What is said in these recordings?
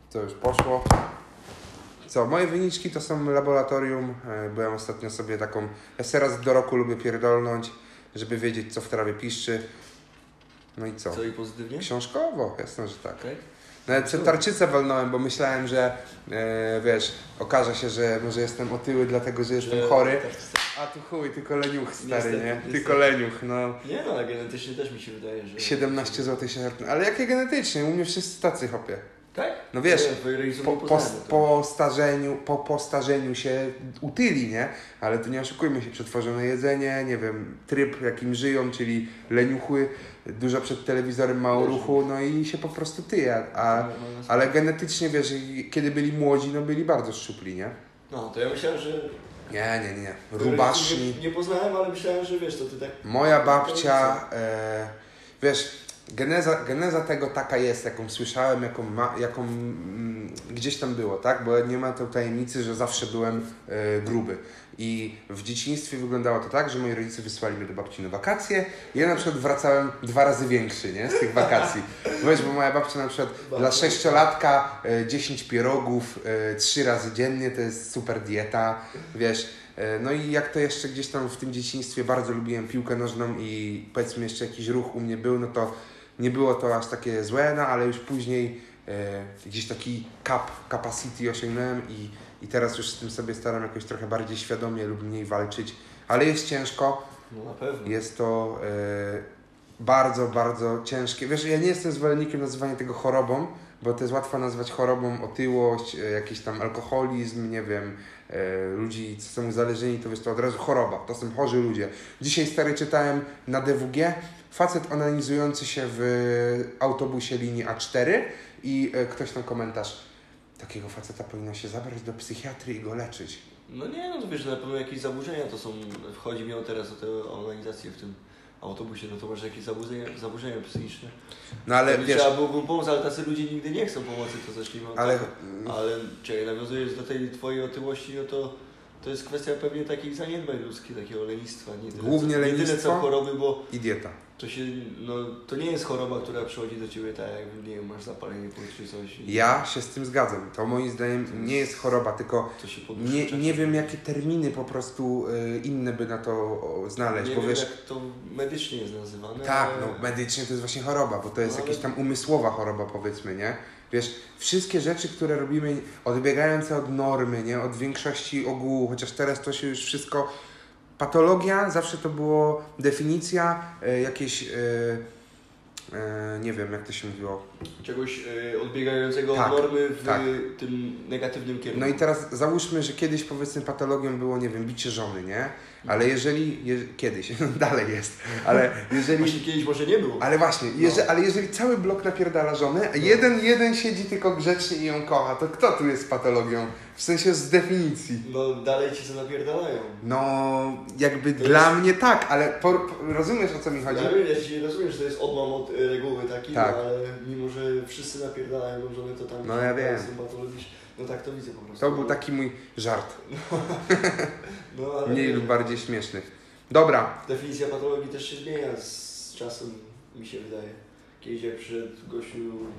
To już poszło. Co, moje wyniczki to są laboratorium. Byłem ostatnio sobie taką... Ja se raz do roku lubię pierdolnąć, żeby wiedzieć, co w trawie piszczy. No i co? Co i pozytywnie? Książkowo, jasne, że tak. Okay. Nawet tarczycę walnąłem, bo myślałem, że wiesz, okaże się, że może jestem otyły dlatego, że jestem chory. A tu chuj, tylko leniuch stary, niestety, nie? Tylko leniuch, no. Nie no, ale genetycznie też mi się wydaje, że... 17 zł się... Ale jakie genetycznie? U mnie wszyscy tacy, hopie. Tak? No wiesz, po postarzeniu się utyli, nie? Ale tu nie oszukujmy się, przetworzone jedzenie, nie wiem, tryb jakim żyją, czyli leniuchły, dużo przed telewizorem, mało ruchu, no i się po prostu tyje. Ale genetycznie, wiesz, kiedy byli młodzi, no byli bardzo szczupli, nie? No, to ja myślałem, że... Nie. Rubaszni. Nie poznałem, ale myślałem, że wiesz, to ty tak... Moja babcia, wiesz... Geneza tego taka jest, jaką słyszałem, jaką gdzieś tam było, tak? Bo nie ma tej tajemnicy, że zawsze byłem gruby. I w dzieciństwie wyglądało to tak, że moi rodzice wysłali mnie do babci na wakacje i ja na przykład wracałem 2 razy większy, nie? Z tych wakacji. Wiesz, bo moja babcia na przykład dla 6-latka 10 pierogów 3 razy dziennie, to jest super dieta, wiesz. No i jak to jeszcze gdzieś tam w tym dzieciństwie bardzo lubiłem piłkę nożną i powiedzmy jeszcze jakiś ruch u mnie był, no to nie było to aż takie złe, no ale już później gdzieś taki capacity osiągnąłem i teraz już z tym sobie staram jakoś trochę bardziej świadomie lub mniej walczyć, ale jest ciężko. No na pewno. Jest to bardzo, bardzo ciężkie. Wiesz, ja nie jestem zwolennikiem nazywania tego chorobą, bo to jest łatwo nazwać chorobą otyłość, jakiś tam alkoholizm, nie wiem, ludzi, co są uzależnieni, to wiesz, to od razu choroba, to są chorzy ludzie. Dzisiaj stary czytałem na DWG, facet onanizujący się w autobusie linii A4 i ktoś tam komentarz, takiego faceta powinno się zabrać do psychiatry i go leczyć. No nie, no to wiesz, że na pewno jakieś zaburzenia to są, wchodzi mi teraz o tę organizację w tym autobusie, no to może jakieś zaburzenia psychiczne. No ale to wiesz... Trzeba byłoby pomóc, ale tacy ludzie nigdy nie chcą pomocy, to zacznijmy od ale... tego. Ale czekaj, nawiązując do tej twojej otyłości, no to jest kwestia pewnie takich zaniedbań ludzkich, takiego lenistwa. Głównie lenistwo nie tyle co choroby, bo... i dieta. To nie jest choroba, która przychodzi do ciebie tak jak, nie wiem, masz zapalenie płuc czy coś. Ja się z tym zgadzam. To moim zdaniem nie jest choroba, tylko nie wiem jakie terminy po prostu inne by na to znaleźć. Nie bo wiem wiesz, jak to medycznie jest nazywane. Tak, ale... no medycznie to jest właśnie choroba, bo to jest jakaś tam umysłowa choroba, powiedzmy, nie? Wiesz, wszystkie rzeczy, które robimy odbiegające od normy, nie? Od większości ogółu, chociaż teraz to się już wszystko... Patologia zawsze to było definicja jakieś, nie wiem jak to się mówiło. Czegoś odbiegającego od normy w tym negatywnym kierunku. No i teraz załóżmy, że kiedyś powiedzmy patologią było, nie wiem, bicie żony, nie? Ale kiedyś, dalej jest, ale jeżeli... Właśnie kiedyś może nie było. Ale właśnie, ale jeżeli cały blok napierdala żonę, a jeden siedzi tylko grzecznie i ją kocha, to kto tu jest patologią? W sensie z definicji. No dalej ci co napierdalają. No jakby to dla mnie tak, ale rozumiesz o co mi chodzi? Ja ci rozumiem, że to jest odłam od reguły taki, tak. No, ale mimo, że wszyscy napierdalają żonę, to tam no ja wiem. Są patologiczni. No tak to widzę po prostu. To był taki mój żart. No, ale mniej lub bardziej śmieszny. Dobra. Definicja patologii też się zmienia z czasem, mi się wydaje. Kiedyś jak przyszedł gościu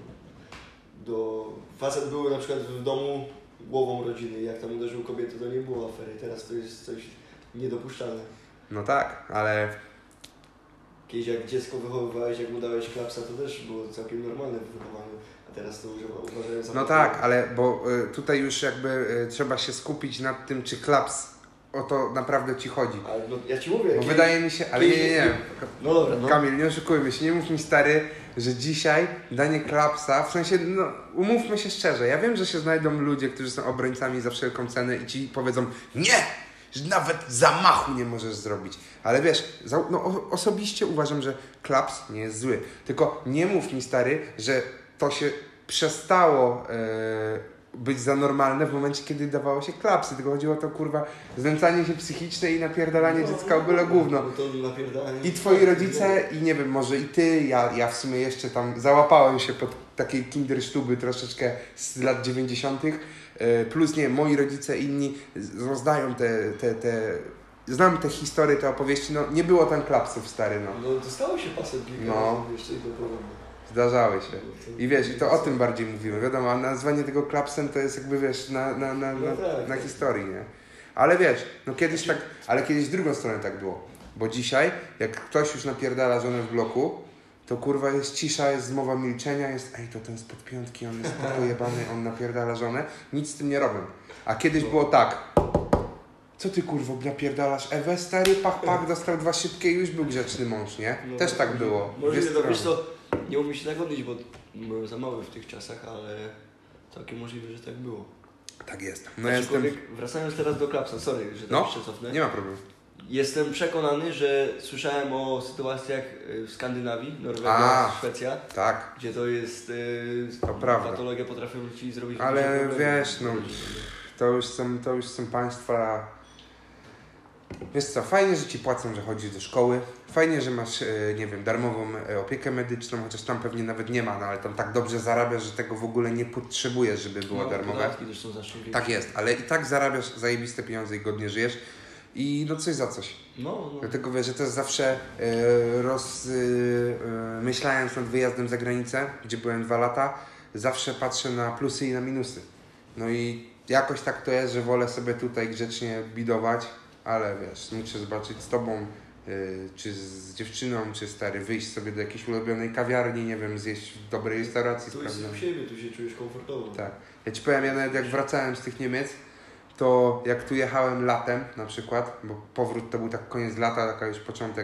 facet był na przykład w domu głową rodziny. Jak tam uderzył kobietę, to nie było afery. Teraz to jest coś niedopuszczalne. No tak, ale... Kiedyś jak dziecko wychowywałeś, jak mu dałeś klapsa, to też było całkiem normalne w wychowaniu. A teraz to uważają za... No tak, ale bo tutaj już jakby trzeba się skupić nad tym, czy klaps o to naprawdę ci chodzi. Ale no, ja ci mówię... Bo wydaje mi się... Ale nie. No dobra, no. Kamil, nie oszukujmy się, nie mów mi stary, że dzisiaj danie klapsa, w sensie, no umówmy się szczerze, ja wiem, że się znajdą ludzie, którzy są obrońcami za wszelką cenę i ci powiedzą nie! Że nawet zamachu nie możesz zrobić. Ale wiesz, osobiście uważam, że klaps nie jest zły. Tylko nie mów mi stary, że to się przestało być za normalne w momencie, kiedy dawało się klapsy. Tylko chodziło o to, kurwa, znęcanie się psychiczne i napierdalanie dziecka o byle gówno. I twoi rodzice, i nie wiem, może i ty, ja w sumie jeszcze tam załapałem się pod takiej kindersztuby troszeczkę z lat 90. Plus nie, moi rodzice inni znają znam te historie, te opowieści, no nie było tam klapsów stary, no. No dostało się pasem kilka razy jeszcze i to podobno. Zdarzały się. I wiesz, i to o tym bardziej mówimy. Wiadomo, a nazwanie tego klapsem to jest jakby, wiesz, na historii, nie? Ale wiesz, no kiedyś tak, ale kiedyś w drugą stronę tak było. Bo dzisiaj, jak ktoś już napierdala żonę w bloku, to kurwa jest cisza, jest zmowa milczenia, jest ej, to ten z podpiątki, on jest pojebany, on napierdala żonę. Nic z tym nie robią. A kiedyś było tak. Co ty kurwo napierdalasz Ewę, stary, pach, dostał 2 szybkie i już był grzeczny mąż, nie? No, też tak było. Może wiesz co, nie umiem się nagodnić, bo byłem za mały w tych czasach, ale całkiem możliwe, że tak było. Tak jest. No jestem... Wracając teraz do klapsa, sorry, że tak jeszcze cofnę. Nie ma problemu. Jestem przekonany, że słyszałem o sytuacjach w Skandynawii, Norwegia, Szwecja, tak. gdzie to jest to prawda. patologia potrafią ci zrobić. Ale wiesz, no to już są państwa. Wiesz co, fajnie, że ci płacą, że chodzisz do szkoły. Fajnie, że masz, nie wiem, darmową opiekę medyczną, chociaż tam pewnie nawet nie ma, no ale tam tak dobrze zarabiasz, że tego w ogóle nie potrzebujesz, żeby było darmowe. Też są tak jest, ale i tak zarabiasz zajebiste pieniądze i godnie żyjesz. I no coś za coś. No. Dlatego wiesz, że też zawsze myślając nad wyjazdem za granicę, gdzie byłem 2 lata, zawsze patrzę na plusy i na minusy. No i jakoś tak to jest, że wolę sobie tutaj grzecznie bidować, ale wiesz, muszę zobaczyć z tobą, czy z dziewczyną, czy stary, wyjść sobie do jakiejś ulubionej kawiarni, nie wiem, zjeść w dobrej restauracji. Tu jesteś u siebie, tu się czujesz komfortowo. Tak. Ja ci powiem, ja nawet jak wracałem z tych Niemiec, to jak tu jechałem latem na przykład, bo powrót to był tak koniec lata, taka już początek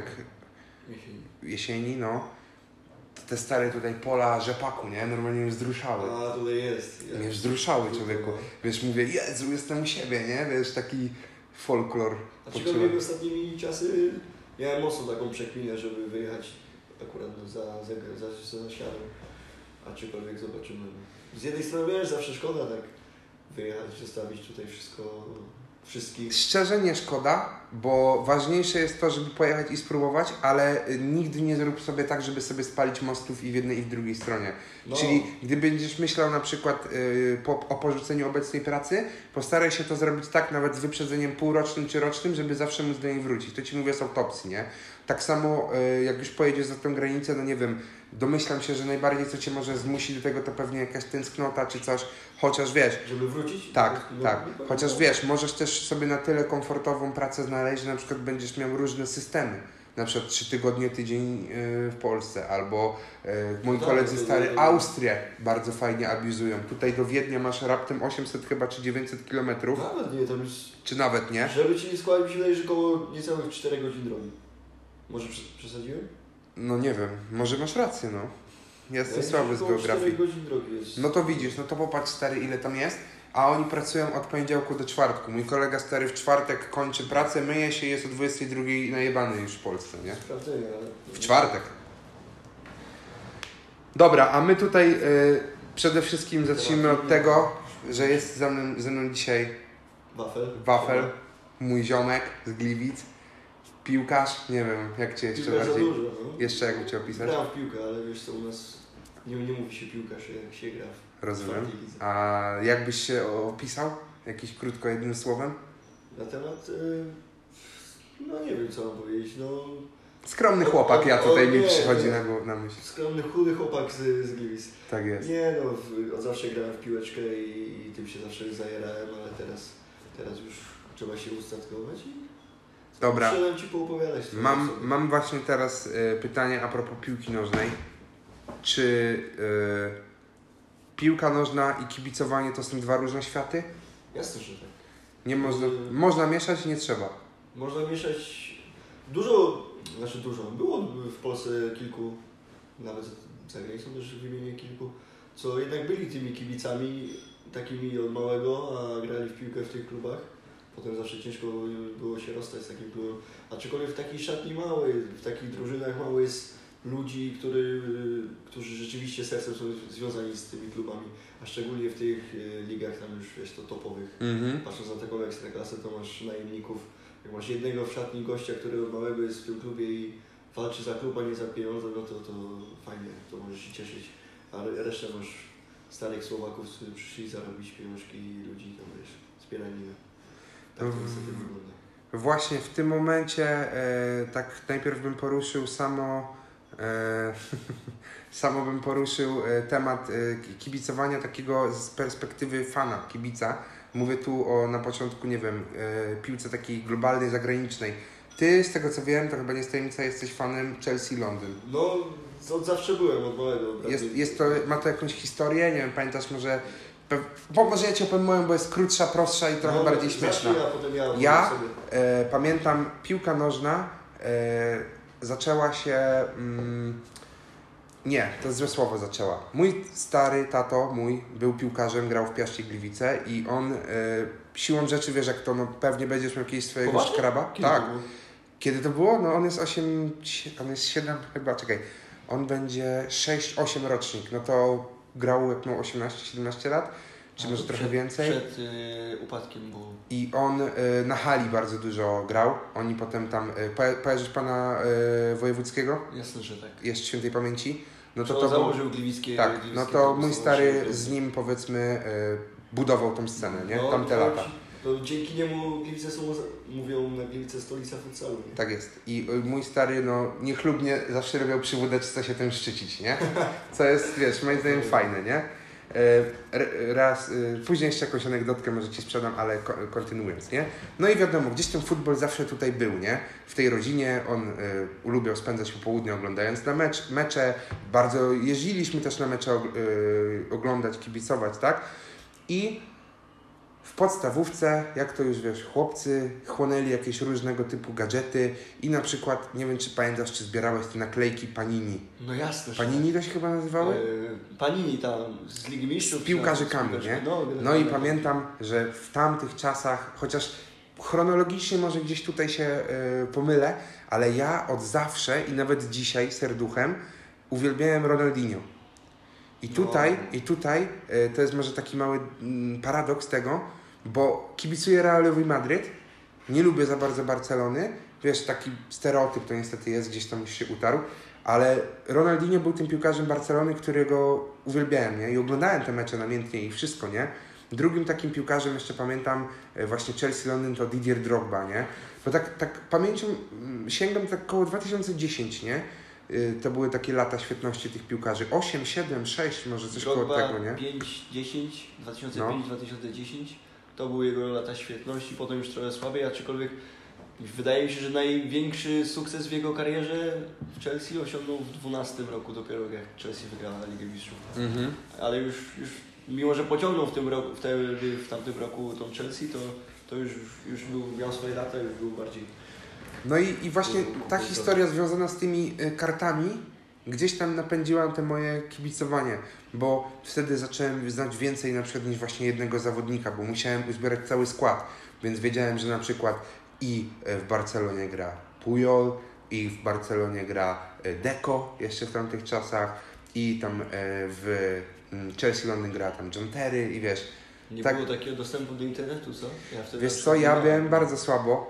jesieni, no. To te stare tutaj pola rzepaku, nie? Normalnie mnie wzruszały. A, tutaj jest. Mnie wzruszały, człowieku. Wiesz, mówię, Jezu, jestem u siebie, nie? Wiesz, taki folklor. Aczkolwiek ostatnimi czasy miałem mocno taką przekminę, żeby wyjechać akurat za światło. Aczkolwiek zobaczymy. Z jednej strony wiesz, zawsze szkoda tak wyjechać, zostawić tutaj wszystkich. Szczerze nie szkoda, bo ważniejsze jest to, żeby pojechać i spróbować, ale nigdy nie zrób sobie tak, żeby sobie spalić mostów i w jednej i w drugiej stronie. No. Czyli gdy będziesz myślał na przykład o porzuceniu obecnej pracy, postaraj się to zrobić tak nawet z wyprzedzeniem półrocznym czy rocznym, żeby zawsze móc do niej wrócić. To ci mówię z autopsji, nie? Tak samo jak już pojedziesz za tę granicę, no nie wiem, domyślam się, że najbardziej co cię może zmusić do tego, to pewnie jakaś tęsknota czy coś, chociaż wiesz... Żeby wrócić? Tak. Chociaż wiesz, możesz też sobie na tyle komfortową pracę znaleźć, że na przykład będziesz miał różne systemy. Na przykład 3 tygodnie, tydzień w Polsce, albo moi koledzy stary Austrię bardzo fajnie abuzują. Tutaj do Wiednia masz raptem 800 chyba czy 900 kilometrów. Nawet nie, tam już... Czy nawet nie? Żeby ci nie składać, mi się wydaje, że około niecałych 4 godzin drogi. Może przesadziłem? No nie wiem, może masz rację, no. Jestem słaby z geografii. 4 godzin drogi jest. No to widzisz, no to popatrz stary, ile tam jest. A oni pracują od poniedziałku do czwartku. Mój kolega stary w czwartek kończy pracę, myje się i jest o 22 najebany już w Polsce, nie? Sprawdzenie, ale... W czwartek. Dobra, a my tutaj przede wszystkim zacznijmy od tego, że jest ze mną dzisiaj Wafel, mój ziomek z Gliwic, piłkarz, nie wiem jak Cię jeszcze piłkarz bardziej... Dużo, no. Jeszcze jakby Cię opisać? Gram w piłkę, ale wiesz co, u nas nie mówi się piłkarz, jak się gra w Rozumiem. A jakbyś się opisał? Jakimś krótko jednym słowem? Na temat... no nie wiem co mam powiedzieć, no... Skromny chłopak, ja tutaj mi przychodzi na myśl. Skromny, chudy chłopak z Gliwic. Tak jest. Nie no, od zawsze grałem w piłeczkę i tym się zawsze zajerałem, ale teraz już trzeba się ustatkować i... Dobra. Chciałem Ci poopowiadać. Mam właśnie teraz pytanie a propos piłki nożnej. Czy piłka nożna i kibicowanie to są 2 różne światy? Jasne, że tak. Nie można mieszać, nie trzeba. Można mieszać dużo. Było w Polsce kilku, nawet za granicą też wymienię kilku, co jednak byli tymi kibicami takimi od małego, a grali w piłkę w tych klubach. Potem zawsze ciężko było się rozstać z takim klubem. Aczkolwiek w takiej szatni małej, w takich drużynach mało jest ludzi, którzy rzeczywiście sercem są związani z tymi klubami. A szczególnie w tych ligach tam już wiesz, to topowych. Patrząc na taką ekstraklasę, to masz najemników. Jak masz jednego w szatni gościa, który od małego jest w tym klubie i walczy za klub, a nie za pieniądze, no to fajnie, to możesz się cieszyć. A resztę masz starych Słowaków, którzy przyszli zarobić pieniążki i ludzi tam wiesz, wspieranina. Tak to niestety wygląda. Właśnie w tym momencie tak najpierw bym poruszył samo Samo bym poruszył temat kibicowania takiego z perspektywy fana, kibica. Mówię tu o na początku, nie wiem, piłce takiej globalnej, zagranicznej. Ty, z tego co wiem, to chyba nie jest tajemnica, jesteś fanem Chelsea Londyn. No, od zawsze byłem, od małego. Ma to jakąś historię? Nie wiem, pamiętasz może... Może ja Ci opowiem moją, bo jest krótsza, prostsza i trochę bardziej śmieszna. Ja pamiętam, piłka nożna zaczęła się... Nie, to jest złe słowo zaczęła. Mój stary tato, był piłkarzem, grał w Piaście Gliwice i on siłą rzeczy, wiesz jak to, no pewnie będziesz miał jakiegoś swojego szkraba. Tak. Kiedy to było? No on jest 7 chyba, czekaj. On będzie 6-8 rocznik, no to grał jak miał 18-17 lat, czy może trochę więcej. Przed upadkiem było. I on na hali bardzo dużo grał. Oni potem tam, kojarzysz pana Wojewódzkiego? Jasne, że tak. Jest świętej pamięci. No to założył Gliwickie. Tak, no to mój stary z nim powiedzmy budował tą scenę, nie? No, Tamte lata. To dzięki niemu Gliwice mówią na Gliwice stolica futsalu, nie? Tak jest. I mój stary, no niechlubnie zawsze robił przy wódeczce się tym szczycić, nie? Co jest, wiesz, moim zdaniem fajne, nie? Później jeszcze jakąś anegdotkę może Ci sprzedam, ale kontynuując, nie? No i wiadomo, gdzieś ten futbol zawsze tutaj był, nie? W tej rodzinie on ulubiał spędzać popołudnie oglądając na mecze, bardzo jeździliśmy też na mecze oglądać, kibicować, tak? I w podstawówce, jak to już wiesz, chłopcy chłonęli jakieś różnego typu gadżety i na przykład, nie wiem czy pamiętasz, czy zbierałeś te naklejki Panini. No jasne. Panini to się chyba nazywały? Panini tam z Ligi Mistrzów. Z piłkarzykami, nie? No i pamiętam, że w tamtych czasach, chociaż chronologicznie może gdzieś tutaj się pomylę, ale ja od zawsze i nawet dzisiaj serduchem uwielbiałem Ronaldinho. I tutaj to jest może taki mały paradoks tego, bo kibicuję Realowi Madryt, nie lubię za bardzo Barcelony, wiesz, taki stereotyp to niestety jest, gdzieś tam już się utarł, ale Ronaldinho był tym piłkarzem Barcelony, którego uwielbiałem, nie? I oglądałem te mecze namiętnie i wszystko, nie? Drugim takim piłkarzem, jeszcze pamiętam, właśnie Chelsea Londyn to Didier Drogba, nie? Bo tak pamięcią sięgam tak koło 2010, nie? To były takie lata świetności tych piłkarzy. 8, 7, 6, może coś koło tego, nie? 5, 10, 2005, 2010 to były jego lata świetności, potem już trochę słabiej, aczkolwiek wydaje mi się, że największy sukces w jego karierze w Chelsea osiągnął w 2012 roku dopiero, jak Chelsea wygrała Ligę Mistrzów. Ale już mimo, że pociągnął w tamtym roku tą Chelsea, to już miał swoje lata, już był bardziej... No i właśnie ta historia związana z tymi kartami gdzieś tam napędziła te moje kibicowanie, bo wtedy zacząłem znać więcej na przykład niż właśnie jednego zawodnika, bo musiałem uzbierać cały skład, więc wiedziałem, że na przykład i w Barcelonie gra Puyol, i w Barcelonie gra Deco jeszcze w tamtych czasach, i tam w Chelsea Londyn gra tam John Terry i wiesz... Nie było takiego dostępu do internetu, co? Wiesz co, ja byłem bardzo słabo.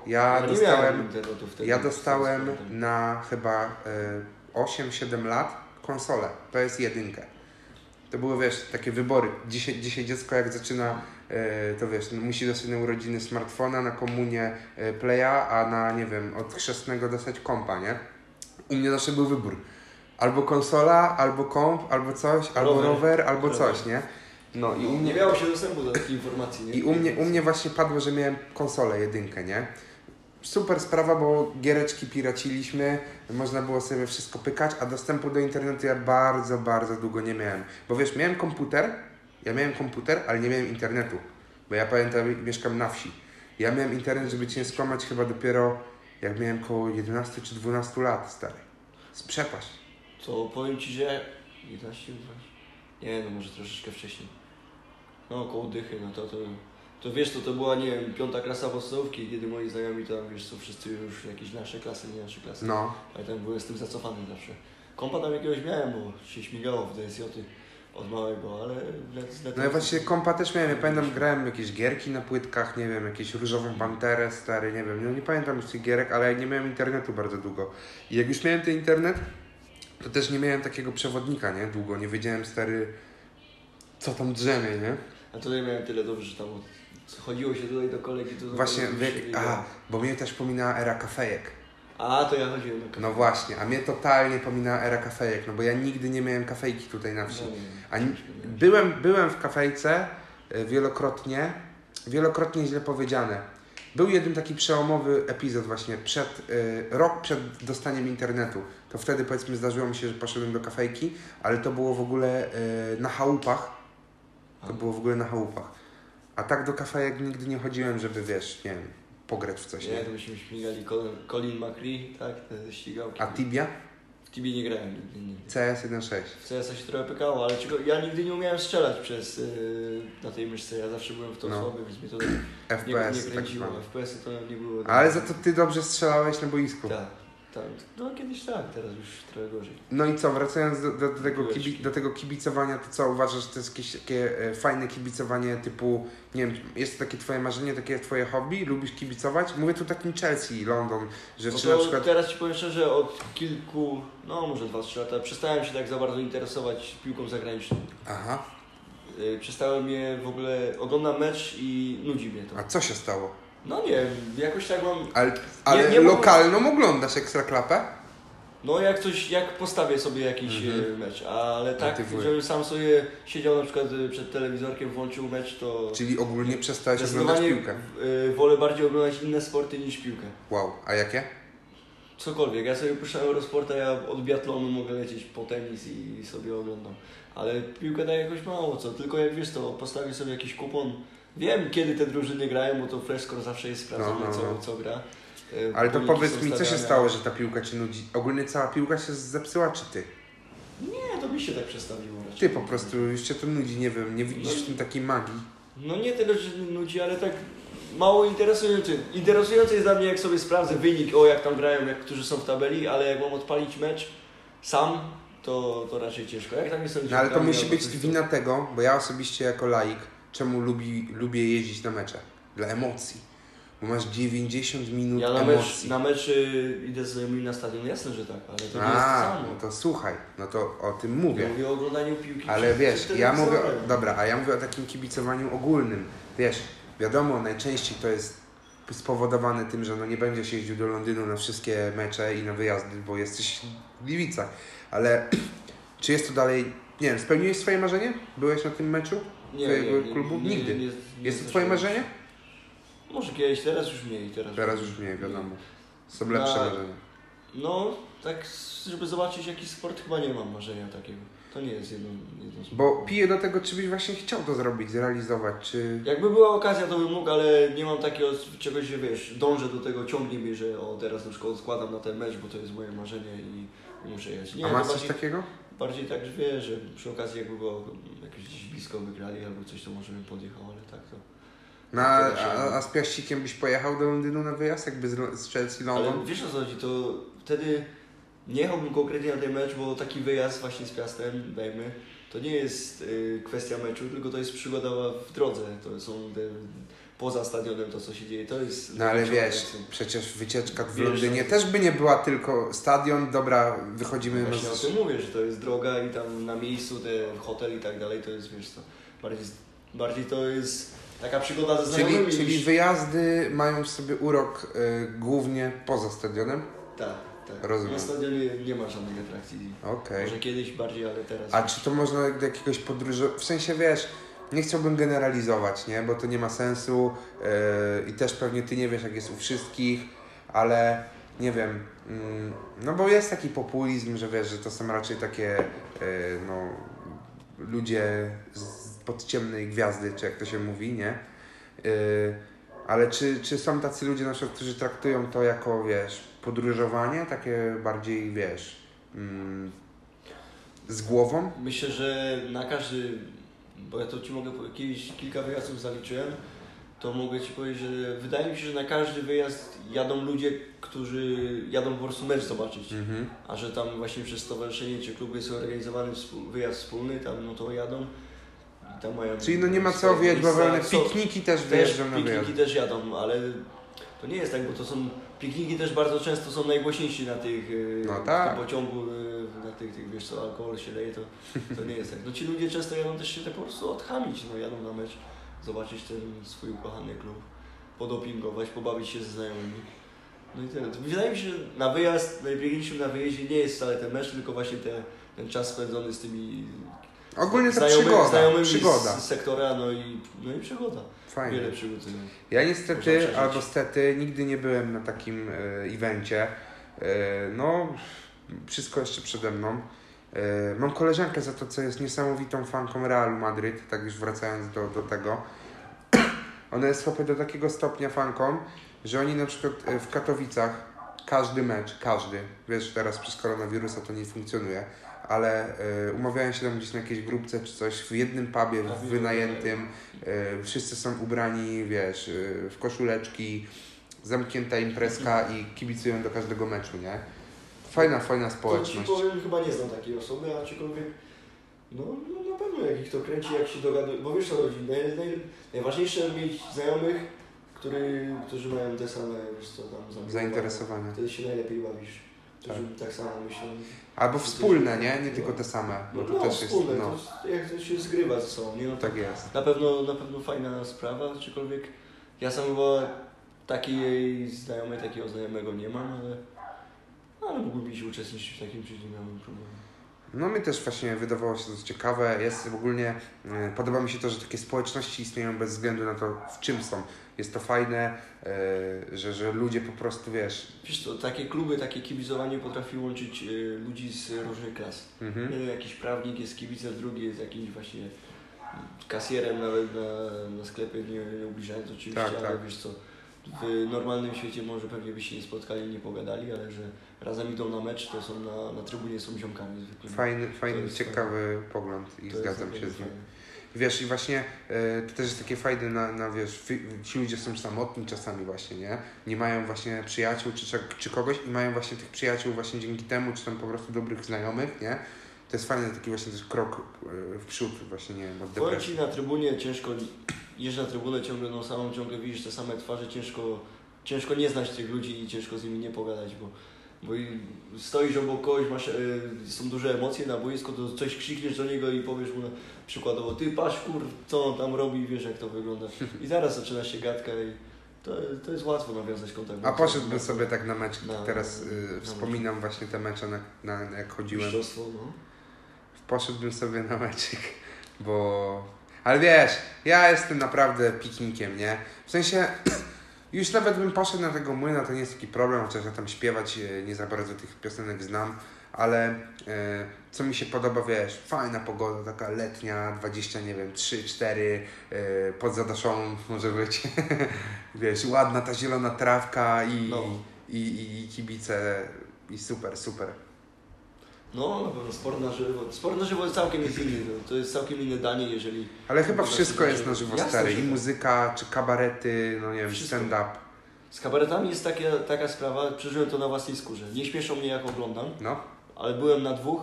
Ja dostałem wtedy. na chyba 8-7 lat konsolę. To jest jedynkę. To były, wiesz, takie wybory. Dzisiaj dziecko jak zaczyna, to wiesz, musi dostać na urodziny smartfona, na komunię Playa, a na, nie wiem, od chrzestnego dostać kompa, nie? U mnie zawsze był wybór. Albo konsola, albo komp, albo coś, albo rower, albo coś, nie? No i u mnie... Nie miało się dostępu do takiej informacji, nie? I u mnie właśnie padło, że miałem konsolę jedynkę, nie? Super sprawa, bo giereczki piraciliśmy, można było sobie wszystko pykać, a dostępu do internetu ja bardzo, bardzo długo nie miałem. Bo wiesz, miałem komputer, ale nie miałem internetu. Bo ja pamiętam, mieszkam na wsi. Ja miałem internet, żeby Cię nie skłamać, chyba dopiero jak miałem około 11 czy 12 lat, stary. Z przepaść. To powiem Ci, że 11, 12... Nie, no może troszeczkę wcześniej. No około dychy, no to wiesz, to była, nie wiem, 5. klasa podstawówki, kiedy moi znajomi tam, wiesz co, wszyscy już jakieś nasze klasy, nie nasze klasy. No. Ale tam byłem z tym zacofany zawsze. Kompa tam jakiegoś miałem, bo się śmigało w DSJ-y od małego, ale... No ja właśnie kompa też miałem, ja pamiętam, grałem jakieś gierki na płytkach, nie wiem, jakieś Różową Panterę, stary, nie wiem, no nie pamiętam już tych gierek, ale nie miałem internetu bardzo długo. I jak już miałem ten internet, to też nie miałem takiego przewodnika, nie? Długo, nie wiedziałem, stary, co tam drzemie, nie? A tutaj miałem tyle dobrze, że tam chodziło się tutaj do kolegi. To właśnie, bo mnie też pominęła era kafejek. A, to ja chodziłem do kafejki. No właśnie, a mnie totalnie pomina era kafejek, no bo ja nigdy nie miałem kafejki tutaj na wsi. Byłem w kafejce wielokrotnie źle powiedziane. Był jeden taki przełomowy epizod właśnie rok przed dostaniem internetu. To wtedy powiedzmy zdarzyło mi się, że poszedłem do kafejki, ale to było w ogóle na chałupach. A tak do kafejek nigdy nie chodziłem, żeby wiesz, nie wiem, pograć w coś. Nie, to byśmy śmigali Colin McRae, tak, te ścigałki. A Tibia? W Tibie nie grałem nigdy. CS 1.6. W CS się trochę pykało, ale ja nigdy nie umiałem strzelać na tej myszce, ja zawsze byłem w to słaby, więc mi to nie kręciło. Tak FPS-y to nie było. Ale za to ty dobrze strzelałeś na boisku. Tak. No kiedyś tak, teraz już trochę gorzej. No i co, wracając do tego kibicowania, to co uważasz, że to jest jakieś takie fajne kibicowanie typu, nie wiem, jest to takie twoje marzenie, takie twoje hobby? Lubisz kibicować? Mówię tu takim Chelsea, London, że No czy na przykład... Teraz ci powiem szczerze, od kilku, no może 2-3 lata, przestałem się tak za bardzo interesować piłką zagraniczną. Aha. Przestałem je w ogóle, oglądam mecz i nudzi mnie to. A co się stało? No nie wiem, jakoś tak mam... Ale nie lokalną oglądasz Ekstraklapę? No jak postawię sobie jakiś mecz, ale tak, żebym sam sobie siedział na przykład przed telewizorkiem, włączył mecz, to... Czyli ogólnie przestałeś oglądać piłkę? Wolę bardziej oglądać inne sporty niż piłkę. Wow, a jakie? Cokolwiek, ja sobie puszczam Eurosporta, ja od biatlonu mogę lecieć po tenis i sobie oglądam. Ale piłkę daje jakoś mało co, tylko jak wiesz to, postawię sobie jakiś kupon. Wiem kiedy te drużyny grają, bo to Flashscore zawsze jest sprawdzone co gra. Ale to powiedz mi, co się stało, że ta piłka Cię nudzi? Ogólnie cała piłka się zepsuła, czy Ty? Nie, to mi się tak przestawiło. Ty po prostu już Cię to nudzi, nie wiem, nie widzisz w tym takiej magii. No nie tyle, że nudzi, ale tak mało interesujące. Interesujące jest dla mnie, jak sobie sprawdzę wynik, jak tam grają, którzy są w tabeli, ale jak mam odpalić mecz sam, to raczej ciężko. Jak tam jest no ale to musi być wina tego, bo ja osobiście jako laik, czemu lubię jeździć na mecze? Dla emocji. Bo masz 90 minut emocji. Na mecz idę z znajomymi na stadion, jasne, że tak, ale to nie jest to samo. No to słuchaj, no to o tym mówię. Ja mówię o oglądaniu piłki. Ale wiesz, ja mówię o takim kibicowaniu ogólnym. Wiesz, wiadomo, najczęściej to jest spowodowane tym, że no nie będziesz jeździł do Londynu na wszystkie mecze i na wyjazdy, bo jesteś w Gliwicach. Ale czy jest to dalej, nie wiem, spełniłeś swoje marzenie? Byłeś na tym meczu twojego klubu? Nigdy. Jest to twoje marzenie? Może kiedyś, teraz już mniej. Teraz już mniej, wiadomo. Są lepsze marzenia. No, tak, żeby zobaczyć jakiś sport, chyba nie mam marzenia takiego. To nie jest jedno Bo piję do tego, czy byś właśnie chciał to zrobić, zrealizować, czy... Jakby była okazja, to bym mógł, ale nie mam takiego czegoś, że wiesz, dążę do tego, ciągnie mnie, że teraz na przykład składam na ten mecz, bo to jest moje marzenie i muszę jechać. Nie, a masz coś takiego? Bardziej tak, że wiesz, że przy okazji jakby było jakieś gdzieś blisko wygrali albo coś, to może bym podjechał, ale tak to... No, a z Piaścikiem byś pojechał do Londynu na wyjazd, jakby z Chelsea London? Ale wiesz o co chodzi, to wtedy nie jechałbym konkretnie na ten mecz, bo taki wyjazd właśnie z Piastem, dajmy, to nie jest kwestia meczu, tylko to jest przygoda w drodze, to są poza stadionem to, co się dzieje, to jest... No ale wiesz, przecież wycieczka w Londynie też by nie była tylko stadion, dobra, wychodzimy... No właśnie o tym mówię, że to jest droga i tam na miejscu, ten hotel i tak dalej, to jest, wiesz co, bardziej to jest... Taka przygoda ze znajomymi. Czyli wyjazdy mają w sobie urok głównie poza stadionem? Tak. Rozumiem. Na stadionie nie ma żadnych atrakcji. Okay. Może kiedyś bardziej, ale teraz... A czy to można do jakiegoś podróży... W sensie, wiesz, nie chciałbym generalizować, nie? Bo to nie ma sensu i też pewnie Ty nie wiesz, jak jest u wszystkich, ale nie wiem, no bo jest taki populizm, że wiesz, że to są raczej takie ludzie pod ciemnej gwiazdy, czy jak to się mówi, nie? Ale czy są tacy ludzie na przykład, którzy traktują to jako, wiesz, podróżowanie, takie bardziej, wiesz, z głową? Myślę, że na każdy, bo ja to Ci mogę kiedyś kilka wyjazdów zaliczyłem, to mogę Ci powiedzieć, że wydaje mi się, że na każdy wyjazd jadą ludzie, którzy jadą po prostu mecz zobaczyć, a że tam właśnie przez stowarzyszenie czy kluby jest organizowany wyjazd wspólny, tam no to jadą. Tam mają, czyli no nie ma co wiedzieć, bo pikniki też wyjeżdżą na wyjazd. Pikniki też jadą, ale to nie jest tak, bo to są pikniki też bardzo często są najgłośniejsi na tych w tym pociągu, na tych wiesz co, alkohol się leje, to nie jest tak. No ci ludzie często jadą też się tak po prostu odchamić, no jadą na mecz, zobaczyć ten swój ukochany klub, podopingować, pobawić się ze znajomymi. No i tyle. Wydaje mi się, że na wyjazd, najpiękniejszym na wyjeździe nie jest wcale ten mecz, tylko właśnie ten czas spędzony z tymi Ogólnie to znajomymi przygoda. z sektora, no i przygoda. Fajnie. Wiele przygód. Ja niestety, albo stety, nigdy nie byłem na takim evencie. No, wszystko jeszcze przede mną. Mam koleżankę za to, co jest niesamowitą fanką Realu Madryt, tak już wracając do tego. Ona jest chyba do takiego stopnia fanką, że oni na przykład w Katowicach każdy, wiesz, teraz przez koronawirusa to nie funkcjonuje, ale umawiają się tam gdzieś na jakiejś grupce czy coś, w jednym pubie wynajętym, wszyscy są ubrani, wiesz, w koszuleczki, zamknięta imprezka i kibicują do każdego meczu, nie? Fajna społeczność. To ci powiem, chyba nie znam takiej osoby, a aczkolwiek no na pewno jak ich to kręci, jak się dogaduje, bo wiesz co chodzi, najważniejsze mieć znajomych, którzy mają te same, wiesz co tam zainteresowania. Wtedy się najlepiej bawisz, którzy tak samo myślą. Albo wspólne, nie tylko te same, bo to też wspólne, jest, to jak to się zgrywa ze sobą, nie? No tak jest. Na pewno fajna sprawa, aczkolwiek ja sam chyba takiego znajomego nie mam, ale mógłbym się uczestniczyć w takim czymś, nie mam problemu. No mi też właśnie wydawało się to ciekawe. Jest ogólnie, podoba mi się to, że takie społeczności istnieją bez względu na to, w czym są. Jest to fajne, że ludzie po prostu, wiesz... Wiesz co, takie kluby, takie kibicowanie potrafi łączyć ludzi z różnych klas. Jeden jakiś prawnik jest kibicem, drugi jest jakimś właśnie kasjerem nawet na sklepie, nie ubliżając oczywiście, ale wiesz co, w normalnym świecie może pewnie by się nie spotkali, nie pogadali, ale że razem idą na mecz, to są na trybunie są ziomkami zwykle. Fajny, ciekawy pogląd i zgadzam się z nim. Wiesz, i właśnie to też jest takie fajne wiesz, ci ludzie są samotni czasami właśnie, nie? Nie mają właśnie przyjaciół czy kogoś i mają właśnie tych przyjaciół właśnie dzięki temu, czy tam po prostu dobrych znajomych, nie? To jest fajny taki właśnie też krok w przód właśnie, nie wiem, od depresji. Powiem Ci, na trybunie ciężko, jeżdżę na trybunę ciągle widzisz te same twarze, ciężko nie znać tych ludzi i ciężko z nimi nie pogadać, bo stoisz obok kogoś, są duże emocje na boisku, to coś krzykniesz do niego i powiesz mu przykładowo, ty patrz co on tam robi, wiesz jak to wygląda. I zaraz zaczyna się gadka i to jest łatwo nawiązać kontakt. A poszedłbym sobie tak na mecz, teraz wspominam właśnie te mecze, jak chodziłem. Mistrzostwo, no. Poszedłbym sobie na meczyk, ale wiesz, ja jestem naprawdę piknikiem, nie? W sensie... Już nawet bym poszedł na tego młyna, to nie jest taki problem, chociaż ja tam śpiewać nie za bardzo tych piosenek znam, ale co mi się podoba, wiesz, fajna pogoda, taka letnia, 20, nie wiem, 3-4, pod zadaszoną może być, wiesz, ładna ta zielona trawka i kibice i super. No, na pewno sport na żywo jest całkiem inny, to jest całkiem inne danie, jeżeli... Ale chyba wszystko jest na żywo, stary, i muzyka, czy kabarety, no nie wiem, stand-up. Z kabaretami jest taka sprawa, przeżyłem to na własnej skórze. Nie śmieszą mnie jak oglądam, ale byłem na 2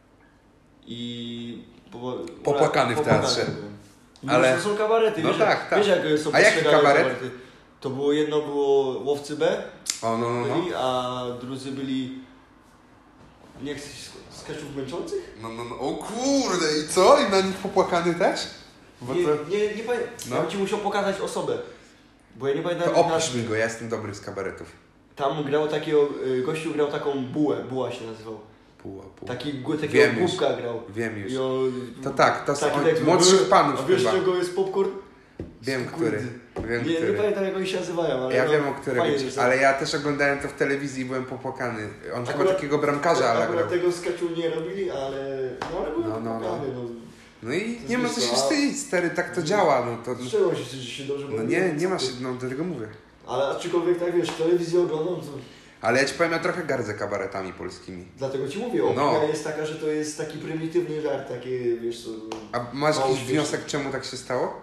i... Popłakany w teatrze. Ale to są kabarety, wiesz, tak. Wiesz jak są a jaki kabaret? Kabarety. To jedno było Łowcy B, byli, a drudzy byli... Nie chcesz skeczów męczących? O kurde, i co? I na nich popłakany też? Nie pamiętam. Ja ci musiał pokazać osobę. Bo ja nie pamiętam. To opisz mi go, ja jestem dobry z kabaretów. Tam grał gościu grał taką buła się nazywał. Buła. Takiego głupka grał. Wiem już. To są młodszych panów. A wiesz czego jest popcorn? Wiem, który. Nie pamiętam jak oni się nazywają, ale ja wiem, o którym mówisz, ale ja też oglądałem to w telewizji i byłem popłakany. On chyba takiego bramkarza, ale grał. Tego sketchu nie robili, ale byłem popłakany. No i nie ma co się wstydzić, stary, tak to działa. Z czego się dobrze nie ma się, do tego mówię. Ale aczkolwiek tak wiesz, telewizję oglądam, to... Ale ja ci powiem, ja trochę gardzę kabaretami polskimi. Dlatego ci mówię, opinia jest taka, że to jest taki prymitywny żart, takie wiesz co... A masz jakiś wniosek, czemu tak się stało?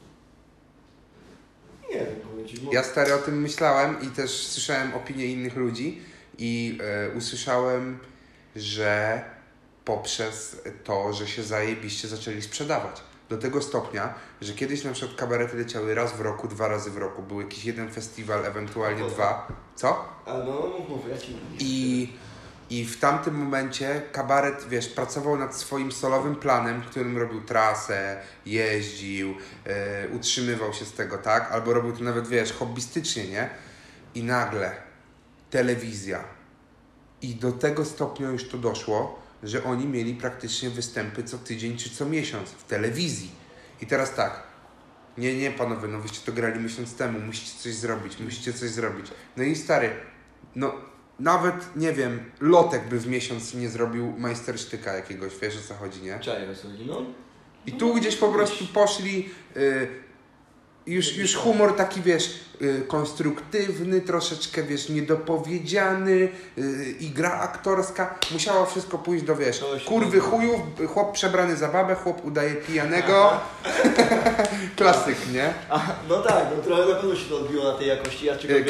Nie wiem, powiem ci. Ja stary o tym myślałem i też słyszałem opinie innych ludzi i usłyszałem, że poprzez to, że się zajebiście zaczęli sprzedawać. Do tego stopnia, że kiedyś na przykład kabarety leciały raz w roku, 2 razy w roku. Był jakiś jeden festiwal, ewentualnie 2. Co? Mówię, ja ci... I w tamtym momencie kabaret, wiesz, pracował nad swoim solowym planem, którym robił trasę, jeździł, utrzymywał się z tego, tak? Albo robił to nawet, wiesz, hobbystycznie, nie? I nagle telewizja. I do tego stopnia już to doszło, że oni mieli praktycznie występy co tydzień czy co miesiąc w telewizji. I teraz tak, nie panowie, no wyście to grali miesiąc temu, musicie coś zrobić. No i stary, no nawet, nie wiem, Lotek by w miesiąc nie zrobił majstersztyka jakiegoś, wiesz o co chodzi, nie? Czaję, o co chodzi, no. I tu gdzieś po prostu poszli, już humor taki, wiesz, konstruktywny, troszeczkę, wiesz, niedopowiedziany i gra aktorska. Musiało wszystko pójść do, wiesz, kurwy chujów, chłop przebrany za babę, chłop udaje pijanego. Klasyk, nie? No tak, no trochę na pewno się to odbiło na tej jakości.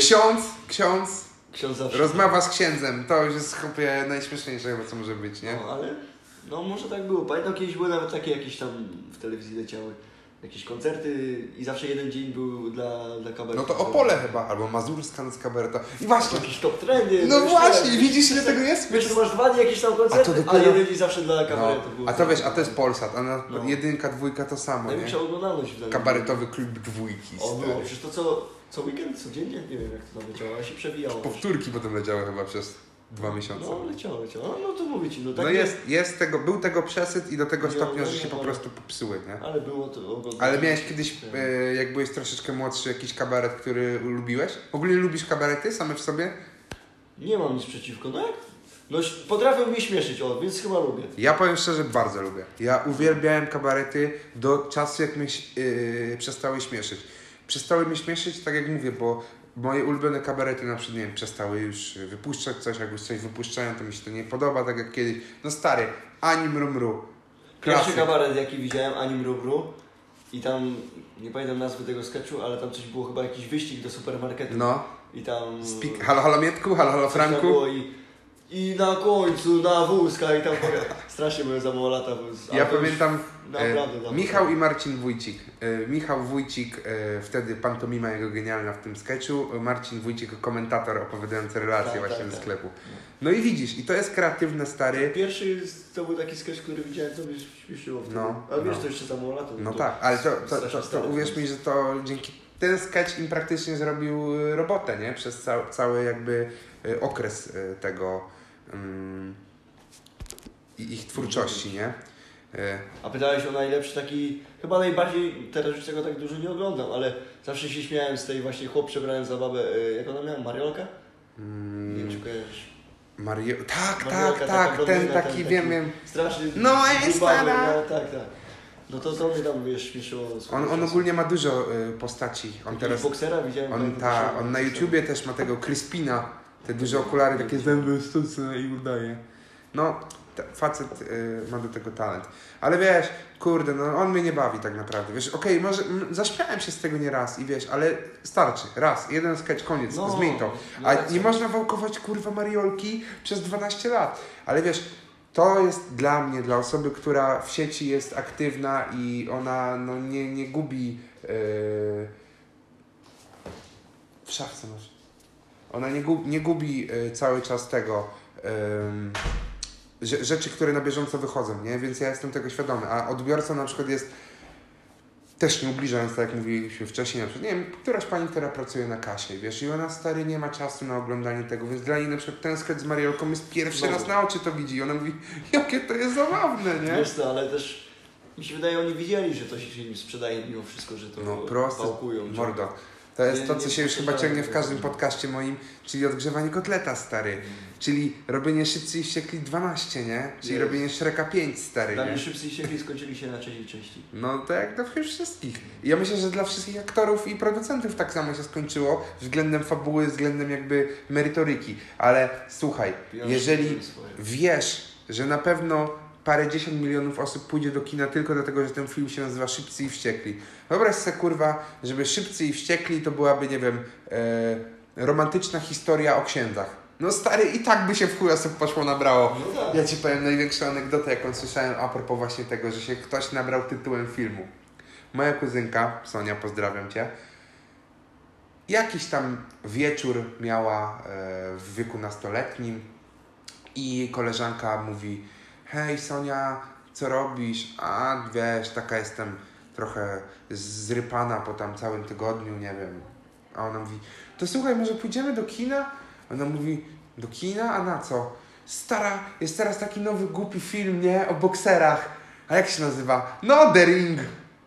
Ksiądz zawsze rozmawia z księdzem. To już jest chyba najśmieszniejsze chyba, co może być, nie? No, ale no może tak było. Pamiętam, kiedyś były nawet takie jakieś tam w telewizji leciały jakieś koncerty i zawsze jeden dzień był dla kabaretu. No to Opole chyba, albo Mazurska noc kabareta. I właśnie. Jakieś top trendy. No właśnie, widzisz ile tego jest? Wiesz, masz 2 dni jakieś tam koncerty, a jeden dzień zawsze dla kabaretu. No. A to wiesz, a to jest Polsat, a na jedynka, dwójka to samo, nie? Największa oglądalność w Kabaretowy klub dwójki. O, no, przecież to co weekend, codziennie? Nie wiem jak to tam leciało, ale się przewijało. Powtórki potem leciały chyba przez 2 miesiące. No leciało. No to mówię ci, no tak. No jest tego, był tego przesyt i do tego stopnia, że się po prostu popsuły, nie? Ale było to Ale miałeś kiedyś, jak byłeś troszeczkę młodszy, jakiś kabaret, który lubiłeś? Ogólnie lubisz kabarety same w sobie? Nie mam nic przeciwko, no jak? No potrafią mnie śmieszyć, więc chyba lubię. Ja powiem szczerze, bardzo lubię. Ja uwielbiałem kabarety do czasu, jak mnie przestały śmieszyć. Przestały mnie śmieszyć, tak jak mówię, bo moje ulubione kabarety na przykład, nie wiem, przestały już wypuszczać coś, jak już coś wypuszczają, to mi się to nie podoba, tak jak kiedyś. No stary, Ani Mrumru. Pierwszy kabaret, jaki widziałem, Ani Mrumru. I tam, nie pamiętam nazwy tego sketchu, ale tam coś było, chyba jakiś wyścig do supermarketu. No. I tam... Halo, halo Mietku, halo Franku. I na końcu, na wózka i tam strasznie byłem za mało lata. Ja pamiętam naprawdę, Michał i Marcin Wójcik. Michał Wójcik, wtedy pantomima jego genialna w tym sketchu. Marcin Wójcik, komentator opowiadający relacje ze sklepu. No i widzisz, i to jest kreatywne, stary. Pierwszy to był taki sketch, który widziałem, co mnie śmieszyło wtedy. Ale wiesz, to jeszcze za mało lata. No tak, ale to uwierz mi, że to dzięki ten sketch im praktycznie zrobił robotę, nie? Przez cały jakby okres tego ich twórczości, nie? A pytałeś o najlepszy taki, chyba najbardziej, teraz już tego tak dużo nie oglądam, ale zawsze się śmiałem z tej właśnie chłop przebrany za babę, jak ona miała? Mariolka? Nie wiem, czy kojarzysz. Tak, ten taki, wiem. Straszny. No, jest stara! Tak. No to mnie tam, wiesz, śmieszyło. On ogólnie ma dużo postaci. On teraz boksera widziałem. On na YouTubie też ma tego Crispina, te duże okulary, takie zęby sztuczne i udaje. No, facet ma do tego talent. Ale wiesz, kurde, no on mnie nie bawi tak naprawdę. Wiesz, okej, może zaśmiałem się z tego nie raz i wiesz, ale starczy. Raz, jeden sketch, koniec, zmień to. A nie można wałkować, kurwa, Mariolki przez 12 lat. Ale wiesz, to jest dla mnie, dla osoby, która w sieci jest aktywna i ona no, nie gubi w szafce masz. Ona nie gubi cały czas tego rzeczy, które na bieżąco wychodzą, nie? Więc ja jestem tego świadomy. A odbiorca na przykład jest też nie ubliżając, tak jak mówiliśmy wcześniej, na przykład, nie wiem, któraś pani, która pracuje na kasie, wiesz, i ona stary nie ma czasu na oglądanie tego, więc dla niej na przykład ten sketch z Mariolką jest pierwszy raz na oczy to widzi i ona mówi, jakie to jest zabawne, nie? Wiesz co, ale też mi się wydaje, oni widzieli, że to się im sprzedaje mimo wszystko, że to pałkują. Mordo. To jest to, co się już chyba ciągnie w każdym podcaście moim, czyli odgrzewanie kotleta, stary. Czyli robienie Szybcy i Wściekli 12, nie? Czyli robienie Shreka 5, stary, dla nie? mnie Szybcy i Wściekli skończyli się na trzeciej części. No to jak dla wszystkich. I ja myślę, że dla wszystkich aktorów i producentów tak samo się skończyło względem fabuły, względem jakby merytoryki. Ale słuchaj, jeżeli wiesz, że na pewno parędziesiąt milionów osób pójdzie do kina tylko dlatego, że ten film się nazywa Szybcy i Wściekli. Wyobraź sobie, kurwa, żeby Szybcy i Wściekli to byłaby, nie wiem, romantyczna historia o księdzach. No stary, i tak by się w chuj osób poszło nabrało. No tak. Ja ci powiem największą anegdotę, jaką słyszałem a propos właśnie tego, że się ktoś nabrał tytułem filmu. Moja kuzynka, Sonia, pozdrawiam cię, jakiś tam wieczór miała w wieku nastoletnim i koleżanka mówi: hej Sonia, co robisz? A wiesz, taka jestem trochę zrypana po tam całym tygodniu, nie wiem. A ona mówi: to słuchaj, może pójdziemy do kina? Ona mówi, do kina? A na co? Stara, jest teraz taki nowy głupi film, nie? O bokserach. A jak się nazywa? No, The Ring.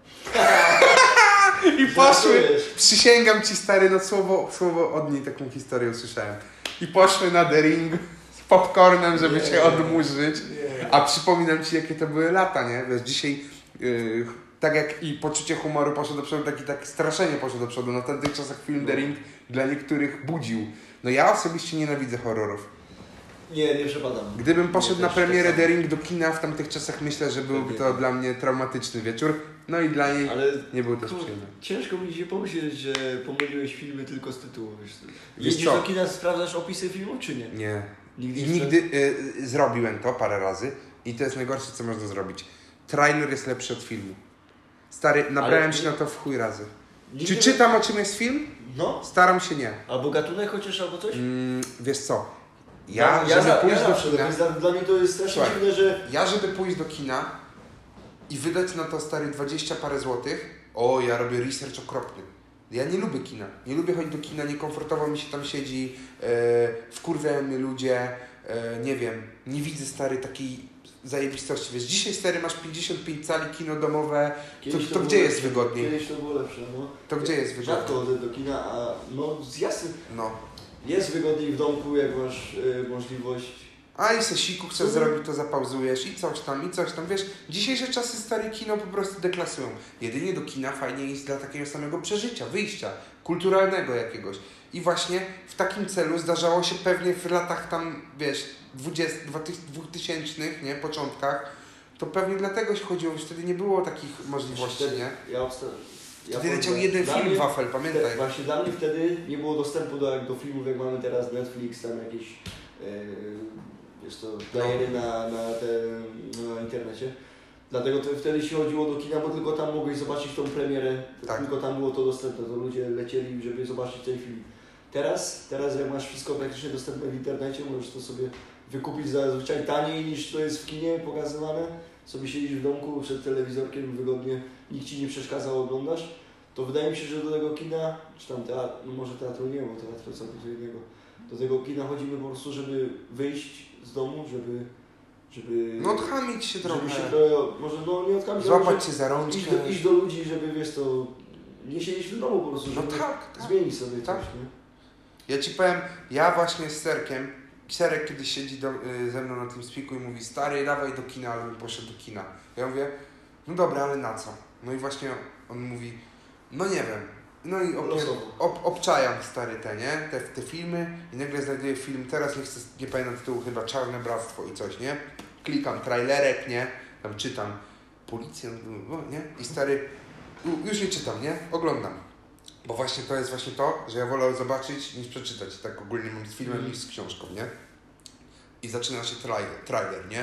I poszły, przysięgam ci stary, no słowo od niej taką historię usłyszałem. I poszły na The Ring z popcornem, żeby się odmurzyć. A przypominam ci, jakie to były lata, nie? Wiesz, dzisiaj tak jak i poczucie humoru poszło do przodu, tak straszenie poszło do przodu. No w tamtych czasach film The Ring dla niektórych budził. No ja osobiście nienawidzę horrorów. Nie przepadam. Gdybym poszedł na premierę The Ring do kina w tamtych czasach, myślę, że byłby to dla mnie traumatyczny wieczór. No i dla niej nie był też przyjemny. Ciężko mi się pomyśleć, że pomyliłeś filmy tylko z tytułu. Wiesz do kina, sprawdzasz opisy filmu, czy nie? Nie. Nigdy zrobiłem to parę razy i to jest najgorsze, co można zrobić. Trailer jest lepszy od filmu. Stary, nabrałem się na to w chuj razy. Czy czytam, o czym jest film? No. Staram się nie. Albo gatunek chociaż, albo coś? Wiesz co? Żeby pójść do kina... Dla mnie to jest strasznie dziwne, że... żeby pójść do kina i wydać na to, stary, 20 parę złotych, ja robię research okropny. Ja nie lubię kina. Nie lubię chodzić do kina, niekomfortowo mi się tam siedzi, wkurwiają mnie ludzie, nie wiem, nie widzę, stary, takiej zajebistości. Wiesz, dzisiaj, stary, masz 55 cali, kino domowe, to gdzie jest wygodniej? Kiedyś to było lepsze, no. To gdzie jest wygodniej? Rzadko chodzę do kina, a no jasne. No. Jest wygodniej w domku, jak masz możliwość. A i se siku chcesz zrobić, to zapauzujesz i coś tam. Wiesz, dzisiejsze czasy, stare, kino po prostu deklasują. Jedynie do kina fajnie jest dla takiego samego przeżycia, wyjścia, kulturalnego jakiegoś. I właśnie w takim celu zdarzało się pewnie w latach tam, wiesz, 2000, nie, początkach, to pewnie dlatego się chodziło, że wtedy nie było takich możliwości, nie? Wtedy leciał jeden film, Wafel, pamiętaj. Właśnie dla mnie wtedy nie było dostępu do filmów, jak mamy teraz Netflix, tam jakieś jest to playery na internecie. Dlatego wtedy się chodziło do kina, bo tylko tam mogłeś zobaczyć tą premierę, tylko tam było to dostępne, to ludzie lecieli, żeby zobaczyć ten film. Teraz jak masz wszystko praktycznie dostępne w internecie, możesz to sobie wykupić zazwyczaj taniej niż to jest w kinie pokazywane. Sobie siedzisz w domku przed telewizorkiem wygodnie, nikt ci nie przeszkadza, oglądasz. To wydaje mi się, że do tego kina, czy tam teatr, no może teatru nie, bo teatr to co innego. Do tego kina chodzimy po prostu, żeby wyjść z domu, żeby no odchamić się trochę. Może nie odchamić, złapać się za rączkę. Iść do ludzi, żeby wiesz to, nie siedzieć w domu po prostu, żeby zmienić sobie coś, nie? Ja ci powiem, ja właśnie z Serek kiedyś siedzi ze mną na tym spiku i mówi, stary, dawaj do kina, ale bym poszedł do kina. Ja mówię, no dobra, ale na co? No i właśnie on mówi, no nie wiem. No i obczajam, stary, te filmy i nagle znajduję film, teraz nie pamiętam tytułu, chyba Czarne Bractwo i coś, nie? Klikam trailerek, nie? Tam czytam, policjant, nie? I stary, już nie czytam, nie? Oglądam. Bo właśnie to jest właśnie to, że ja wolę zobaczyć niż przeczytać. Tak ogólnie mam z filmem niż z książką, nie? I zaczyna się trailer, nie?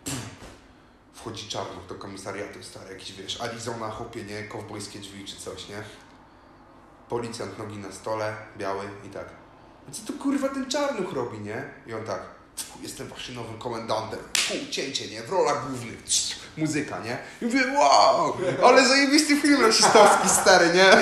Wchodzi Czarnuch do komisariatu, stary, jakiś, wiesz, Arizona, chłopie, nie? Kowbojskie drzwi czy coś, nie? Policjant, nogi na stole, biały i tak. Co to kurwa ten Czarnuch robi, nie? I on tak, jestem waszym nowym komendantem. Cięcie, nie? W rolach głównych. Muzyka, nie? I mówię, wow, ale zajebisty film rasistowski, stary, nie?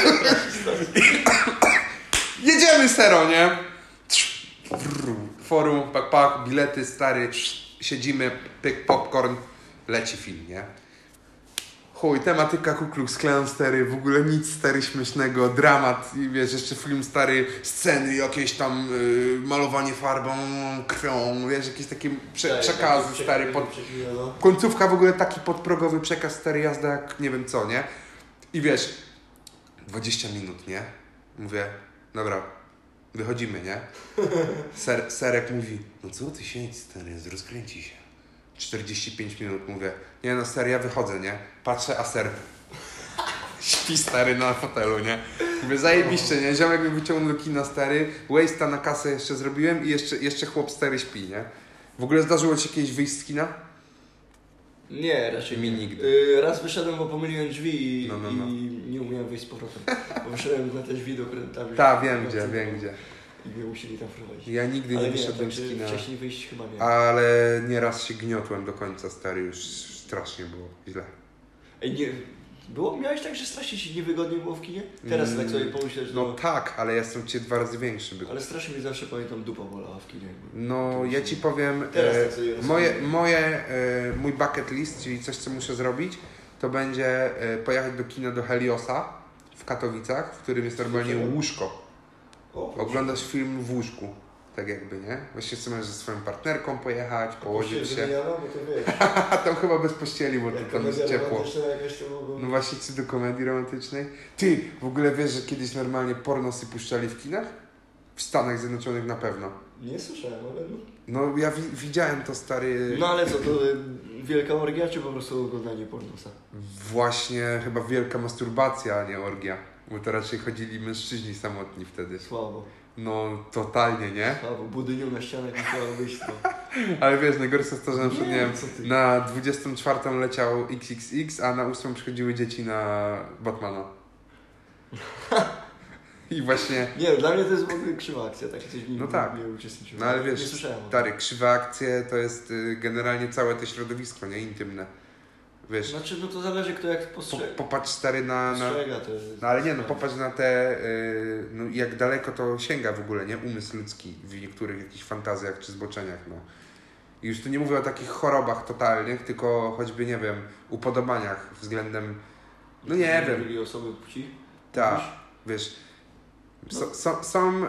Jedziemy, sero, nie? Forum, pak, bilety, stary, siedzimy, pyk, popcorn, leci film, nie? Chuj, tematyka Ku Klux Klan, stary, w ogóle nic, stary, śmiesznego, dramat i wiesz, jeszcze film, stary, sceny, jakieś tam malowanie farbą, krwią, wiesz, jakieś takie przekazy, stary, końcówka w ogóle taki podprogowy przekaz, stary, jazda jak nie wiem co, nie? I wiesz, 20 minut, nie? Mówię, dobra, wychodzimy, nie? Serek mówi, no co ty siedź, stary, rozkręci się. 45 minut, mówię, nie no stary, ja wychodzę, nie? Patrzę, a Ser śpi, stary, na fotelu, nie? Mówię, zajebiście, nie? Ziomek mi wyciągnął do kina, stary, waste'a na kasę jeszcze zrobiłem i jeszcze chłop stary śpi, nie? W ogóle zdarzyło ci się kiedyś wyjść z kina? Nie, raczej mi nigdy. Raz wyszedłem, bo pomyliłem drzwi i nie umiałem wyjść z powrotem. Bo wyszedłem na te drzwi do krętami. Tak, wiem gdzie. I mnie musieli tam prowadzić. Ja nigdy nie wyszedłem z kina. Wcześniej wyjść chyba nie. Ale nieraz się gniotłem do końca, stary, już strasznie było źle. Ej, nie, Miałeś tak, że strasznie ci niewygodnie było w kinie? Teraz tak sobie pomyśleć, no tak, ale ja jestem cię 2 razy większy. Ale strasznie mi zawsze, pamiętam, dupa bolała w kinie. No ja ci powiem, Teraz tak sobie mój bucket list, czyli coś co muszę zrobić, to będzie pojechać do kina do Heliosa w Katowicach, w którym jest normalnie łóżko. Oglądasz film w łóżku. Tak jakby, nie? Właśnie chcę ze swoją partnerką pojechać, położyć się. Tam chyba bez pościeli, bo tam jest ciepło. No właśnie, czy do komedii romantycznej? Ty, w ogóle wiesz, że kiedyś normalnie pornosy puszczali w kinach? W Stanach Zjednoczonych na pewno. Nie słyszałem, ale no. No ja widziałem to, stary... No ale co, to wielka orgia, czy po prostu oglądanie pornosa? Właśnie chyba wielka masturbacja, a nie orgia. Bo to raczej chodzili mężczyźni samotni wtedy. Słabo. No, totalnie, nie? Słabo, budynią na ścianach musiało być to. Ale wiesz, najgorsze jest to, że na przykład, nie wiem, na 24 leciał XXX, a na 8 przychodziły dzieci na Batmana. I właśnie... Nie, dla mnie to jest w ogóle krzywa akcja, takie coś no tak. Nie uczestniczyłem. No ale wiesz, stary, krzywe akcje to jest generalnie całe to środowisko, nie? Intymne. Wiesz, znaczy, no to zależy kto jak postrzega. Popatrz stary na... To jest... No ale nie, no popatrz na te... no jak daleko to sięga w ogóle, nie? Umysł ludzki w niektórych jakichś fantazjach czy zboczeniach, no. I już tu nie mówię o takich chorobach totalnych, tylko choćby, nie wiem, upodobaniach względem... No nie wiem. Drugiej osoby płci? Tak, wiesz... Są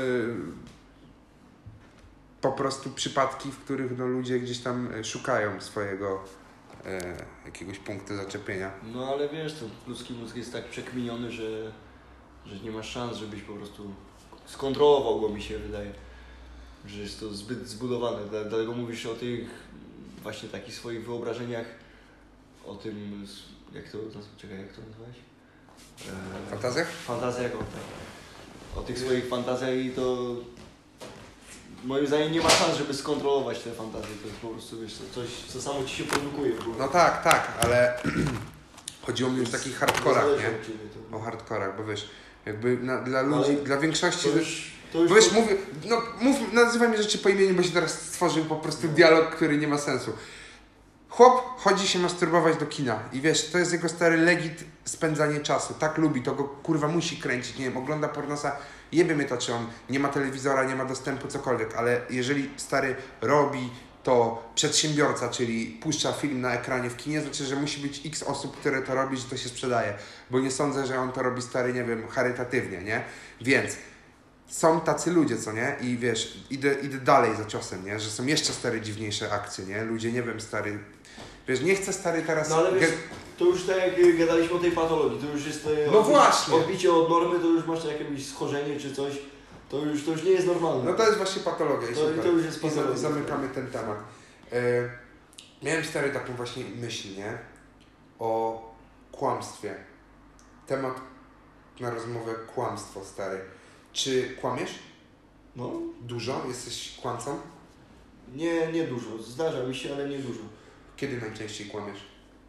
po prostu przypadki, w których no, ludzie gdzieś tam szukają swojego jakiegoś punktu zaczepienia. No ale wiesz, to ludzki mózg jest tak przekminiony, że nie ma szans, żebyś po prostu skontrolował go, mi się wydaje. Że jest to zbyt zbudowane. Dlatego mówisz o tych właśnie takich swoich wyobrażeniach, o tym, jak to nazwałeś? Fantazjach? Fantazjach, o tych swoich fantazjach i to moim zdaniem nie ma szans, żeby skontrolować te fantazje. To jest po prostu, wiesz, coś, co samo ci się produkuje. No tak, ale chodziło mi już o takich hardkorach, nie? O hardkorach, bo wiesz, jakby dla ludzi, dla większości... To już wiesz, nazywaj mi rzeczy po imieniu, bo się teraz stworzył po prostu dialog, który nie ma sensu. Chłop chodzi się masturbować do kina i wiesz, to jest jego stary legit spędzanie czasu. Tak lubi, to go kurwa musi kręcić, nie wiem, ogląda pornosa, jebie mnie to, czy on nie ma telewizora, nie ma dostępu, cokolwiek, ale jeżeli stary robi to przedsiębiorca, czyli puszcza film na ekranie w kinie, znaczy, że musi być x osób, które to robi, że to się sprzedaje, bo nie sądzę, że on to robi stary, nie wiem, charytatywnie, nie? Więc są tacy ludzie, co nie? I wiesz, idę dalej za ciosem, nie? Że są jeszcze stare, dziwniejsze akcje, nie? Ludzie, nie wiem, stary... Wiesz, nie chcę stary teraz... No ale wiesz, to już tak jak gadaliśmy o tej patologii, to już jest no właśnie. Odbicie od normy, to już masz jakieś schorzenie czy coś, to już nie jest normalne. No to jest właśnie patologia. To już jest patologia. I zamykamy ten temat. Miałem stary taką właśnie myśl, nie? O kłamstwie. Temat na rozmowę kłamstwo, stary. Czy kłamiesz? No. Dużo? Jesteś kłamcą? Nie dużo. Zdarza mi się, ale nie dużo. Kiedy najczęściej kłamiesz?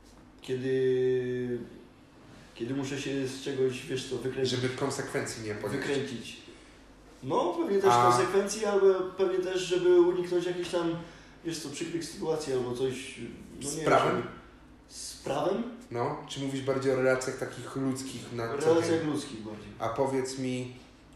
Kiedy muszę się z czegoś, wiesz co, wykręcić. Żeby konsekwencji nie ponieść. Wykręcić. No, pewnie też konsekwencji, albo pewnie też, żeby uniknąć jakichś tam, wiesz co, przykrych sytuacji albo coś. No z nie prawem? wiem, z prawem? No, czy mówisz bardziej o relacjach takich ludzkich na co dzień? Relacjach ludzkich bardziej. A powiedz mi,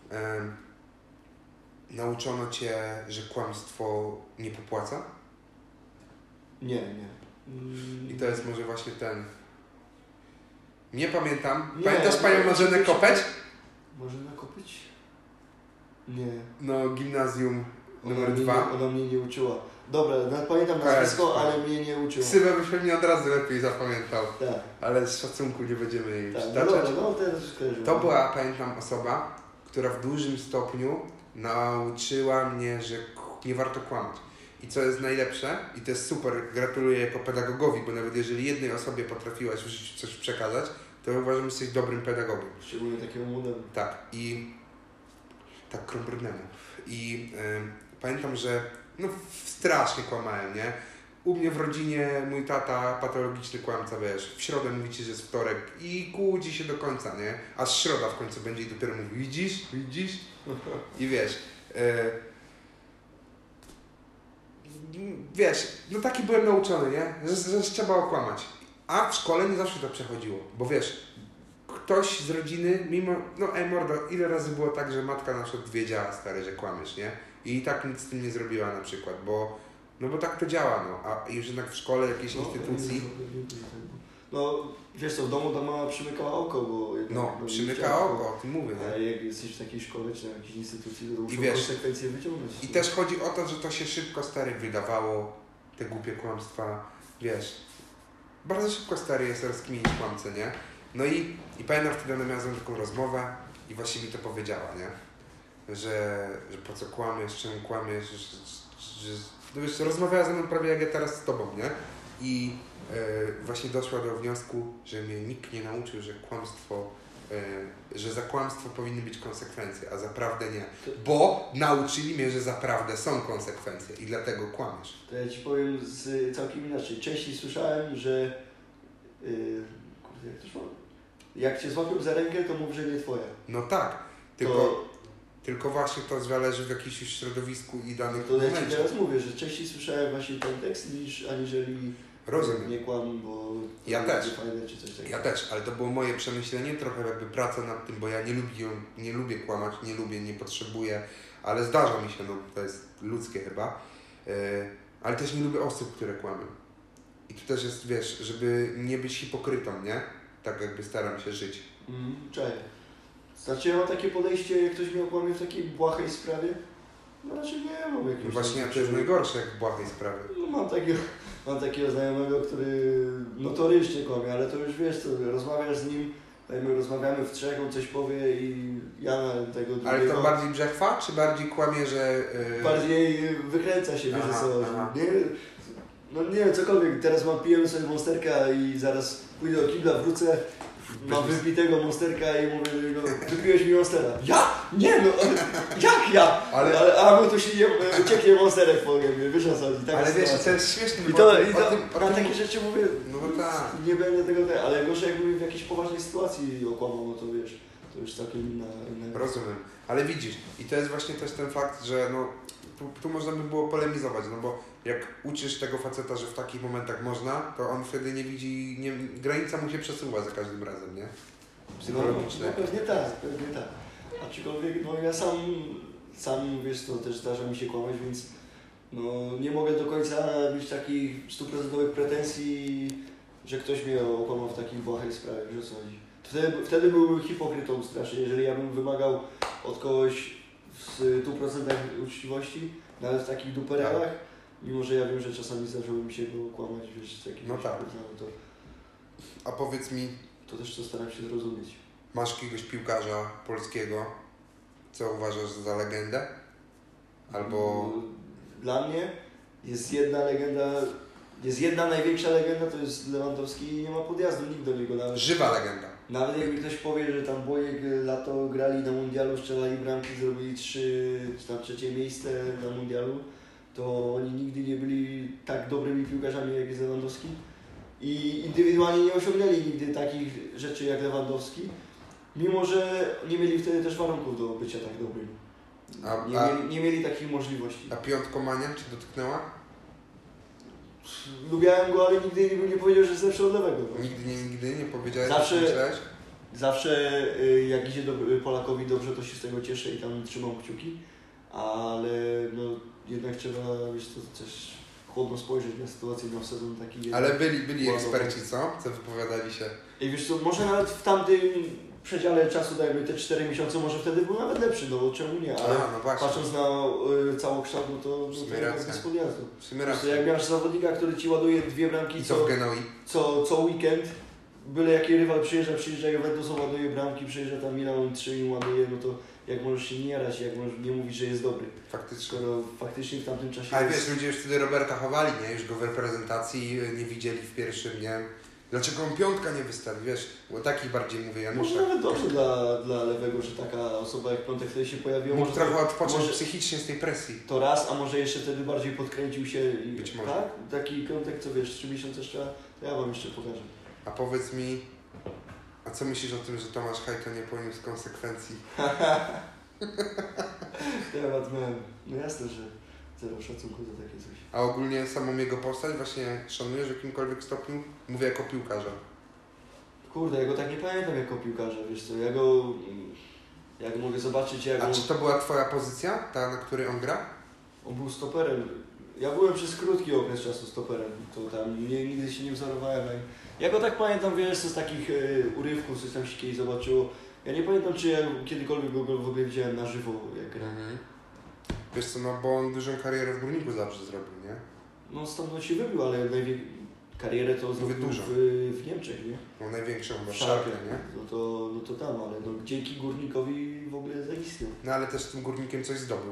nauczono Cię, że kłamstwo nie popłaca? Nie. I to jest może właśnie ten... Nie pamiętam. Nie, Pamiętasz panią Marzenę Kopeć? Marzenę Kopeć? Nie. No, gimnazjum numer 2. Ona mnie nie uczyła. Dobra, pamiętam nazwisko, ale mnie nie uczyła. Ksywę byś pewnie od razu lepiej zapamiętał. Tak. Ale z szacunku nie będziemy jej przytaczać. To była, pamiętam, osoba, która w dużym stopniu nauczyła mnie, że nie warto kłamać. I co jest najlepsze, i to jest super, gratuluję jako pedagogowi, bo nawet jeżeli jednej osobie potrafiłaś w życiu coś przekazać, to uważam, że jesteś dobrym pedagogiem. Szczególnie takiemu młodemu. Tak, i tak krąbrnemu. I pamiętam, że no strasznie kłamałem, nie? U mnie w rodzinie mój tata patologiczny kłamca, wiesz, w środę mówicie, że jest wtorek i kłóci się do końca, nie? Aż środa w końcu będzie i dopiero mówi, widzisz? I wiesz, wiesz, no taki byłem nauczony, nie? Że trzeba okłamać. A w szkole nie zawsze to przechodziło, bo wiesz, ktoś z rodziny, mimo, no mordo, ile razy było tak, że matka na przykład wiedziała, stary, że kłamiesz, nie? I tak nic z tym nie zrobiła na przykład, bo tak to działa, no. A już jednak w szkole, jakiejś instytucji... No, wiesz co, w domu ta mama przymykała oko, bo... przymykała oko, o tym mówię, nie? A nie? jak jesteś w takiej szkole, czy na jakiejś instytucji, to muszą konsekwencje wyciągnąć. I też chodzi o to, że to się szybko, stary, wydawało, te głupie kłamstwa, wiesz. Bardzo szybko, stary, jest rozkminić kłamcę, nie? No i pamiętam wtedy ona miała ze mną taką rozmowę i właśnie mi to powiedziała, nie? Że po co kłamiesz, czemu kłamiesz, że no wiesz, rozmawiała ze mną prawie jak ja teraz z tobą, nie? I właśnie doszła do wniosku, że mnie nikt nie nauczył, że kłamstwo, że za kłamstwo powinny być konsekwencje, a za prawdę nie. Bo nauczyli mnie, że za prawdę są konsekwencje i dlatego kłamiesz. To ja ci powiem całkiem inaczej. Częściej słyszałem, że kurde, jak to szło? Jak cię złapią za rękę, to mów, że nie twoja. No tak, tylko właśnie to zależy w jakimś środowisku i danych to ja ci teraz mówię, że częściej słyszałem właśnie ten tekst aniżeli rozumiem. Nie kłam, bo ja też. fajne, czy coś takiego. Ja też, ale to było moje przemyślenie, trochę jakby praca nad tym, bo ja nie lubię kłamać, nie potrzebuję, ale zdarza mi się, no to jest ludzkie chyba, ale też nie lubię osób, które kłamią. I to też jest, wiesz, żeby nie być hipokrytą, nie? Tak jakby staram się żyć. Cześć. Znaczy ja mam takie podejście, jak ktoś mnie okłamie w takiej błahej sprawie, no raczej nie mam jakiegoś... No właśnie, to jest najgorsze jak w błahej sprawie. No mam takiego znajomego, który notorycznie kłamie, ale to już wiesz co, rozmawiasz z nim, rozmawiamy w trzech, on coś powie i ja na tego drugiego... Ale to bardziej brzechwa, czy bardziej kłamie, że... Bardziej wykręca się, wiesz co chodzi. No nie wiem, cokolwiek, teraz pijemy sobie monsterka i zaraz pójdę do kibla, wrócę, mam wypitego monsterka i mówię, no, wypiłeś mi monstera. Ja? Nie no, jak ja? A bo tu się ucieknie monsterek, powiem, wiesz o co chodzi. Ale wiesz, to jest śmieszne, na takie rzeczy mówię, no tak. Nie będę tego, ale gorzej jakby w jakiejś poważnej sytuacji okłamał, no to wiesz, to już całkiem inna. Rozumiem, ale widzisz, i to jest właśnie też ten fakt, że no, tu można by było polemizować, no bo jak uczysz tego faceta, że w takich momentach można, to on wtedy nie widzi, granica mu się przesuwa za każdym razem, nie? Psychologicznie. No pewnie tak. Aczkolwiek no ja sam wiesz, to też zdarza mi się kłamać, więc no nie mogę do końca mieć takich 100% pretensji, że ktoś mnie okłamał w takiej błahej sprawie, wiesz o co chodzi. Wtedy byłbym hipokrytą strasznie, jeżeli ja bym wymagał od kogoś w 100% uczciwości, nawet w takich duperelach, mimo że ja wiem, że czasami zdarzyło mi się go kłamać, wiesz, z jakimś... No tak. A powiedz mi... To też to staram się zrozumieć. Masz jakiegoś piłkarza polskiego, co uważasz za legendę? Albo... Dla mnie jest jedna legenda, jest jedna największa legenda, to jest Lewandowski i nie ma podjazdu nikt do niego nawet. Żywa legenda. Nawet jak mi ktoś powie, że tam Bojek, Lato grali na mundialu, strzelali bramki, zrobili 3 czy tam 3 miejsce na mundialu, to oni nigdy nie byli tak dobrymi piłkarzami jak jest Lewandowski i indywidualnie nie osiągnęli nigdy takich rzeczy jak Lewandowski, mimo że nie mieli wtedy też warunków do bycia tak dobrymi. Nie mieli takich możliwości. A piątkomania Cię dotknęła? Lubiałem go, ale nigdy bym nie powiedział, że jest lepszy od lewego. Nigdy nie powiedziałeś, Zawsze jak idzie Polakowi dobrze, to się z tego cieszę i tam trzymam kciuki, ale no jednak trzeba, wiesz, to też chłodno spojrzeć na sytuację, na sezon taki... Ale byli eksperci, co wypowiadali się? I wiesz co, może nawet w tamtym przedziale czasu, dajmy te 4 miesiące, może wtedy był nawet lepszy, no czemu nie, ale patrząc na całokształt, no to jest bez podjazdu. Jak miałeś zawodnika, który ci ładuje 2 bramki co weekend, byle jaki rywal przyjeżdża Juventus, ładuje bramki, przyjeżdża tam Milan 3 i ładuje, no to jak możesz się nie jarać, jak możesz nie mówić, że jest dobry. Faktycznie. Skoro faktycznie w tamtym czasie... Ale wiesz, ludzie już wtedy Roberta chowali, nie? Już go w reprezentacji nie widzieli w pierwszym, nie? Dlaczego on piątka nie wystawi, wiesz? Bo takich bardziej mówię Januszek. Może nawet dobrze dla lewego, że taka osoba jak Piątek wtedy się pojawiła. Mógł trochę odpocząć psychicznie z tej presji. To raz, a może jeszcze wtedy bardziej podkręcił się. Być może. Tak? Taki Piątek, co wiesz, 3 miesiące jeszcze, to ja wam jeszcze pokażę. A powiedz mi, a co myślisz o tym, że Tomasz Hajto nie poniósł konsekwencji? Temat miałem. No jasne, że Zero szacunku za takie coś. A ogólnie samą jego postać właśnie szanujesz w jakimkolwiek stopniu? Mówię jako piłkarza. Kurde, ja go tak nie pamiętam jako piłkarza, wiesz co, ja go mogę zobaczyć jak A czy to była twoja pozycja, ta na której on gra? on był stoperem. Ja byłem przez krótki okres czasu stoperem, to tam nigdy się nie wzorowałem. Ja go tak pamiętam, wiesz, z takich urywków, coś tam się kiedyś zobaczyło. Ja nie pamiętam, czy ja kiedykolwiek go w ogóle widziałem na żywo, jak gra. Wiesz co, no bo on dużą karierę w Górniku zawsze zrobił, nie? No stamtąd się wybił, ale karierę to zrobił w Niemczech, nie? No największą chyba W Szalkę, Schalke, nie? No to tam, ale no, dzięki Górnikowi w ogóle zaistniał. No ale też z tym Górnikiem coś zdobył.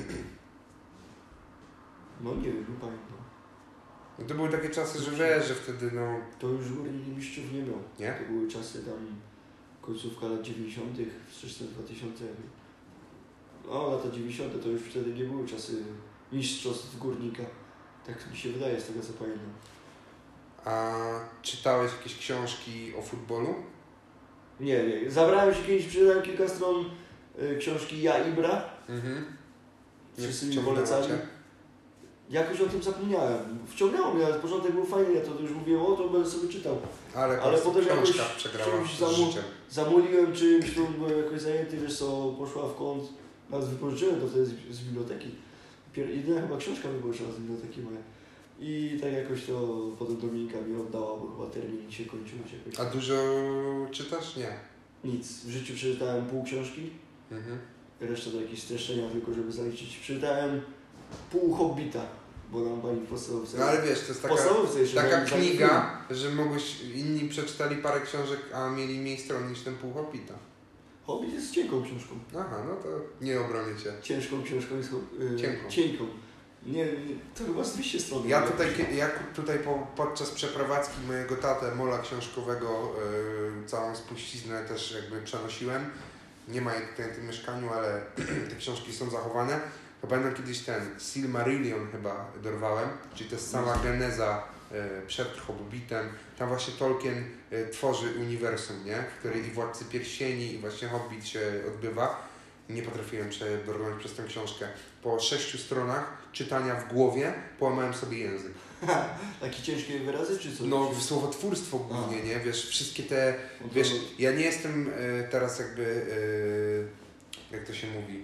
No nie wiem, nie pamiętam. No to były takie czasy, że wiesz, że wtedy no... To już Górnik mistrzów nie miał. Nie? To były czasy tam końcówka lat 90., wsteczne 2000. No lata 90. to już wtedy nie były czasy mistrzostw Górnika. Tak mi się wydaje z tego co pamiętam. A czytałeś jakieś książki o futbolu? Nie. Zabrałem się kiedyś, przeczytałem kilka stron książki Ja Ibra. Wszyscy mi polecali. Jakoś o tym zapomniałem. Wciągnęło mnie, ale początek był fajny, ja to już mówiłem, to będę sobie czytał. Ale potem jakoś czymś zamuliłem czymś, to byłem jakoś zajęty, wiesz co, poszła w kąt. Nawet wypożyczyłem to wtedy z biblioteki. Jedyna chyba książka wypożyczona z biblioteki moja. I tak jakoś to potem Dominika mi oddała, bo chyba termin się kończył. A dużo czytasz? Nie. Nic. W życiu przeczytałem pół książki. Reszta to jakieś streszczenia tylko, żeby zaliczyć. Przeczytałem pół Hobbita, bo nam pani w podstawówce. No ale wiesz, to jest taka kniga, że mogłeś, inni przeczytali parę książek, a mieli mniej stron niż ten pół Hobbita. Hobbit jest cienką książką. Aha, no to nie obronię cię. Ciężką książką jest cienką. Nie, to chyba z 200 stron. Ja tutaj podczas przeprowadzki mojego tatę, mola książkowego, całą spuściznę też jakby przenosiłem. Nie ma jej tutaj w tym mieszkaniu, ale te książki są zachowane. To pamiętam kiedyś ten Silmarillion chyba dorwałem, czyli to jest sama geneza przed Hobbitem. Tam właśnie Tolkien tworzy uniwersum, nie? W której i Władcy Pierścieni, i właśnie Hobbit się odbywa. Nie potrafiłem przebrnąć przez tę książkę. Po 6 stronach czytania w głowie połamałem sobie język. Takie ciężkie wyrazy, czy co? No, słowotwórstwo głównie, nie? Wiesz, wszystkie te... Wiesz, ja nie jestem teraz jakby... jak to się mówi?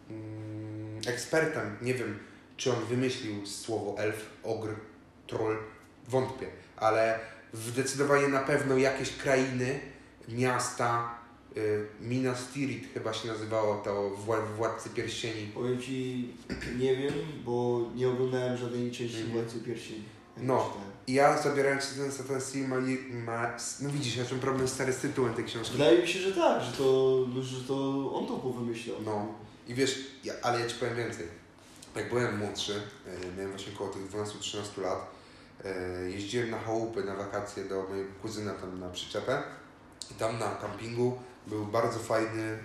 Ekspertem. Nie wiem, czy on wymyślił słowo elf, ogr, troll. Wątpię. Ale zdecydowanie na pewno jakieś krainy, miasta... Minas Tirith chyba się nazywało to Władcy Pierścieni. Powiem Ci, nie wiem, bo nie oglądałem żadnej części Władcy Pierścieni. No, i ja zabierając się ten no widzisz, ja mam problem stary z tytułem tej książki. Wydaje mi się, że tak, że to on to powymyślał. No, i wiesz, ale ja Ci powiem więcej. Jak byłem młodszy, miałem właśnie około tych 12-13 lat, jeździłem na chałupy, na wakacje do mojego kuzyna tam na przyczepę i tam na kampingu był bardzo fajny,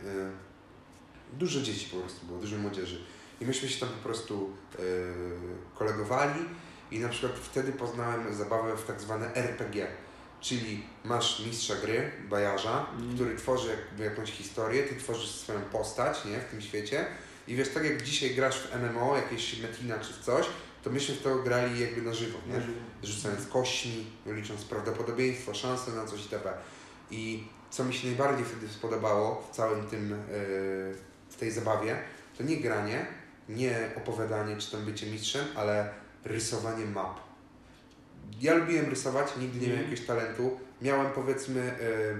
dużo dzieci po prostu było, dużo młodzieży. I myśmy się tam po prostu kolegowali i na przykład wtedy poznałem zabawę w tak zwane RPG. Czyli masz mistrza gry, bajarza, który tworzy jakby jakąś historię, ty tworzysz swoją postać, nie, w tym świecie. I wiesz, tak jak dzisiaj grasz w MMO, jakieś Metina czy w coś, to myśmy w to grali jakby na żywo, nie? Rzucając kośćmi, licząc prawdopodobieństwo, szanse na coś itp. I co mi się najbardziej wtedy spodobało w całym tym, w tej zabawie, to nie granie, nie opowiadanie czy tam bycie mistrzem, ale rysowanie map. Ja lubiłem rysować, nigdy nie miałem jakiegoś talentu. Miałem powiedzmy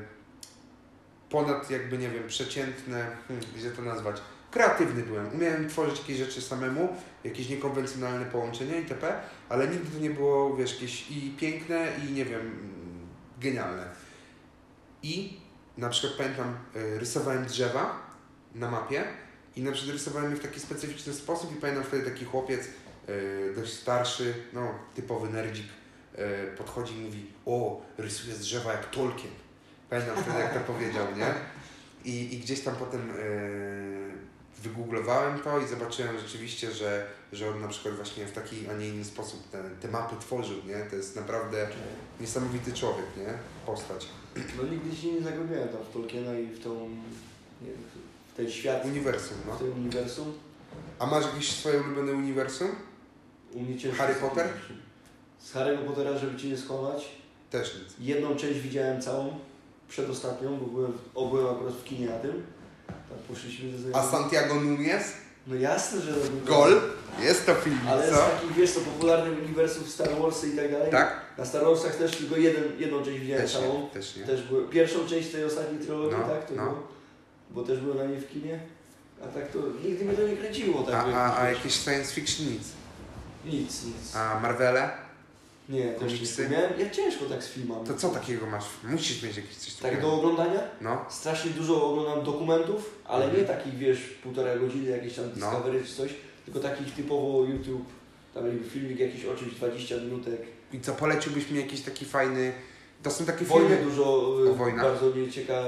ponad jakby, nie wiem, przeciętne, gdzie to nazwać, kreatywny byłem. Umiałem tworzyć jakieś rzeczy samemu, jakieś niekonwencjonalne połączenia itp., ale nigdy to nie było, wiesz, jakieś i piękne i nie wiem, genialne. I na przykład pamiętam, rysowałem drzewa na mapie i na przykład rysowałem je w taki specyficzny sposób i pamiętam wtedy taki chłopiec, dość starszy, no typowy nerdzik, podchodzi i mówi: o, rysuję z drzewa jak Tolkien. Pamiętam wtedy, jak to powiedział, nie? I gdzieś tam potem wygooglowałem to i zobaczyłem rzeczywiście, że on na przykład właśnie w taki, a nie inny sposób te mapy tworzył, nie? To jest naprawdę niesamowity człowiek, nie? Postać. No nigdy się nie zagłębiałem tam w Tolkiena i w tą, nie wiem, w ten świat. Uniwersum, no. W tym uniwersum. A masz jakieś swoje ulubione uniwersum? U mnie ciężko. Harry Potter? Z Harry'ego Pottera, żeby Ci nie skłamać. Też nic. Jedną część widziałem całą, przedostatnią, bo byłem akurat w kinie na tym. Tak poszliśmy ze A Santiago Núñez? No jasne, że... Gol? Jest to film, ale co? z takich, wiesz co, popularnych uniwersów Star Warsy i tak dalej. Tak? Na Star Warsach też tylko jedną część widziałem całą. Też nie. Pierwszą część tej ostatniej trylogii, No, tak? To no. było, bo też byłem na niej w kinie. A tak to nigdy mnie to nie kręciło. Tak, A jakieś science fiction? Nic. Nic. A Marvele? Nie, też Komiksy? nie. Miałem, ja ciężko tak z filmami. To co takiego masz? Musisz mieć jakieś coś takiego. Tak do oglądania? No. Strasznie dużo oglądam dokumentów, ale nie takich, wiesz, 1,5 godziny, jakieś tam Discovery czy coś, tylko takich typowo YouTube, tam filmik jakiś o czymś 20 minutek. I co, poleciłbyś mi jakiś taki fajny... To są takie Wojny filmy... dużo, o wojnach? bardzo mnie ciekawa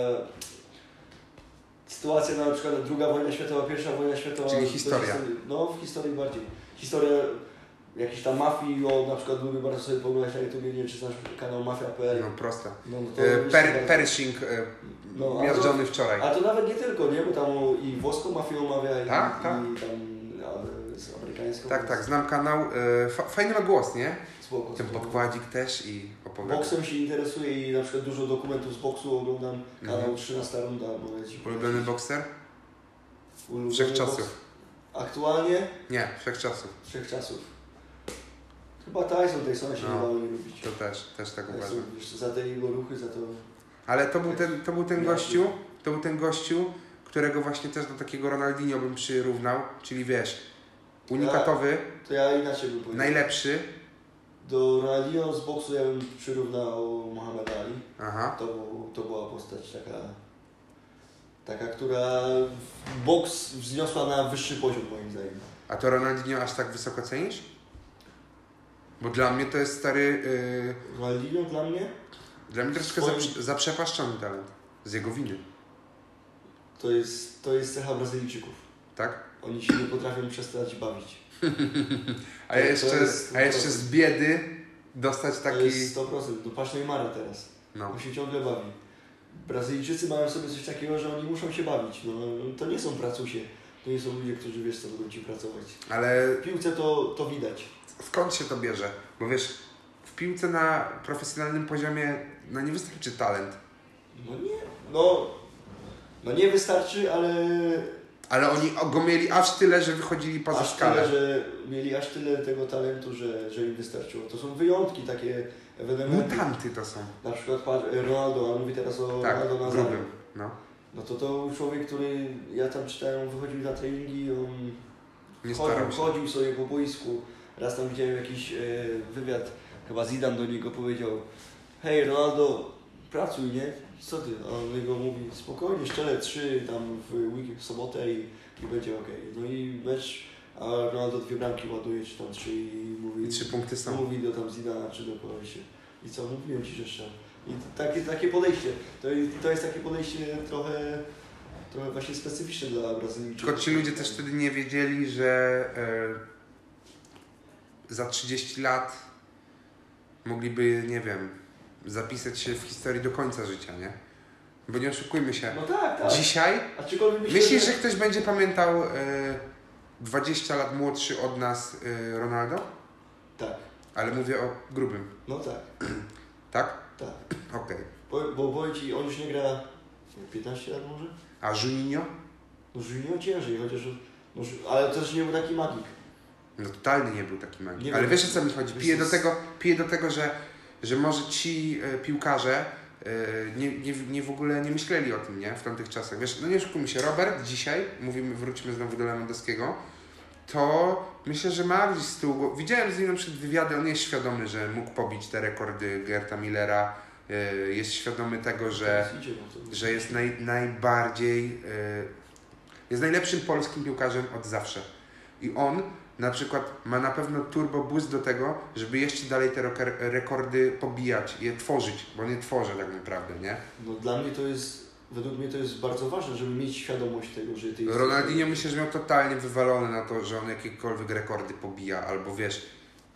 sytuacja, na przykład II wojna światowa, I wojna światowa. Czyli historia. No, w historii bardziej. Historia jakiejś tam mafii, na przykład lubię bardzo sobie pooglądać na YouTube, nie wiem czy znasz kanał Mafia.pl. No proste. No, to Pershing miażdżony wczoraj. A to nawet nie tylko, nie? Bo tam i włoską mafię omawia Tak, i tak. tam z amerykańską. Tak, znam kanał. Fajny ma głos, nie? Spoko, Ten podkładzik też i opowiada. Boksem się interesuje i na przykład dużo dokumentów z boksu oglądam. Kanał 13 runda. Ulubiony bokser? Ulubiony Wszechczasów. boks. Aktualnie? Nie, wszechczasów. Wszechczasów. Chyba Tyson się nie dało nie lubić. To też tak uważam. Za te jego ruchy, za to... Ale to był ten gościu, którego właśnie też do takiego Ronaldinho bym przyrównał, czyli wiesz, unikatowy, To ja inaczej bym powiedział. najlepszy. Do Ronaldinho z boksu ja bym przyrównał Muhammada Ali. Aha. To była postać taka, która boks wzniosła na wyższy poziom moim zdaniem. A to Ronaldinho aż tak wysoko cenisz? Bo dla mnie to jest stary... Ronaldinho dla mnie? Dla mnie troszkę zaprzepaszczony talent. Z jego winy. To jest cecha Brazylijczyków. Tak? Oni się nie potrafią przestać bawić. A jeszcze z biedy dostać taki... To jest 100%. No patrz Neymara teraz. No. On się ciągle bawi. Brazylijczycy mają sobie coś takiego, że oni muszą się bawić. No, to nie są pracusie. To nie są ludzie, którzy wiesz co będą ci pracować. Ale W piłce to widać. skąd się to bierze? Bo wiesz, w piłce na profesjonalnym poziomie nie wystarczy talent. No nie wystarczy, ale... Ale oni go mieli aż tyle, że wychodzili poza skalę. Że mieli aż tyle tego talentu, że im wystarczyło. To są wyjątki, takie ewenementy. Mutanty to są. Na przykład Ronaldo, a mówi teraz o Tak, Ronaldo Nazario. grubym. No. No to był człowiek, który, ja tam czytałem, wychodził na treningi, on Nie starał się. chodził sobie po boisku. Raz tam widziałem jakiś wywiad, chyba Zidane do niego powiedział: hej Ronaldo, pracuj, nie? Co ty? A on niego mówi: spokojnie, szczelę 3 tam w sobotę i będzie okej. No i mecz, a Ronaldo 2 bramki ładuje, czy tam 3 i mówi... I 3 punkty są. Mówi do tam Zidana, czy do kogoś. I co? Mówiłem ci, że szczerze. I takie podejście. To jest takie podejście trochę właśnie specyficzne dla Brazylijczyków. Tylko ci ludzie też wtedy nie wiedzieli, że za 30 lat mogliby, nie wiem, zapisać się w historii do końca życia, nie? Bo nie oszukujmy się. No tak. Dzisiaj Aczkolwiek myślisz, że ktoś będzie pamiętał 20 lat młodszy od nas Ronaldo? Tak. Ale mówię o grubym. No tak. Tak? Tak. Okej. Bo powiem ci, on już nie gra 15 lat może? A Juninho? No Juninho ciężej, chociaż... No, ale też nie był taki magik. No totalnie nie był taki magik. Nie Ale był. wiesz o co mi chodzi? Piję do tego, że może ci piłkarze nie w ogóle nie myśleli o tym, nie? W tamtych czasach. Wiesz, no nie oszukujmy się, Robert dzisiaj, wróćmy znowu do Lewandowskiego, to myślę, że ma gdzieś z tyłu. Widziałem z nim na przykład wywiady, on jest świadomy, że mógł pobić te rekordy Gerta Millera, jest świadomy tego, że jest najbardziej, jest najlepszym polskim piłkarzem od zawsze. I on na przykład ma na pewno turbo boost do tego, żeby jeszcze dalej te rekordy pobijać, je tworzyć, bo on je tworzy tak naprawdę, nie? No dla mnie według mnie to jest bardzo ważne, żeby mieć świadomość tego, że ty Ronaldinho myślę, że miał totalnie wywalone na to, że on jakiekolwiek rekordy pobija, albo wiesz,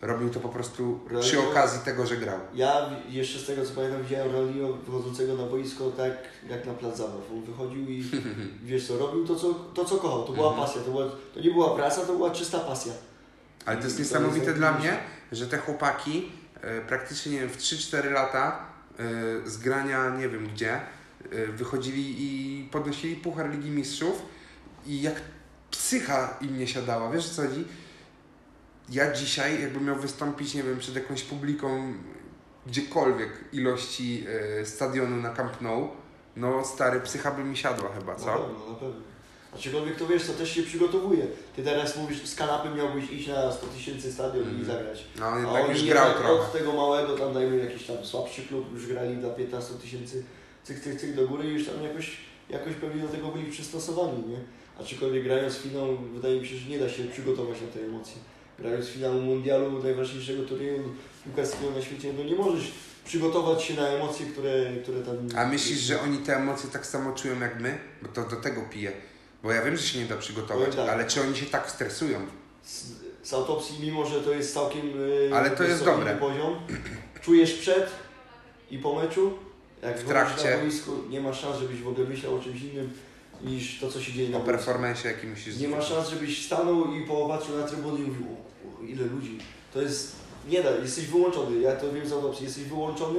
robił to po prostu przy Ronaldinho, okazji tego, że grał. Ja jeszcze z tego co pamiętam widziałem Ronaldinho wychodzącego na boisko tak jak na plac zabaw. On wychodził i wiesz co, robił to co kochał. To była pasja, to nie była praca, to była czysta pasja. Ale to jest niesamowite dla mnie, że te chłopaki praktycznie nie wiem, w 3-4 lata z grania nie wiem gdzie wychodzili i podnosili Puchar Ligi Mistrzów i jak psycha im nie siadała, wiesz o co chodzi? Ja dzisiaj jakbym miał wystąpić, nie wiem, przed jakąś publiką gdziekolwiek ilości stadionu na Camp Nou, no stary, psycha by mi siadła chyba, co? Na pewno. Aczkolwiek to wiesz, to też się przygotowuje. Ty teraz mówisz, z kanapy miałbyś iść na 100 000 stadion i zagrać. No A jednak oni już grał trochę. od tego małego, tam dajmy jakiś tam słabszy klub, już grali dla 15 000 cyk do góry i już tam jakoś pewnie do tego byli przystosowani, nie? Aczkolwiek grając finał, wydaje mi się, że nie da się przygotować na te emocje. Grając finału mundialu, najważniejszego turnieju piłkarskiego na świecie, no nie możesz przygotować się na emocje, które tam... A myślisz, że oni te emocje tak samo czują jak my? Bo to do tego piję. Bo ja wiem, że się nie da przygotować, tak. ale czy oni się tak stresują? Z autopsji, mimo że to jest całkiem ale to jest dobre poziom, czujesz przed i po meczu, jak w trakcie na boisku, nie ma szans, żebyś w ogóle myślał o czymś innym niż to, co się dzieje na boisku. O performance'ie, jaki musisz Nie ma szans, żebyś stanął i popatrzył na trybunę i mówił, o, ile ludzi. To jest, nie da, jesteś wyłączony, ja to wiem z autopsji, jesteś wyłączony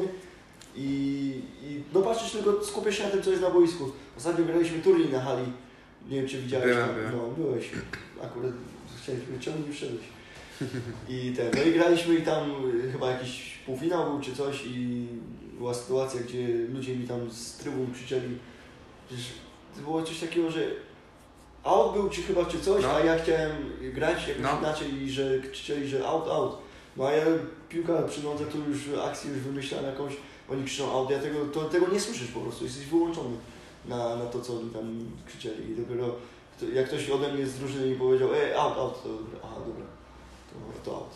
i no patrzysz tylko, skupiasz się na tym, co jest na boisku. Ostatnio graliśmy turniej na hali, nie wiem, czy widziałeś byłem. No, byłeś. Akurat chciałeś, czemu nie wszedłeś? No i graliśmy i tam chyba jakiś półfinał był czy coś i była sytuacja, gdzie ludzie mi tam z trybun krzyczeli, że to było coś takiego, że out był czy coś, a ja chciałem grać jakoś inaczej i że krzyczeli, że out. No a ja piłka przy nodze, tu już akcję już wymyślałem jakąś, oni krzyczą out, ja tego nie słyszysz po prostu, jesteś wyłączony na to, co oni tam krzyczeli. I dopiero jak ktoś ode mnie z drużyny mi powiedział, out, to aha, dobra, to out.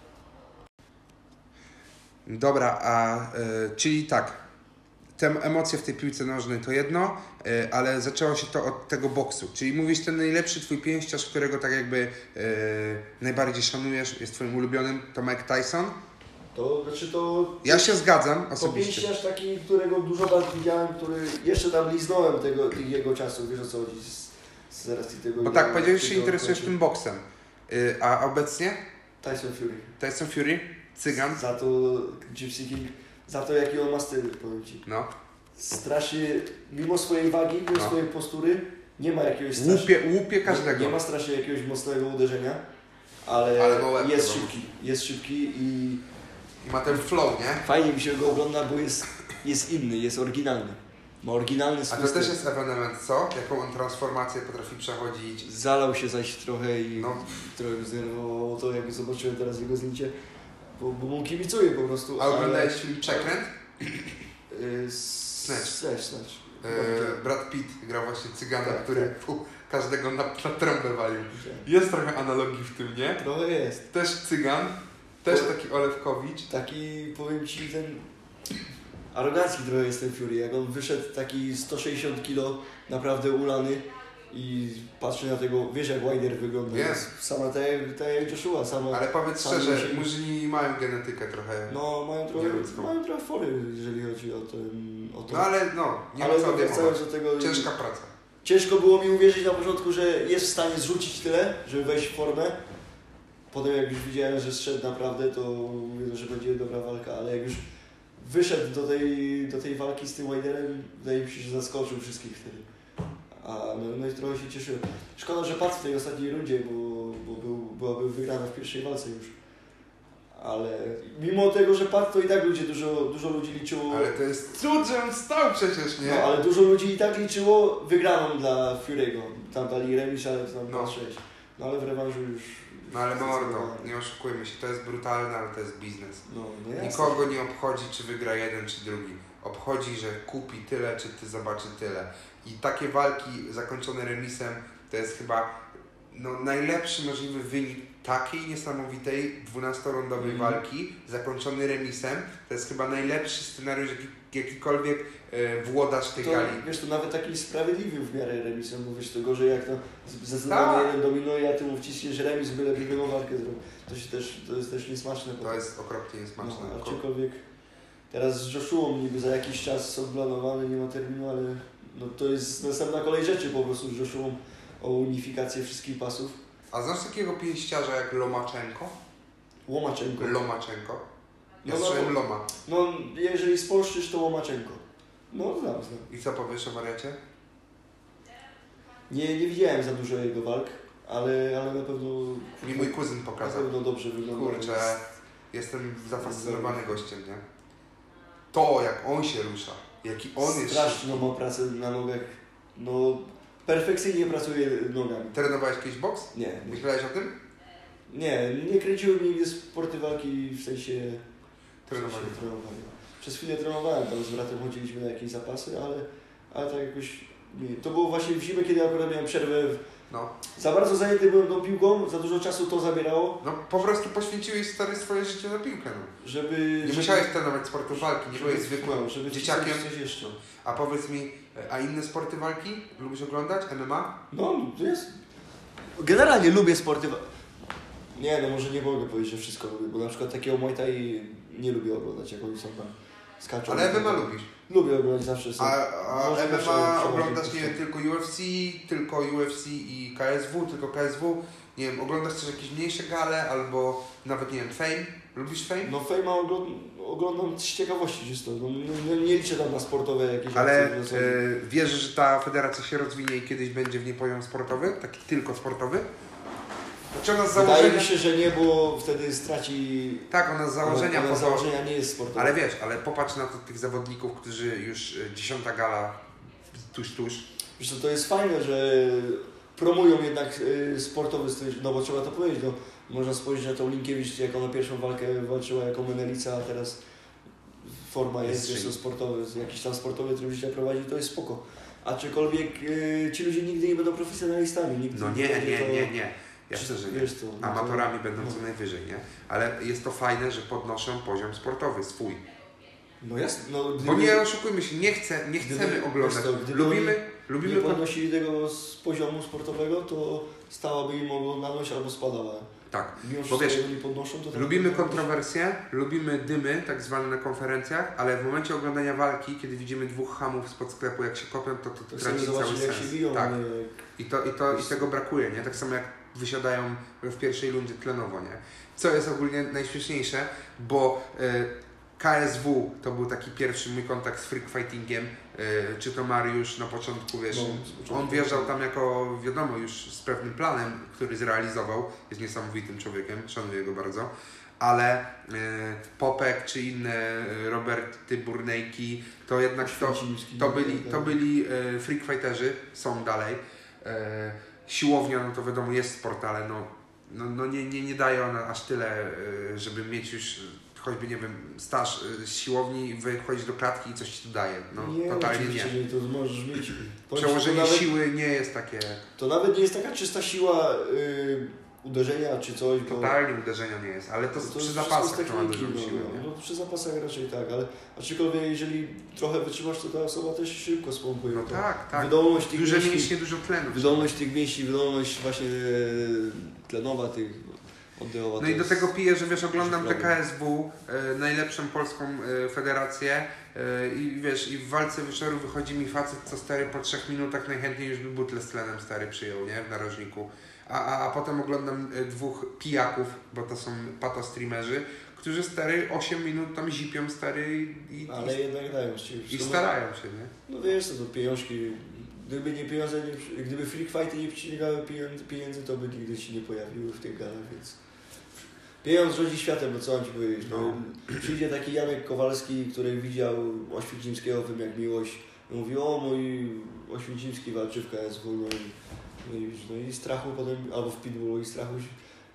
Dobra, czyli tak, te emocje w tej piłce nożnej to jedno, ale zaczęło się to od tego boksu. Czyli mówisz, ten najlepszy twój pięściarz, którego tak jakby najbardziej szanujesz, jest twoim ulubionym, to Mike Tyson? Ja się zgadzam osobiście. To pięściarz taki, którego dużo razy widziałem, który jeszcze tam liznąłem tych jego czasów, wiesz o co chodzi, zaraz tego... Bo tak, powiedziałeś, że się interesujesz tym boksem. A obecnie? Tyson Fury? Cygan? Za to Gypsy King, za to jaki on ma styl, powiem Ci. No. Strasznie, mimo swojej wagi, mimo swojej postury, nie ma jakiegoś łupie każdego. Nie ma strasznie jakiegoś mocnego uderzenia, ale jest szybki i ma ten flow, nie? Fajnie mi się go ogląda, bo jest inny, jest oryginalny. Ma oryginalny swój A to też jest ewenement, co? Jaką on transformację potrafi przechodzić. Zalał się zaś trochę i trochę zdenerwowało to, jak zobaczyłem teraz jego zdjęcie, bo mu kibicuję po prostu. A oglądałeś film Przekręt? Snatch. Brad Pitt grał właśnie cygana, który każdego na trąbę walił. Jest trochę analogii w tym, nie? Trochę jest. Też cygan, też taki Olewkowicz. Taki, powiem Ci, ten arogancki trochę jest ten Fury. Jak on wyszedł taki 160 kg, naprawdę ulany i patrzy na tego, wiesz jak Wilder wygląda. Jest. Sama tak jak Joshua. Ale powiedz szczerze, Murzyni mają genetykę trochę. No, mają trochę fory, jeżeli chodzi o to. No ale nie ma co odejmować. Ciężka praca. Ciężko było mi uwierzyć na początku, że jest w stanie zrzucić tyle, żeby wejść w formę. Potem jak już widziałem, że zszedł naprawdę, to mówię, że będzie dobra walka, ale jak już wyszedł do tej walki z tym Wilderem, wydaje mi się, że zaskoczył wszystkich wtedy. No i trochę się cieszyłem. Szkoda, że padł w tej ostatniej rundzie, bo byłaby wygrana w pierwszej walce już. Ale mimo tego, że padł, to i tak dużo ludzi liczyło... Ale to jest cud, że on stał przecież, nie? No, ale dużo ludzi i tak liczyło wygraną dla Fury'ego. Tam dali remis, ale tam 6. No ale w rewanżu już... No ale mordo, nie oszukujmy się, to jest brutalne, ale to jest biznes. No nikogo nie obchodzi, czy wygra jeden, czy drugi. Obchodzi, że kupi tyle, czy ty zobaczy tyle. I takie walki zakończone remisem to jest chyba no, najlepszy możliwy wynik takiej niesamowitej 12-rundowej walki, zakończony remisem, to jest chyba najlepszy scenariusz, jakikolwiek włodarz tej gali. Wiesz, to nawet taki sprawiedliwy w miarę remisem, bo wiesz, to gorzej jak to zdecydowanie jeden dominuje, a ty mu wciśniesz remis, byle drugą walkę zrobił. To jest też niesmaczne. To jest okropnie niesmaczne. No, aczkolwiek teraz z Joshuą niby za jakiś czas są planowane, nie ma terminu, ale no, to jest następna kolej rzeczy po prostu z Joshuą o unifikację wszystkich pasów. A znasz takiego pięściarza jak Lomaczenko? Lomaczenko. Ja słyszałem Loma. No, jeżeli spolszczysz, to Łomaczenko. No, znam. I co powiesz o wariacie? Nie widziałem za dużo jego walk, ale na pewno... Mi mój kuzyn pokazał. Na pewno dobrze wygląda. Kurczę, jestem zafascynowany gościem, nie? To, jak on się rusza, jaki on jest... Straszną ma pracę na nogach. No, perfekcyjnie pracuje nogami. Trenowałeś jakiś boks? Nie. Myślałeś o tym? Nie kręciły mnie nigdy sporty walki w sensie... Trenowali. Przez chwilę trenowałem, tam z bratem chodziliśmy na jakieś zapasy, ale tak jakoś... Nie. To było właśnie w zimę, kiedy akurat miałem przerwę. No. Za bardzo zajęty byłem tą piłką, za dużo czasu to zabierało. No po prostu poświęciłeś swoje życie na piłkę. No. Nie musiałeś trenować sportu walki, nie byłeś zwykłym dzieciakiem. Coś jeszcze. A powiedz mi, a inne sporty walki? Lubisz oglądać? MMA? No, to jest... Generalnie lubię sporty Nie, no może nie mogę powiedzieć, że wszystko lubię, bo na przykład takiego Muay Thai nie lubię oglądać, jak oni są tam skaczą. Ale MMA lubisz? Lubię oglądać zawsze. A MMA oglądasz nie tylko UFC i KSW, tylko KSW. Nie wiem, oglądasz też jakieś mniejsze gale albo nawet, nie wiem, Fame? Lubisz Fame? No Fame oglądam z ciekawości czysto. No, nie liczę tam na sportowe jakieś... Ale wierzysz, że ta federacja się rozwinie i kiedyś będzie w niej poziom sportowy? Taki tylko sportowy? Czy ona z założenia... Wydaje mi się, że nie, bo wtedy straci... Tak, ona z założenia... Ona z założenia nie jest sportowa. Ale wiesz, popatrz na tych zawodników, którzy już 10. gala tuż. Wiesz co, to jest fajne, że promują jednak sportowy styl, no bo trzeba to powiedzieć, no, można spojrzeć na tą Linkiewicz, jak ona pierwszą walkę walczyła jako Menelica, a teraz forma jest to sportowy, jakiś tam sportowy tryb życia prowadzi, to jest spoko. Aczkolwiek ci ludzie nigdy nie będą profesjonalistami. Nigdy no nie. Jasne, że nie. Wiesz co, amatorami będą co najwyżej, nie? Ale jest to fajne, że podnoszą poziom sportowy swój. No jasne. No, bo nie oszukujmy się, nie chcemy oglądać. Lubimy nie podnosili tego z poziomu sportowego, to stałaby im oglądalność albo spadała. Tak, Mimo bo wiesz, nie podnoszą, to tak lubimy kontrowersje, lubimy dymy, tak zwane na konferencjach, ale w momencie oglądania walki, kiedy widzimy dwóch chamów spod sklepu, jak się kopią, to traci cały sens. Jak się biją, tak. I tego brakuje, nie? Tak samo jak wysiadają w pierwszej rundzie tlenowo, nie? Co jest ogólnie najśmieszniejsze, bo KSW to był taki pierwszy mój kontakt z freak fightingiem, czy to Mariusz na początku, wiesz, on wjeżdżał tam jako, wiadomo, już z pewnym planem, który zrealizował, jest niesamowitym człowiekiem, szanuję go bardzo, ale Popek czy inne Roberty Burnejki, to jednak to byli freak fighterzy, są dalej. Siłownia, no to wiadomo, jest sport, ale nie daje ona aż tyle, żeby mieć już choćby, nie wiem, staż z siłowni, wychodzić do klatki i coś ci to daje. No, totalnie nie. To możesz mieć. Przełożenie siły nie jest takie... To nawet nie jest taka czysta siła uderzenia czy coś. Totalnie uderzenia nie jest, ale to przy zapasach to ma dużą siłę. No, przy zapasach raczej tak, ale aczkolwiek jeżeli trochę wytrzymasz, to ta osoba też szybko spompuje. No tak. Wydolność tych duże mięśnie, dużo tlenu. Wydolność tych mięśni, wydolność właśnie tlenowa tych... No i do tego piję, że wiesz, oglądam TKSW, najlepszą polską federację i wiesz, i w walce wieczoru wychodzi mi facet, co stary po 3 minutach najchętniej już by butlę z tlenem stary przyjął, nie? W narożniku. A potem oglądam 2 pijaków, bo to są patostreamerzy, którzy stary 8 minut tam zipią stary ale jednak dają się. I starają się, nie? No wiesz, to pieniążki. Gdyby nie pieniądze, gdyby freak fighty nie przyciągały pieniędzy, to by nigdy się nie pojawiły w tych galach, więc... Pieniądz rządzi światem, no co mam ci powiedzieć. No. Przyjdzie taki Janek Kowalski, który widział Oświęcimskiego w Jak Miłość. Mówi, o mój Oświęcimski walczy w KSW, no i strachu potem, albo w Pitbullu i strachu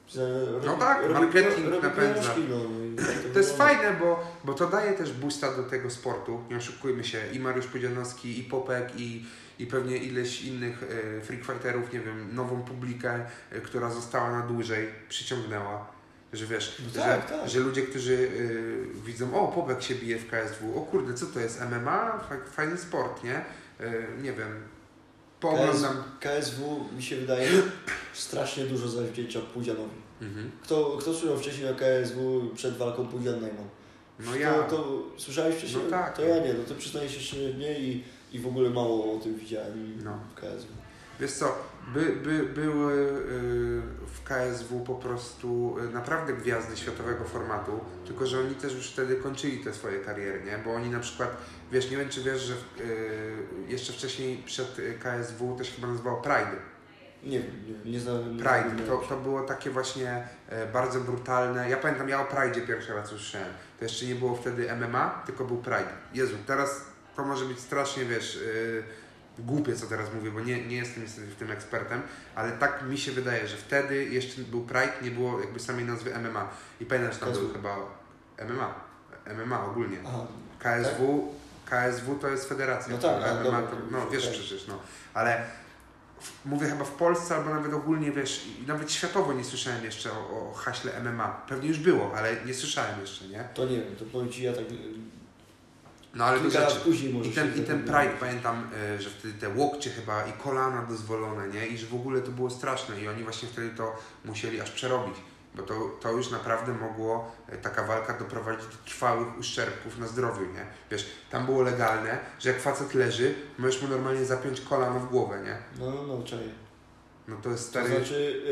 No tak, marketing napędza. To jest wygląda. fajne, bo to daje też boosta do tego sportu. Nie oszukujmy się, i Mariusz Pudzianowski, i Popek, i pewnie ileś innych freak fighterów, nie wiem, nową publikę, która została na dłużej, przyciągnęła. Że wiesz, No tak, tak. że ludzie, którzy widzą, o, Popek się bije w KSW, o kurde, co to jest, MMA? Fajny sport, nie? Nie wiem, pooglądam. KSW mi się wydaje strasznie dużo zawdzięcza Pudzianowi. Kto słyszał wcześniej o KSW przed walką Pudzian-Najman? No ja. To słyszałeś wcześniej? No tak. To ja nie, no to przyznaję się szczerze nie i w ogóle mało o tym widziałem w KSW. Wiesz co, były w KSW po prostu naprawdę gwiazdy światowego formatu, tylko że oni też już wtedy kończyli te swoje kariery, nie? Bo oni na przykład, wiesz, nie wiem czy wiesz, że jeszcze wcześniej przed KSW to się chyba nazywało Pride. Nie znam. Pride, to było takie właśnie bardzo brutalne. Ja pamiętam, ja o Pride'zie pierwszy raz usłyszałem. To jeszcze nie było wtedy MMA, tylko był Pride. Jezu, teraz to może być strasznie, wiesz, głupie co teraz mówię, bo nie jestem niestety w tym ekspertem, ale tak mi się wydaje, że wtedy jeszcze był Pride, nie było jakby samej nazwy MMA. I pamiętam, że tam był chyba MMA ogólnie. Aha, KSW to jest federacja. No tak, MMA to, no wiesz przecież, no. Ale mówię chyba w Polsce albo nawet ogólnie, wiesz, i nawet światowo nie słyszałem jeszcze o haśle MMA. Pewnie już było, ale nie słyszałem jeszcze, nie? To nie wiem, to powiem Ci, ja tak... No ale kilka lat później może i ten Pride, pamiętam, że wtedy te łokcie chyba i kolana dozwolone, nie? I że w ogóle to było straszne i oni właśnie wtedy to musieli aż przerobić. Bo to już naprawdę mogło taka walka doprowadzić do trwałych uszczerbków na zdrowiu, nie? Wiesz, tam było legalne, że jak facet leży, możesz mu normalnie zapiąć kolano w głowę, nie? No, czaję. No to jest stary... To znaczy,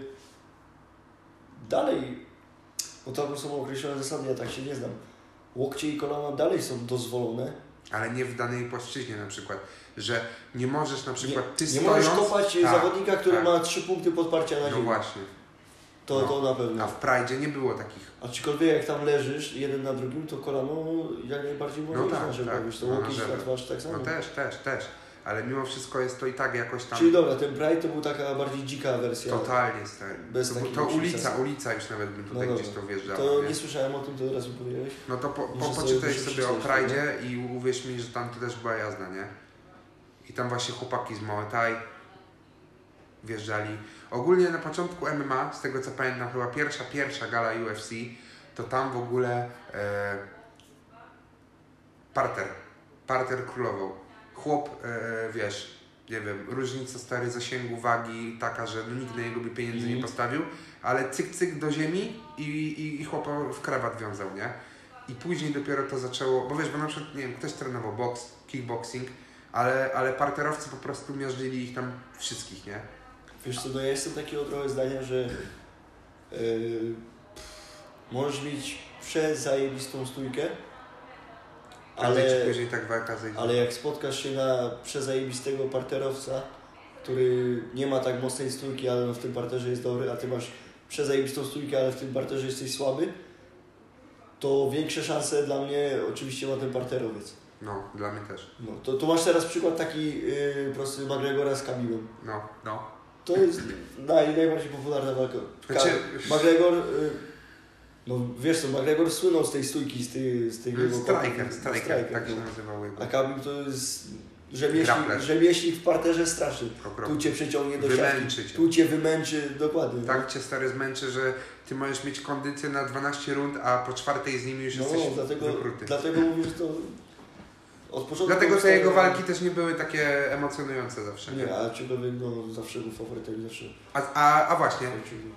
dalej, bo tam są określone zasady, ja tak się nie znam. Łokcie i kolana dalej są dozwolone. Ale nie w danej płaszczyźnie na przykład, że nie możesz na przykład nie możesz kopać zawodnika, który ma 3 punkty podparcia na ziemi. No właśnie. To na pewno. A w Pride'zie nie było takich. Aczkolwiek jak tam leżysz jeden na drugim, to kolano jak najbardziej może iść na żebra, wiesz, to łokieć na twarz tak samo. No też. Ale mimo wszystko jest to i tak jakoś tam... Czyli dobra, ten Pride to był taka bardziej dzika wersja. Totalnie stary. To ulica już nawet bym tutaj gdzieś to wjeżdżał. To nie słyszałem o tym, to teraz mi powiedziałeś. No to poczytaj sobie o Pride'zie i uwierz mi, że tam to też była jazda, nie? I tam właśnie chłopaki z Muay Thai wjeżdżali. Ogólnie na początku MMA, z tego co pamiętam, chyba pierwsza gala UFC, to tam w ogóle parter królował. Chłop, wiesz, nie wiem, różnica stary zasięgu wagi taka, że nikt na niego by pieniędzy nie postawił, ale cyk do ziemi i chłopa w krawat wiązał, nie? I później dopiero to zaczęło, bo wiesz, bo na przykład, nie wiem, ktoś trenował boks, kickboxing, ale parterowcy po prostu miażdżyli ich tam wszystkich, nie? Wiesz co, no ja jestem takiego trochę zdania, że możesz mieć przezajebistą stójkę, ale jak spotkasz się na przezajebistego parterowca, który nie ma tak mocnej stójki, ale w tym parterze jest dobry, a ty masz przezajebistą stójkę, ale w tym parterze jesteś słaby, to większe szanse dla mnie oczywiście ma ten parterowiec. No, dla mnie też. No, to masz teraz przykład taki prosty McGregora z Khabibem. No. To jest najbardziej popularna walka. McGregor, no wiesz co, McGregor słynął z tej stójki, z tej jego Striker, tak się nazywał. A Khabib to jest rzemieślnik w parterze straszny. Tu cię przeciągnie do siatki, tu cię wymęczy, dokładnie. Tak cię stary zmęczy, że ty możesz mieć kondycję na 12 rund, a po 4 z nimi już jesteś wykruty. Dlatego mówię, że to od początku... Dlatego te jego walki też nie były takie emocjonujące zawsze. Nie, a ciągle zawsze był faworytem, zawsze... A właśnie,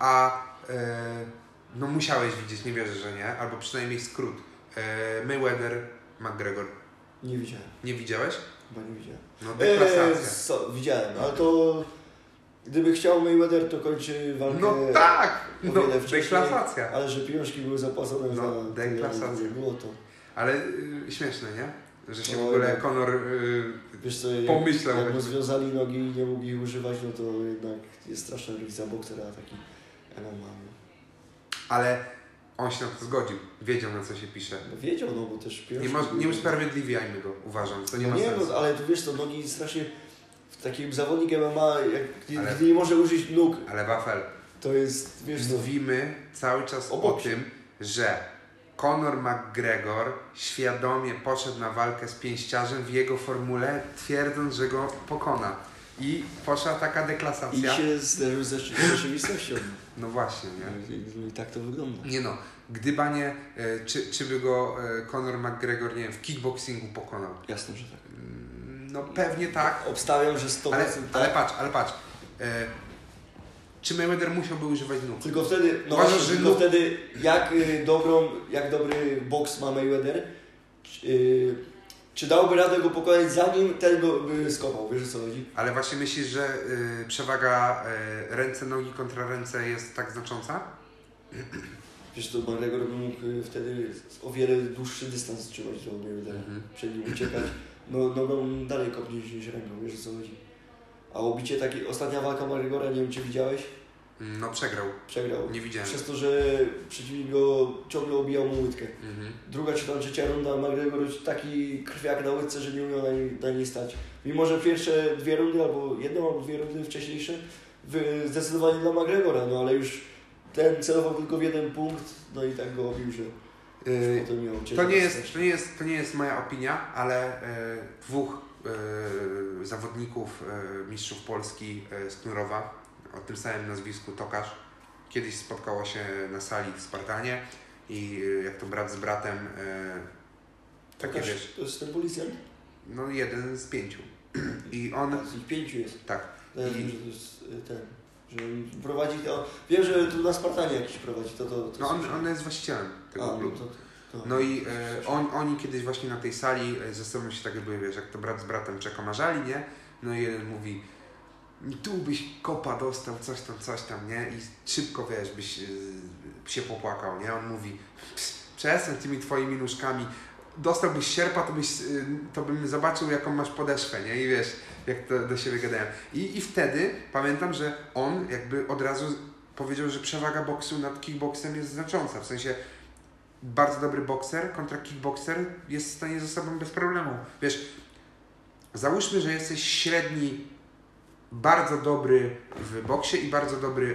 no musiałeś widzieć, nie wierzę, że nie, albo przynajmniej skrót. Mayweather, McGregor. Nie widziałem. Nie widziałeś? Chyba nie widziałem. No deklasacja. Widziałem, ale to... Gdyby chciał Mayweather, to kończy walkę... No tak! No, deklasacja. Ale że pieniążki były zapłacone za... deklasacja. Było to. Ale śmieszne, nie? Że się w ogóle Conor wiesz co, pomyślał. Jak mu związali nogi i nie mógł ich używać, no to jednak jest straszna różnica boksera, a taki MMA. Ale on się na to zgodził. Wiedział, na co się pisze. No wiedział, no bo też nie usprawiedliwiajmy go, uważam. To nie ma sensu. No, ale tu wiesz, to nogi strasznie... W takim zawodnik MMA, gdy nie może użyć nóg... Ale Wafel, To jest, wiesz co... Mówimy cały czas o tym, że Conor McGregor świadomie poszedł na walkę z pięściarzem w jego formule, twierdząc, że go pokona. I poszła taka deklasacja. I się zderzył z rzeczywistością. No właśnie, nie? I tak to wygląda. Nie no, gdyba nie, czy by go Conor McGregor, nie wiem, w kickboxingu pokonał? Jasne, że tak. No pewnie tak. Obstawiam, że 100% ale patrz. Czy Mayweather musiałby używać nóg? Tylko wtedy, no Uważasz, właśnie, że tylko wtedy jak dobry boks ma Mayweather, czy dałby radę go pokonać zanim ten go by skopał, wiesz o co chodzi? Ale właśnie myślisz, że przewaga ręce-nogi kontra ręce jest tak znacząca? Wiesz to McGregor by mógł wtedy o wiele dłuższy dystans trzymać do Mayweathera, przed nim uciekać, no dalej kopnieć niż ręką, wiesz o co chodzi? A obicie takie, ostatnia walka McGregora, nie wiem czy widziałeś? No przegrał. Przegrał. Nie widziałem. Przez to, że przeciwnik go ciągle obijał mu łydkę. Druga czy tam trzecia runda McGregor taki krwiak na łydce, że nie umiał na niej stać. Mimo, że pierwsze 2 rundy, albo 1 albo 2 rundy wcześniejsze zdecydowanie dla McGregora, no ale już ten celował tylko w 1 punkt, no i tak go obił, że potem miał to nie jest moja opinia, ale 2 zawodników mistrzów Polski z Knurowa o tym samym nazwisku, Tokarz, kiedyś spotkało się na sali w Spartanie i jak to brat z bratem takie Tokarz, wiesz... to jest ten policjant? No 1 z 5. I on... Z ich 5 jest. Tak. Że to jest ten, że on prowadzi to... Wiem, że tu na Spartanie jakiś prowadzi to no on jest właścicielem tego klubu. No i oni kiedyś właśnie na tej sali ze sobą się tak jakby, wiesz, jak to brat z bratem przekomarzali, nie? No i jeden mówi, tu byś kopa dostał, coś tam, nie? I szybko, wiesz, byś się popłakał, nie? On mówi, przestań tymi twoimi nóżkami, dostałbyś sierpa, to bym zobaczył, jaką masz podeszwę, nie? I wiesz, jak to do siebie gadają. I wtedy pamiętam, że on jakby od razu powiedział, że przewaga boksu nad kickboksem jest znacząca, w sensie bardzo dobry bokser kontra kickbokser jest w stanie ze sobą bez problemu. Wiesz, załóżmy, że jesteś średni, bardzo dobry w boksie i bardzo dobry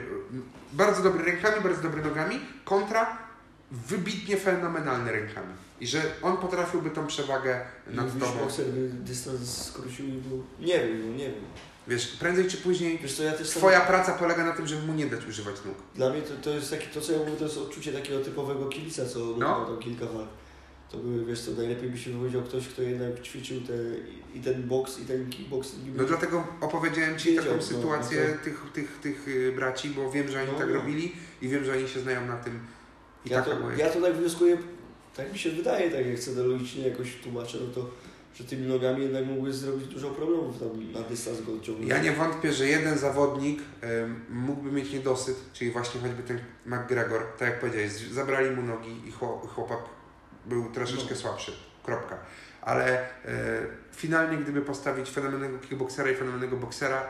rękami, bardzo dobry nogami, kontra wybitnie fenomenalny rękami. I że on potrafiłby tą przewagę nad tobą. Bokser by dystans skrócił i był... Nie wiem. Wiesz, prędzej czy później wiesz co, ja też twoja praca polega na tym, żeby mu nie dać używać nóg. Dla mnie to jest takie, to co ja mówię, to jest odczucie takiego typowego kibica, co miał tam kilka walk. To były, wiesz co, najlepiej by się wypowiedział ktoś, kto jednak ćwiczył i ten boks, i ten kickbox. No dlatego opowiedziałem Ci taką sytuację tych braci, bo wiem, że oni tak robili i wiem, że oni się znają na tym. I ja to tak wnioskuję, tak mi się wydaje, tak jak chcę logicznie jakoś tłumaczę, no to że tymi nogami jednak mógłby zrobić dużo problemów tam na dystans go odciągnąć. Ja nie wątpię, że jeden zawodnik mógłby mieć niedosyt, czyli właśnie choćby ten McGregor, tak jak powiedziałeś, zabrali mu nogi i chłopak był troszeczkę słabszy. Kropka. Ale finalnie, gdyby postawić fenomenalnego kickboksera i fenomenalnego boksera,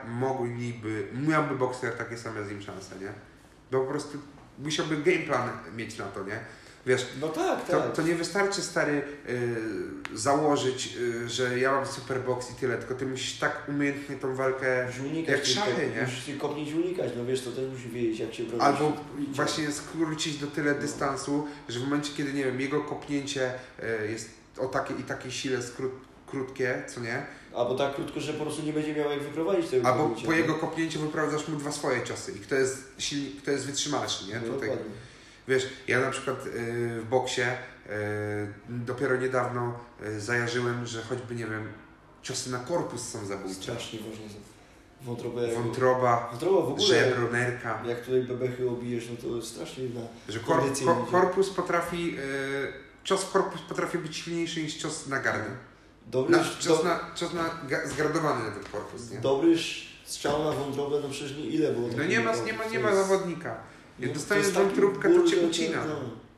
miałby bokser takie same z nim szanse, nie? Bo po prostu musiałby game plan mieć na to, nie? Wiesz, no tak. To nie wystarczy, stary, założyć, że ja mam super boks i tyle, tylko ty musisz tak umiejętnie tą walkę unikać, jak szachy, nie? Musisz się kopnieć i unikać, no wiesz, to też musi wiedzieć, jak się bronić. Albo właśnie skrócić do tyle dystansu, że w momencie, kiedy, nie wiem, jego kopnięcie jest o takiej i takiej sile krótkie, co nie? Albo tak krótko, że po prostu nie będzie miał jak wyprowadzić tego Albo kopnięcia, po jego kopnięciu wyprowadzasz mu 2 swoje ciosy i kto jest wytrzymalszy, nie? No, dokładnie. Wiesz, ja na przykład w boksie dopiero niedawno zajarzyłem, że choćby, nie wiem, ciosy na korpus są zabójcze. Strasznie ważne są. Wątroba w ogóle, żebro, nerka. Jak tutaj bebechy obijesz, no to strasznie na że korpus potrafi, cios w korpus potrafi być silniejszy niż cios na gardę. Cios zgardowany na ten korpus, nie? Dobry strzał na wątrobę, no przecież ile było. No nie ma zawodnika. Jak dostajesz wątróbkę, to cię ucina.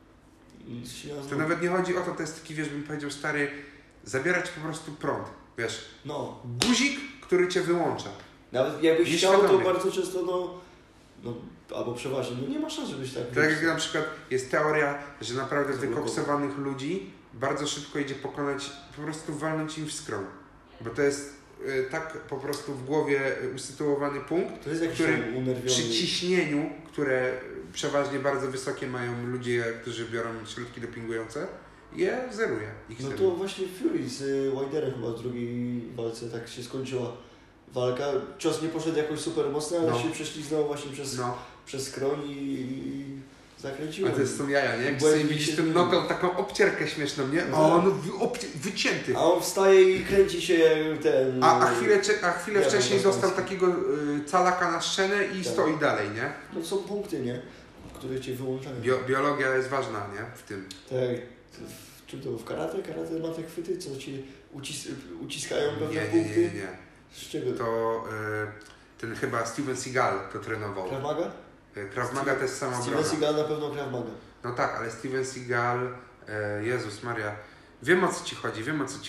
To nawet nie chodzi o to jest taki, wiesz, bym powiedział, stary, zabierać po prostu prąd, wiesz. No. Guzik, który cię wyłącza. Nawet jakbyś chciał, to bardzo często, albo przeważnie, nie ma szans, żebyś tak... Tak jak na przykład jest teoria, że naprawdę wykoksowanych ludzi bardzo szybko idzie pokonać, po prostu walnąć im w skroń. Bo to jest tak po prostu w głowie usytuowany punkt, To jest jakiś który unerwiony. przy ciśnieniu, które przeważnie bardzo wysokie mają ludzie, którzy biorą środki dopingujące, je zeruje. No to właśnie Fury z Wilderem chyba w drugiej walce tak się skończyła walka. Cios nie poszedł jakoś super mocno, ale się prześliznął właśnie przez skroń i zakręciło. A to są jaja, nie? Jak sobie widzisz ten knockout, taką obcierkę śmieszną, nie? A on wycięty. A on wstaje i kręci się ten... A chwilę wcześniej dostał takiego calaka na szczenę i stoi dalej, nie? No są punkty, nie? Które cię wyłączają. Biologia jest ważna, nie? W tym. Tak. Czy to w karate? Karate ma te chwyty, co ci uciskają pewne punkty? Nie. Z czego? To ten chyba Steven Seagal to trenował. Krav Maga? Krav Maga to jest samoobrona. Steven Seagal na pewno Krav Maga. No tak, ale Steven Seagal, Jezus Maria, wiem o co ci chodzi.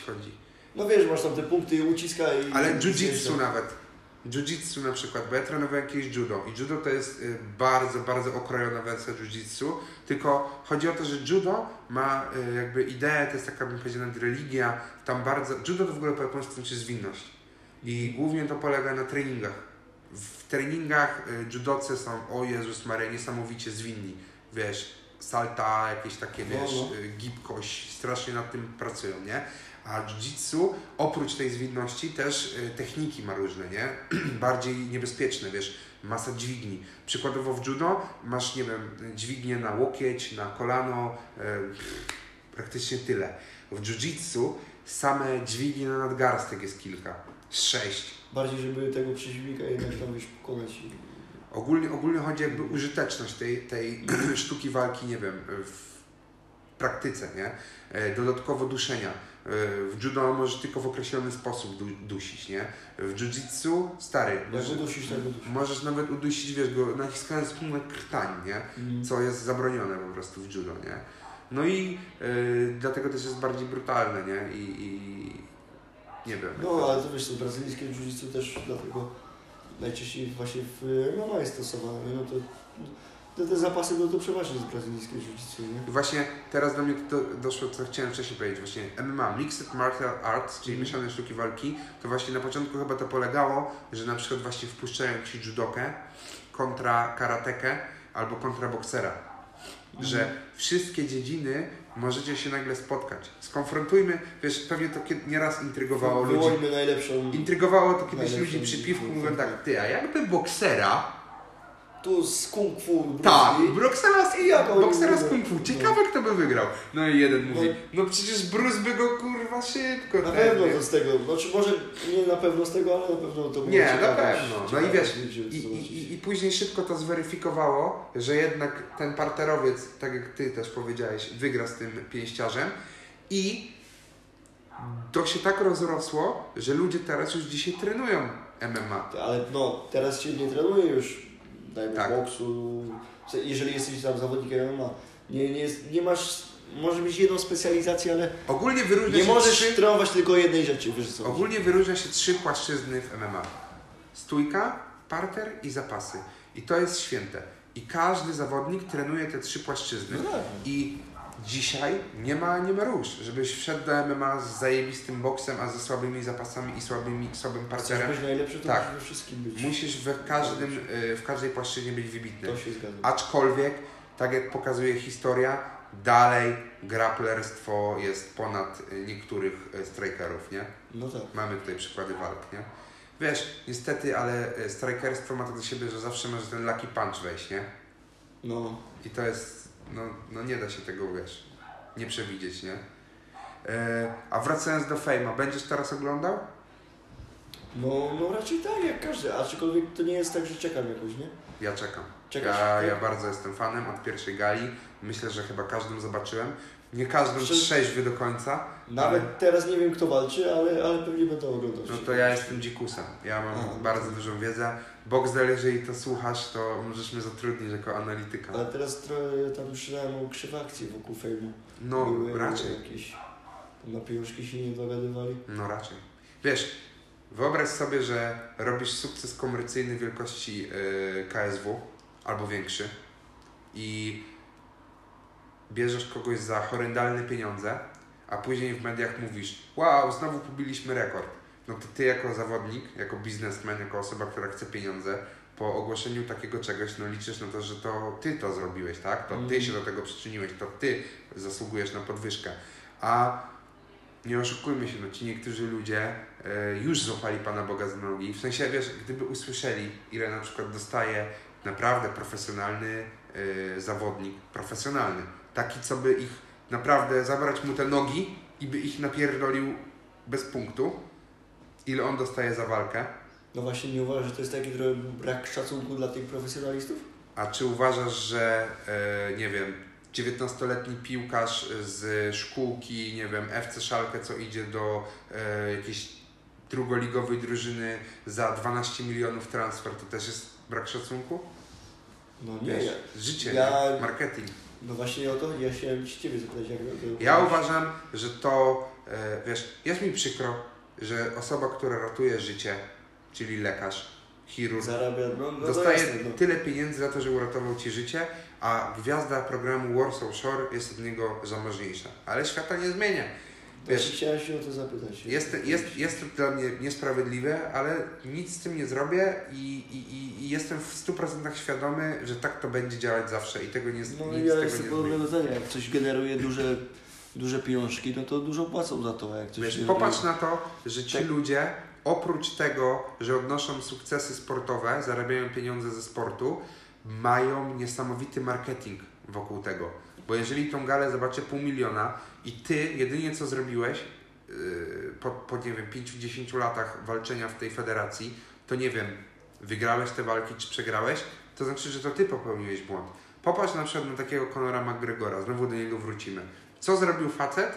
No wiesz, masz tam te punkty, uciska i... Ale jiu-jitsu nawet. Jiu-jitsu na przykład, bo ja trenowałem kiedyś judo i judo to jest bardzo, bardzo okrojona wersja jiu-jitsu, tylko chodzi o to, że judo ma jakby ideę, to jest taka, bym powiedział, nawet religia, tam bardzo, judo to w ogóle po japońsku znaczy zwinność i głównie to polega na treningach. W treningach judocy są, o Jezus Maria, niesamowicie zwinni, wiesz, salta, jakieś takie, wiesz, gibkość, strasznie nad tym pracują, nie? A jiu-jitsu oprócz tej zwinności też techniki ma różne, nie? Bardziej niebezpieczne, wiesz, masa dźwigni. Przykładowo w judo masz, nie wiem, dźwignię na łokieć, na kolano, praktycznie tyle. W jiu-jitsu same dźwignie na nadgarstek jest kilka, 6. Bardziej, żeby tego przeciwnika jednak tam wiesz pokonać. Ogólnie chodzi jakby użyteczność tej sztuki walki, nie wiem, w praktyce, nie? Dodatkowo duszenia. W judo możesz tylko w określony sposób dusić, nie? W jiu-jitsu, stary, możesz nawet udusić, wiesz, go naciskając na krtań, nie? Co jest zabronione po prostu w judo, nie? No i dlatego też jest bardziej brutalne, nie? I nie wiem. No, ale to wiesz, to brazylijskie jiu-jitsu też dlatego najczęściej właśnie w MMA jest stosowane, no to te zapasy to przeważnie z brazylijskie jiu-jitsu, nie? I właśnie teraz do mnie doszło, co chciałem wcześniej powiedzieć, właśnie MMA, Mixed Martial Arts, czyli mieszane sztuki walki, to właśnie na początku chyba to polegało, że na przykład właśnie wpuszczają ci judokę kontra karatekę albo kontra boksera. Że wszystkie dziedziny możecie się nagle spotkać. Skonfrontujmy, wiesz, pewnie to nieraz intrygowało ludzi. Wyłonimy najlepszą... Intrygowało to kiedyś ludzi przy piwku, mówią tak, ty, a jakby boksera... Tu z kung fu. Tak, boksera z kung fu. Ciekawe, kto by wygrał. No i jeden mówi, no przecież Bruce by go kurwa szybko. Na pewno to z tego, znaczy może nie na pewno z tego, ale na pewno to było nie, na pewno. No i wiesz, i później szybko to zweryfikowało, że jednak ten parterowiec, tak jak ty też powiedziałeś, wygra z tym pięściarzem i to się tak rozrosło, że ludzie teraz już dzisiaj trenują MMA. Ale no, teraz się nie trenuje już boksu, jeżeli jesteś tam zawodnikiem MMA. Nie masz, może mieć jedną specjalizację, ale ogólnie wyróżnia nie się możesz trenować tylko jednej rzeczy. Wiesz co? Ogólnie wyróżnia się 3 płaszczyzny w MMA. Stójka, parter i zapasy. I to jest święte. I każdy zawodnik trenuje te 3 płaszczyzny. No tak. I dzisiaj nie ma róż, żebyś wszedł do MMA z zajebistym boksem, a ze słabymi zapasami i słabym parterem. Chcesz być najlepszy, to tak. musisz we wszystkim być. Musisz w każdej płaszczyźnie być wybitny. To się zgadza. Aczkolwiek, tak jak pokazuje historia, dalej grapplerstwo jest ponad niektórych strikerów, nie? No tak. Mamy tutaj przykłady walk, nie? Wiesz, niestety, ale strikerstwo ma to do siebie, że zawsze może ten lucky punch wejść, nie? No. I to jest, no nie da się tego, wiesz, nie przewidzieć, nie? A wracając do Fame'a, będziesz teraz oglądał? No raczej tak, jak każdy, aczkolwiek to nie jest tak, że czekam jakoś, nie? Ja czekam. Czekasz? Ja bardzo jestem fanem od pierwszej gali. Myślę, że chyba każdym zobaczyłem. Nie każdym trzeźwy do końca. Nawet teraz nie wiem, kto walczy, ale pewnie będę oglądał. No to ja jestem dzikusem. Ja mam bardzo dużą wiedzę. Boxdel, jeżeli to słuchasz, to możesz mnie zatrudnić jako analityka. Ale teraz trochę tam myślałem o krzywe akcje wokół Fame'u. No, raczej. Jakieś na pieniążki się nie dogadywali. No raczej. Wiesz, wyobraź sobie, że robisz sukces komercyjny wielkości KSW albo większy i bierzesz kogoś za horrendalne pieniądze, a później w mediach mówisz, wow, znowu pobiliśmy rekord. no to ty jako zawodnik, jako biznesmen, jako osoba, która chce pieniądze, po ogłoszeniu takiego czegoś, no liczysz na to, że to ty to zrobiłeś, tak? To ty się do tego przyczyniłeś, to ty zasługujesz na podwyżkę. A nie oszukujmy się, no ci niektórzy ludzie już złapali Pana Boga za nogi. W sensie, wiesz, gdyby usłyszeli, ile na przykład dostaje naprawdę profesjonalny zawodnik, profesjonalny, taki, co by ich naprawdę zabrać mu te nogi i by ich napierdolił bez punktu, ile on dostaje za walkę. No właśnie, nie uważasz, że to jest taki trochę brak szacunku dla tych profesjonalistów? A czy uważasz, że, nie wiem, 19-letni piłkarz z szkółki, nie wiem, FC Schalke, co idzie do jakiejś drugoligowej drużyny za 12 milionów transfer, to też jest brak szacunku? No nie. Wiesz, życie, marketing. No właśnie o to, ja chciałem Ciebie zapytać, jak to... Ja uważam, że to, wiesz, jest mi przykro, że osoba, która ratuje życie, czyli lekarz, chirurg, zarabia, dostaje tyle pieniędzy za to, że uratował Ci życie, a gwiazda programu Warsaw Shore jest od niego zamożniejsza. Ale świata nie zmienia. Wiesz, chciałem się o to zapytać. Jest to dla mnie niesprawiedliwe, ale nic z tym nie zrobię i jestem w 100% świadomy, że tak to będzie działać zawsze i tego nie zmieni. No ja jestem podobnego zdania. Jak coś generuje duże pieniążki, no to dużo płacą za to. Jak coś wiesz, popatrz na to, że ci ludzie oprócz tego, że odnoszą sukcesy sportowe, zarabiają pieniądze ze sportu, mają niesamowity marketing wokół tego. Bo jeżeli tą galę zobaczy 500 000 i ty jedynie co zrobiłeś po nie wiem, 5-10 latach walczenia w tej federacji, to nie wiem, wygrałeś te walki czy przegrałeś, to znaczy, że to ty popełniłeś błąd. Popatrz na przykład na takiego Conora McGregora, znowu do niego wrócimy. Co zrobił facet?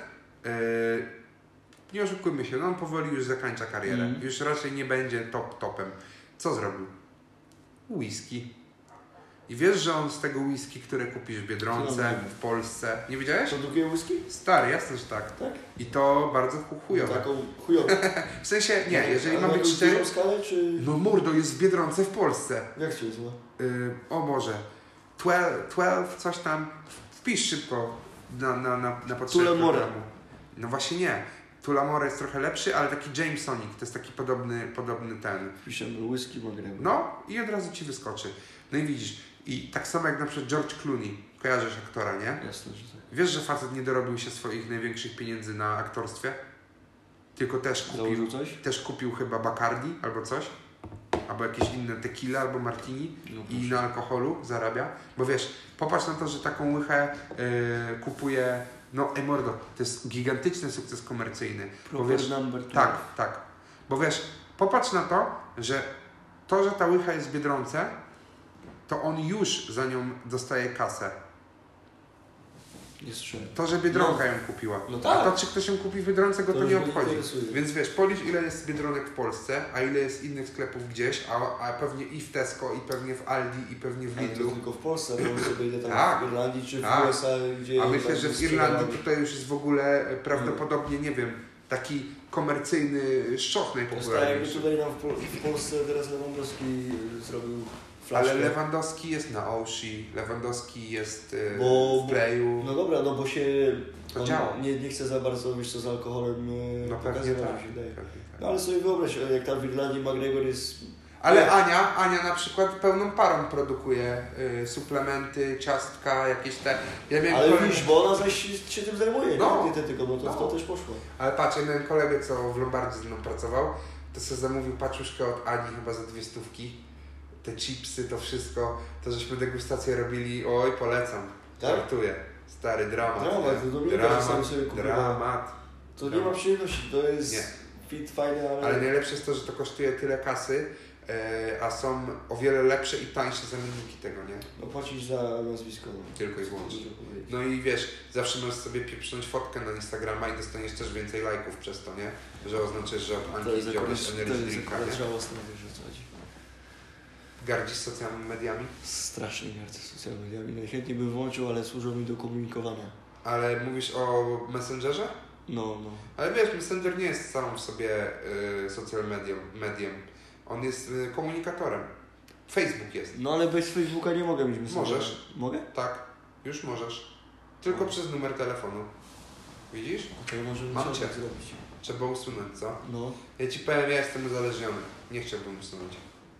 Nie oszukujmy się, no on powoli już zakończa karierę. Już raczej nie będzie topem. Co zrobił? Whisky. I wiesz, że on z tego whisky, które kupisz w Biedronce, w Polsce... Nie wiedziałeś? To drugie whisky? Stary, jasne, że tak. Tak? I to bardzo chujowe. Taką chujową. W sensie, nie, jeżeli ma być 4... skalę, czy... No mordo, jest w Biedronce w Polsce. Jak się nazywa? O Boże. 12, coś tam. Wpisz szybko na potrzeby programu. No właśnie nie. Tullamore jest trochę lepszy, ale taki Jamesonic, to jest taki podobny ten. Piszemy whisky McGregor. No i od razu Ci wyskoczy. No i widzisz, i tak samo jak na przykład George Clooney, kojarzysz aktora, nie? Jasne, że tak. Wiesz, że facet nie dorobił się swoich największych pieniędzy na aktorstwie? Tylko też kupił chyba Bacardi albo coś, albo jakieś inne tequila albo martini i na alkoholu zarabia. Bo wiesz, popatrz na to, że taką łychę kupuje... No, mordo, to jest gigantyczny sukces komercyjny. Bo wiesz, tak. Bo wiesz, popatrz na to, że ta łycha jest w Biedronce, to on już za nią dostaje kasę. To, że Biedronka ją kupiła. No tak. A to, czy ktoś ją kupi w Biedronce, go to nie obchodzi. Więc wiesz, policz ile jest Biedronek w Polsce, a ile jest innych sklepów gdzieś, a pewnie i w Tesco, i pewnie w Aldi, i pewnie w Lidlu. To tylko w Polsce, bo sobie ile tam w Irlandii, czy w USA, gdzie... A myślę, że w Irlandii tutaj już jest w ogóle prawdopodobnie, nie wiem, taki komercyjny szczoch najpopularniejszy. Tak, tutaj w Polsce teraz Lewandowski zrobił flaszkę. Ale Lewandowski jest na Oshi, Lewandowski jest w Playu. No dobra, no bo się nie chce za bardzo, wiesz co, z alkoholem pokazywać, tak, się wydaje. tak. No ale sobie wyobraź, jak tam w Irlandii McGregor jest... Ale Ania na przykład pełną parą produkuje suplementy, ciastka, jakieś te... Ale widzisz, bo ona zaś się tym zajmuje, dietetyką, no to w to też poszło. Ale patrz, ja miałem kolegę, co w Lombardii ze mną pracował, to sobie zamówił paczuszkę od Ani chyba za 200. Te chipsy, to wszystko, to żeśmy degustację robili, oj, polecam. Tak? Żartuję. Stary dramat. Dramat. To nie ma przyjemności, to jest fit, fajne, ale najlepsze jest to, że to kosztuje tyle kasy, a są o wiele lepsze i tańsze zamienniki tego, nie? No płacisz za nazwisko. No. Tylko i wyłącznie. No i wiesz, zawsze możesz sobie pieprznąć fotkę na Instagrama i dostaniesz też więcej lajków przez to, nie? Że oznaczasz, że od Anki wziąłeś energy drinka, nie? To jest żałosne, wiesz o co chodzi. Gardzisz socjalnymi mediami? Strasznie gardzę socjalnymi mediami. Najchętniej bym włączył, ale służą mi do komunikowania. Ale mówisz o Messengerze? No. Ale wiesz, Messenger nie jest samą w sobie social medium. On jest komunikatorem. Facebook jest. No ale bez Facebooka nie mogę mieć Messengera. Możesz. Mogę? Tak, już możesz. Tylko przez numer telefonu. Widzisz? To ja może Mam cię. zrobić. Trzeba usunąć, co? No. Ja ci powiem, ja jestem uzależniony. Nie chciałbym usunąć.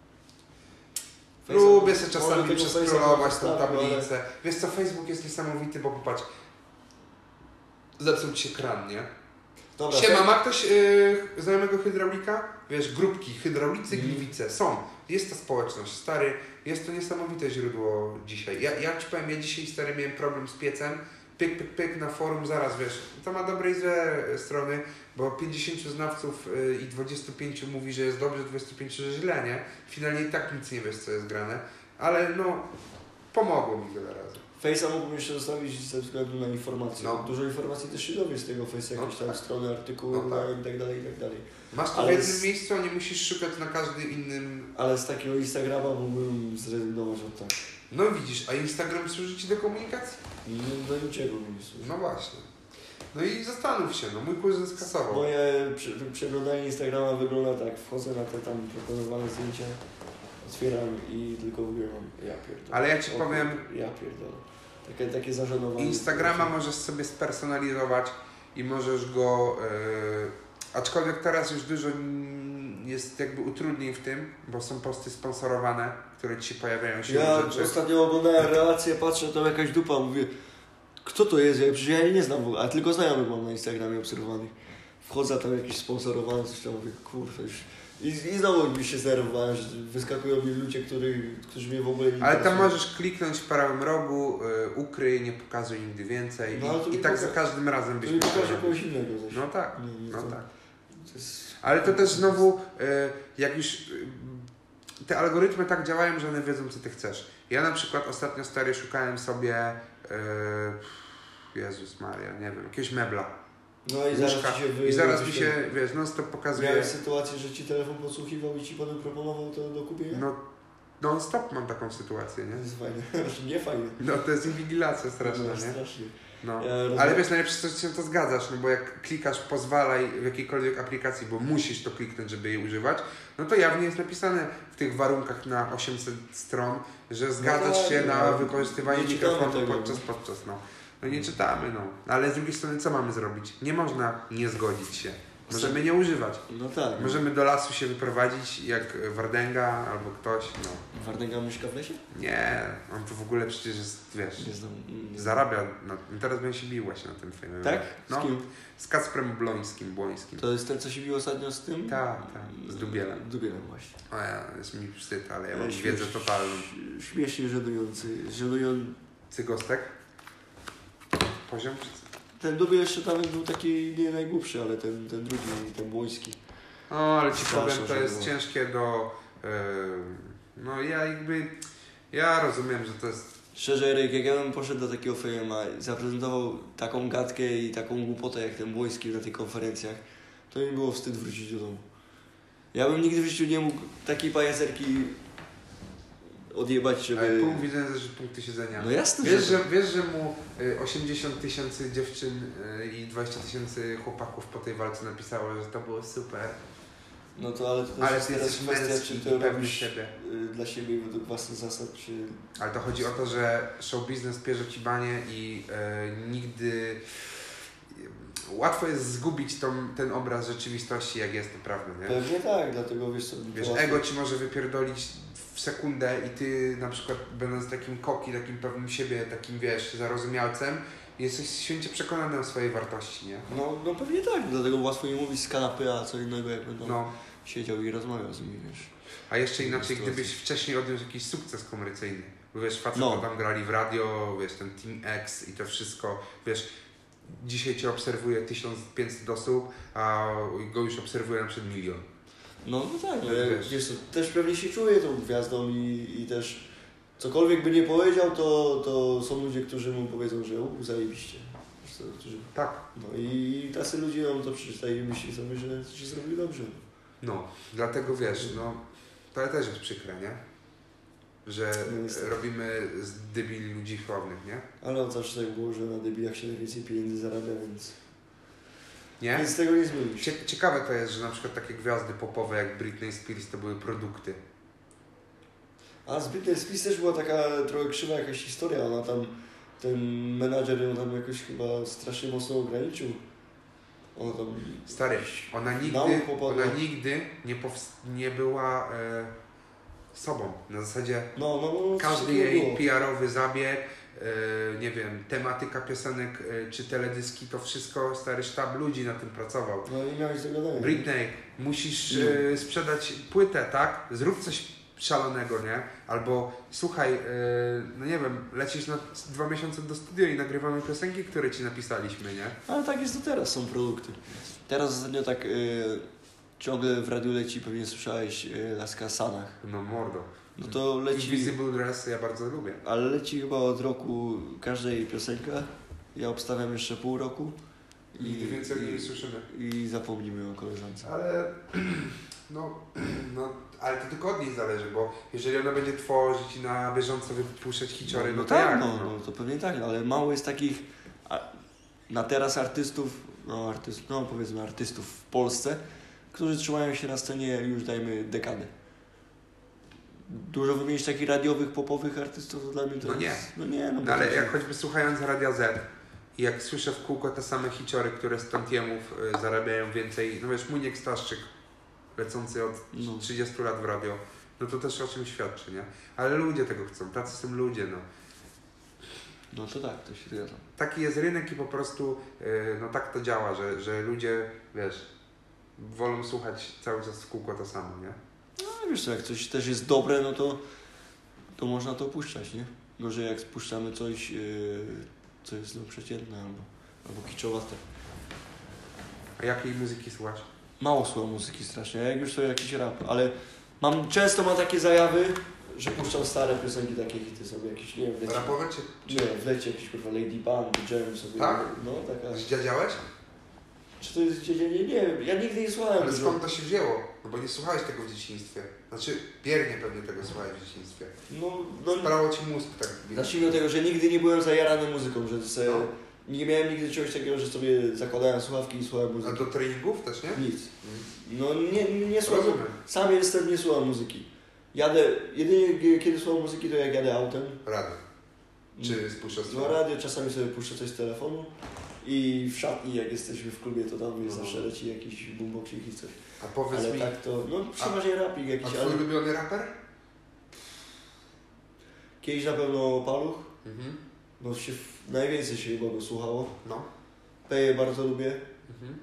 Lubię sobie czasami przescrollować tą tablicę. Ale... Wiesz co, Facebook jest niesamowity, bo popatrz, zepsuł ci się kran, nie? Dobra, siema, ma ktoś znajomego hydraulika? Wiesz, grupki, hydraulicy, gliwice, są. Jest ta społeczność, stary, jest to niesamowite źródło dzisiaj. Ja ci powiem, ja dzisiaj, stary, miałem problem z piecem, pyk na forum, zaraz, wiesz, to ma dobre i złe strony, bo 50 znawców i 25 mówi, że jest dobrze, 25, że źle, nie? Finalnie i tak nic nie wiesz, co jest grane, ale no, pomogło mi wiele razy. Face'a mógłbym jeszcze zostawić ze względu na informacje. No. Dużo informacji też się dowie z tego Face'a, jakieś tam strony, artykuły i tak dalej, i tak dalej. Masz to w jednym miejscu, a nie musisz szukać na każdym innym... Ale z takiego Instagrama mógłbym zrezygnować od tak. No widzisz, a Instagram służy ci do komunikacji? No do niczego mi nie służy. No właśnie. No i zastanów się, no mój kuzyn skasował. Moje przeglądanie Instagrama wygląda tak, wchodzę na te tam proponowane zdjęcia, otwieram i tylko wybieram, ja pierdolę. Ale ja ci powiem... Ja pierdolę. Takie zażenowanie. Instagrama możesz sobie spersonalizować i możesz go... aczkolwiek teraz już dużo jest jakby utrudnień w tym, bo są posty sponsorowane, które ci się pojawiają się. Ja ostatnio oglądałem relację, patrzę, tam jakaś dupa, mówię, kto to jest? Przecież ja jej nie znam w ogóle, a tylko znajomych mam na Instagramie obserwowanych. Wchodzę tam jakiś sponsorowany, coś tam, mówię, kurwa, już... I znowu mi się zdenerwowałem, że wyskakują mi ludzie, którzy mnie w ogóle nie Ale tam możesz kliknąć w prawym rogu, ukryj, nie pokazuj nigdy więcej i tak za każdym razem byś musiał. To mi pokaże kogoś innego zaś. No tak, no tak. Ale to też znowu, jak już te algorytmy tak działają, że one wiedzą, co ty chcesz. Ja na przykład ostatnio, stary, szukałem sobie Jezus Maria, nie wiem, jakiegoś mebla. No i zaraz ci się I zaraz mi się, wiesz, non stop pokazuje... Miałeś sytuację, że ci telefon podsłuchiwał i ci potem proponował to do kupienia? No, non stop mam taką sytuację, nie? To jest fajne, nie fajne. No to jest inwigilacja straszna, no, nie? Strasznie. No. Ale wiesz, najlepsze, że się to zgadzasz, no bo jak klikasz pozwalaj w jakiejkolwiek aplikacji, bo musisz to kliknąć, żeby jej używać, no to jawnie jest napisane w tych warunkach na 800 stron, że zgadzasz się na wykorzystywanie mikrofonu podczas no nie czytamy, no. Ale z drugiej strony co mamy zrobić? Nie można nie zgodzić się. Możemy nie używać. No tak. Możemy do lasu się wyprowadzić jak Wardęga albo ktoś, no. Wardęga mieszka w lesie? Nie, on to w ogóle przecież jest, wiesz, zarabia, no, teraz będzie się bił właśnie na tym filmie. Tak? Z no, kim? Z Kacprem Błońskim. To jest ten, co się bił ostatnio z tym? Tak, z Dubielem. Dubielem właśnie. O ja, jest mi wstyd, ale ja mam wiedzę totalną. Śmiesznie żenujący. Cygostek? Poziom? Ten Dubiel jeszcze tam był taki nie najgłupszy, ale ten drugi, ten Błoński. No, ale ci powiem, to jest ciężkie do... no ja rozumiem, że to jest... Szczerze, Eryk, jak ja bym poszedł do takiego fejma i zaprezentował taką gadkę i taką głupotę jak ten Błoński na tych konferencjach, to mi było wstyd wrócić do domu. Ja bym nigdy w życiu nie mógł takiej pajacerki odjebać, żeby... Ale punkt widzenia też punkty siedzenia. No jasne, wiesz, że mu 80 000 dziewczyn i 20 000 chłopaków po tej walce napisało, że to było super. No to ale to też jest teraz kwestia, czy to robisz siebie. Dla siebie według własnych zasad, czy... Ale to chodzi o to, że show biznes pierze ci banie i nigdy... Łatwo jest zgubić ten obraz rzeczywistości, jak jest naprawdę, nie? Pewnie tak, dlatego wiesz co... Wiesz, ego ci może wypierdolić w sekundę i ty na przykład będąc takim koki, takim pewnym siebie, takim wiesz, zarozumialcem, jesteś święcie przekonany o swojej wartości, nie? No pewnie tak, dlatego łatwo mi mówić z kanapy, a co innego jak będą siedział i rozmawiał z nimi, wiesz. A jeszcze inaczej, gdybyś wcześniej odniósł jakiś sukces komercyjny, bo wiesz, facet tam grali w radio, wiesz, ten Team X i to wszystko, wiesz, dzisiaj cię obserwuje 1500 osób, a go już obserwuje na przykład 1 000 000. No tak, wiesz co, też pewnie się czuje tą gwiazdą i też cokolwiek by nie powiedział, to są ludzie, którzy mu powiedzą, że zajebiście. Tak. No i tacy ludzie nam to przeczytają i myśli sobie, że ci zrobili dobrze. No, dlatego wiesz, no to też jest przykre, nie? Że robimy z debili ludzi sławnych, nie? Ale on zawsze tak było, że na debilach się najwięcej pieniędzy zarabia, więc... Nie? Więc tego nie zmienisz. Ciekawe to jest, że na przykład takie gwiazdy popowe jak Britney Spears to były produkty. A z Britney Spears też była taka trochę krzywa jakaś historia, ten menadżer ją tam jakoś chyba strasznie mocno ograniczył. Ona tam... Stary, ona nigdy nie była sobą. Na zasadzie każdy jej PR-owy zabieg, nie wiem, tematyka piosenek czy teledyski, to wszystko stary sztab ludzi na tym pracował. No i miałeś zagadanie. Britney, musisz sprzedać płytę, tak? Zrób coś szalonego, nie? Albo słuchaj, no nie wiem, lecisz na 2 miesiące do studia i nagrywamy piosenki, które ci napisaliśmy, nie? Ale tak jest to teraz, są produkty. Teraz ostatnio tak ciągle w radiu leci, pewnie słyszałeś, Laska Sanach. No mordo. No to leci... Invisible Dress ja bardzo lubię. Ale leci chyba od roku każda jej piosenka. Ja obstawiam jeszcze pół roku. Nigdy więcej nie słyszymy. I zapomnimy o koleżance. Ale ale to tylko od niej zależy, bo jeżeli ona będzie tworzyć i na bieżąco wypuszczać hiciory, no to tak, jak? no to pewnie tak, ale mało jest takich na teraz artystów w Polsce, którzy trzymają się na scenie już dajmy dekadę. Dużo wymienić takich radiowych, popowych artystów, to dla mnie to No ale jak choćby słuchając Radia Z i jak słyszę w kółko te same hiciory, które z tantiemów zarabiają więcej, no wiesz, Muniek Staszczyk lecący od 30 lat w radio, no to też o czym świadczy, nie? Ale ludzie tego chcą, tacy są ludzie, no. No to tak, to się zgadza. Taki jest rynek i po prostu, no tak to działa, że ludzie, wiesz, wolą słuchać cały czas w kółko to samo, nie? No wiesz co, jak coś też jest dobre, no to można to puszczać, nie? Gorzej jak spuszczamy coś, co jest przeciętne albo kiczowate. A jakiej muzyki słuchasz? Mało słucham muzyki strasznie, jak już to jakiś rap, ale często mam takie zajawy, że puszczam stare piosenki, takie hity sobie jakieś, nie wiem, w lecie. Rapowe czy? Nie, w lecie jakiś kurwa Lady Band, Jam sobie. Tak? No taka. Zdziadziałeś? Czy to jest dziedzenie? Nie wiem, ja nigdy nie słuchałem. Ale skąd to się wzięło? No bo nie słuchałeś tego w dzieciństwie. Znaczy, biernie pewnie tego słuchałeś w dzieciństwie. No Sprało ci mózg tak. zacznijmy od tego, że nigdy nie byłem zajarany muzyką, że sobie, nie miałem nigdy czegoś takiego, że sobie zakładałem słuchawki i słuchałem muzyki. A do treningów też, nie? Nic. No nie słucham. Rozumiem. Sam jestem, nie słucham muzyki. Jedynie kiedy słucham muzyki, to jak jadę autem. Radio. Czy spuszczasz No radio, czasami sobie puszczę coś z telefonu. I w szatni, jak jesteśmy w klubie, to tam zawsze leci jakiś boomboxik i coś. A powiedz ale mi... tak to, przeważnie rapik jakiś. A twój ulubiony raper? Kiedyś na pewno Paluch. Mhm. No najwięcej się chyba go słuchało. No. Peje bardzo lubię. Mhm.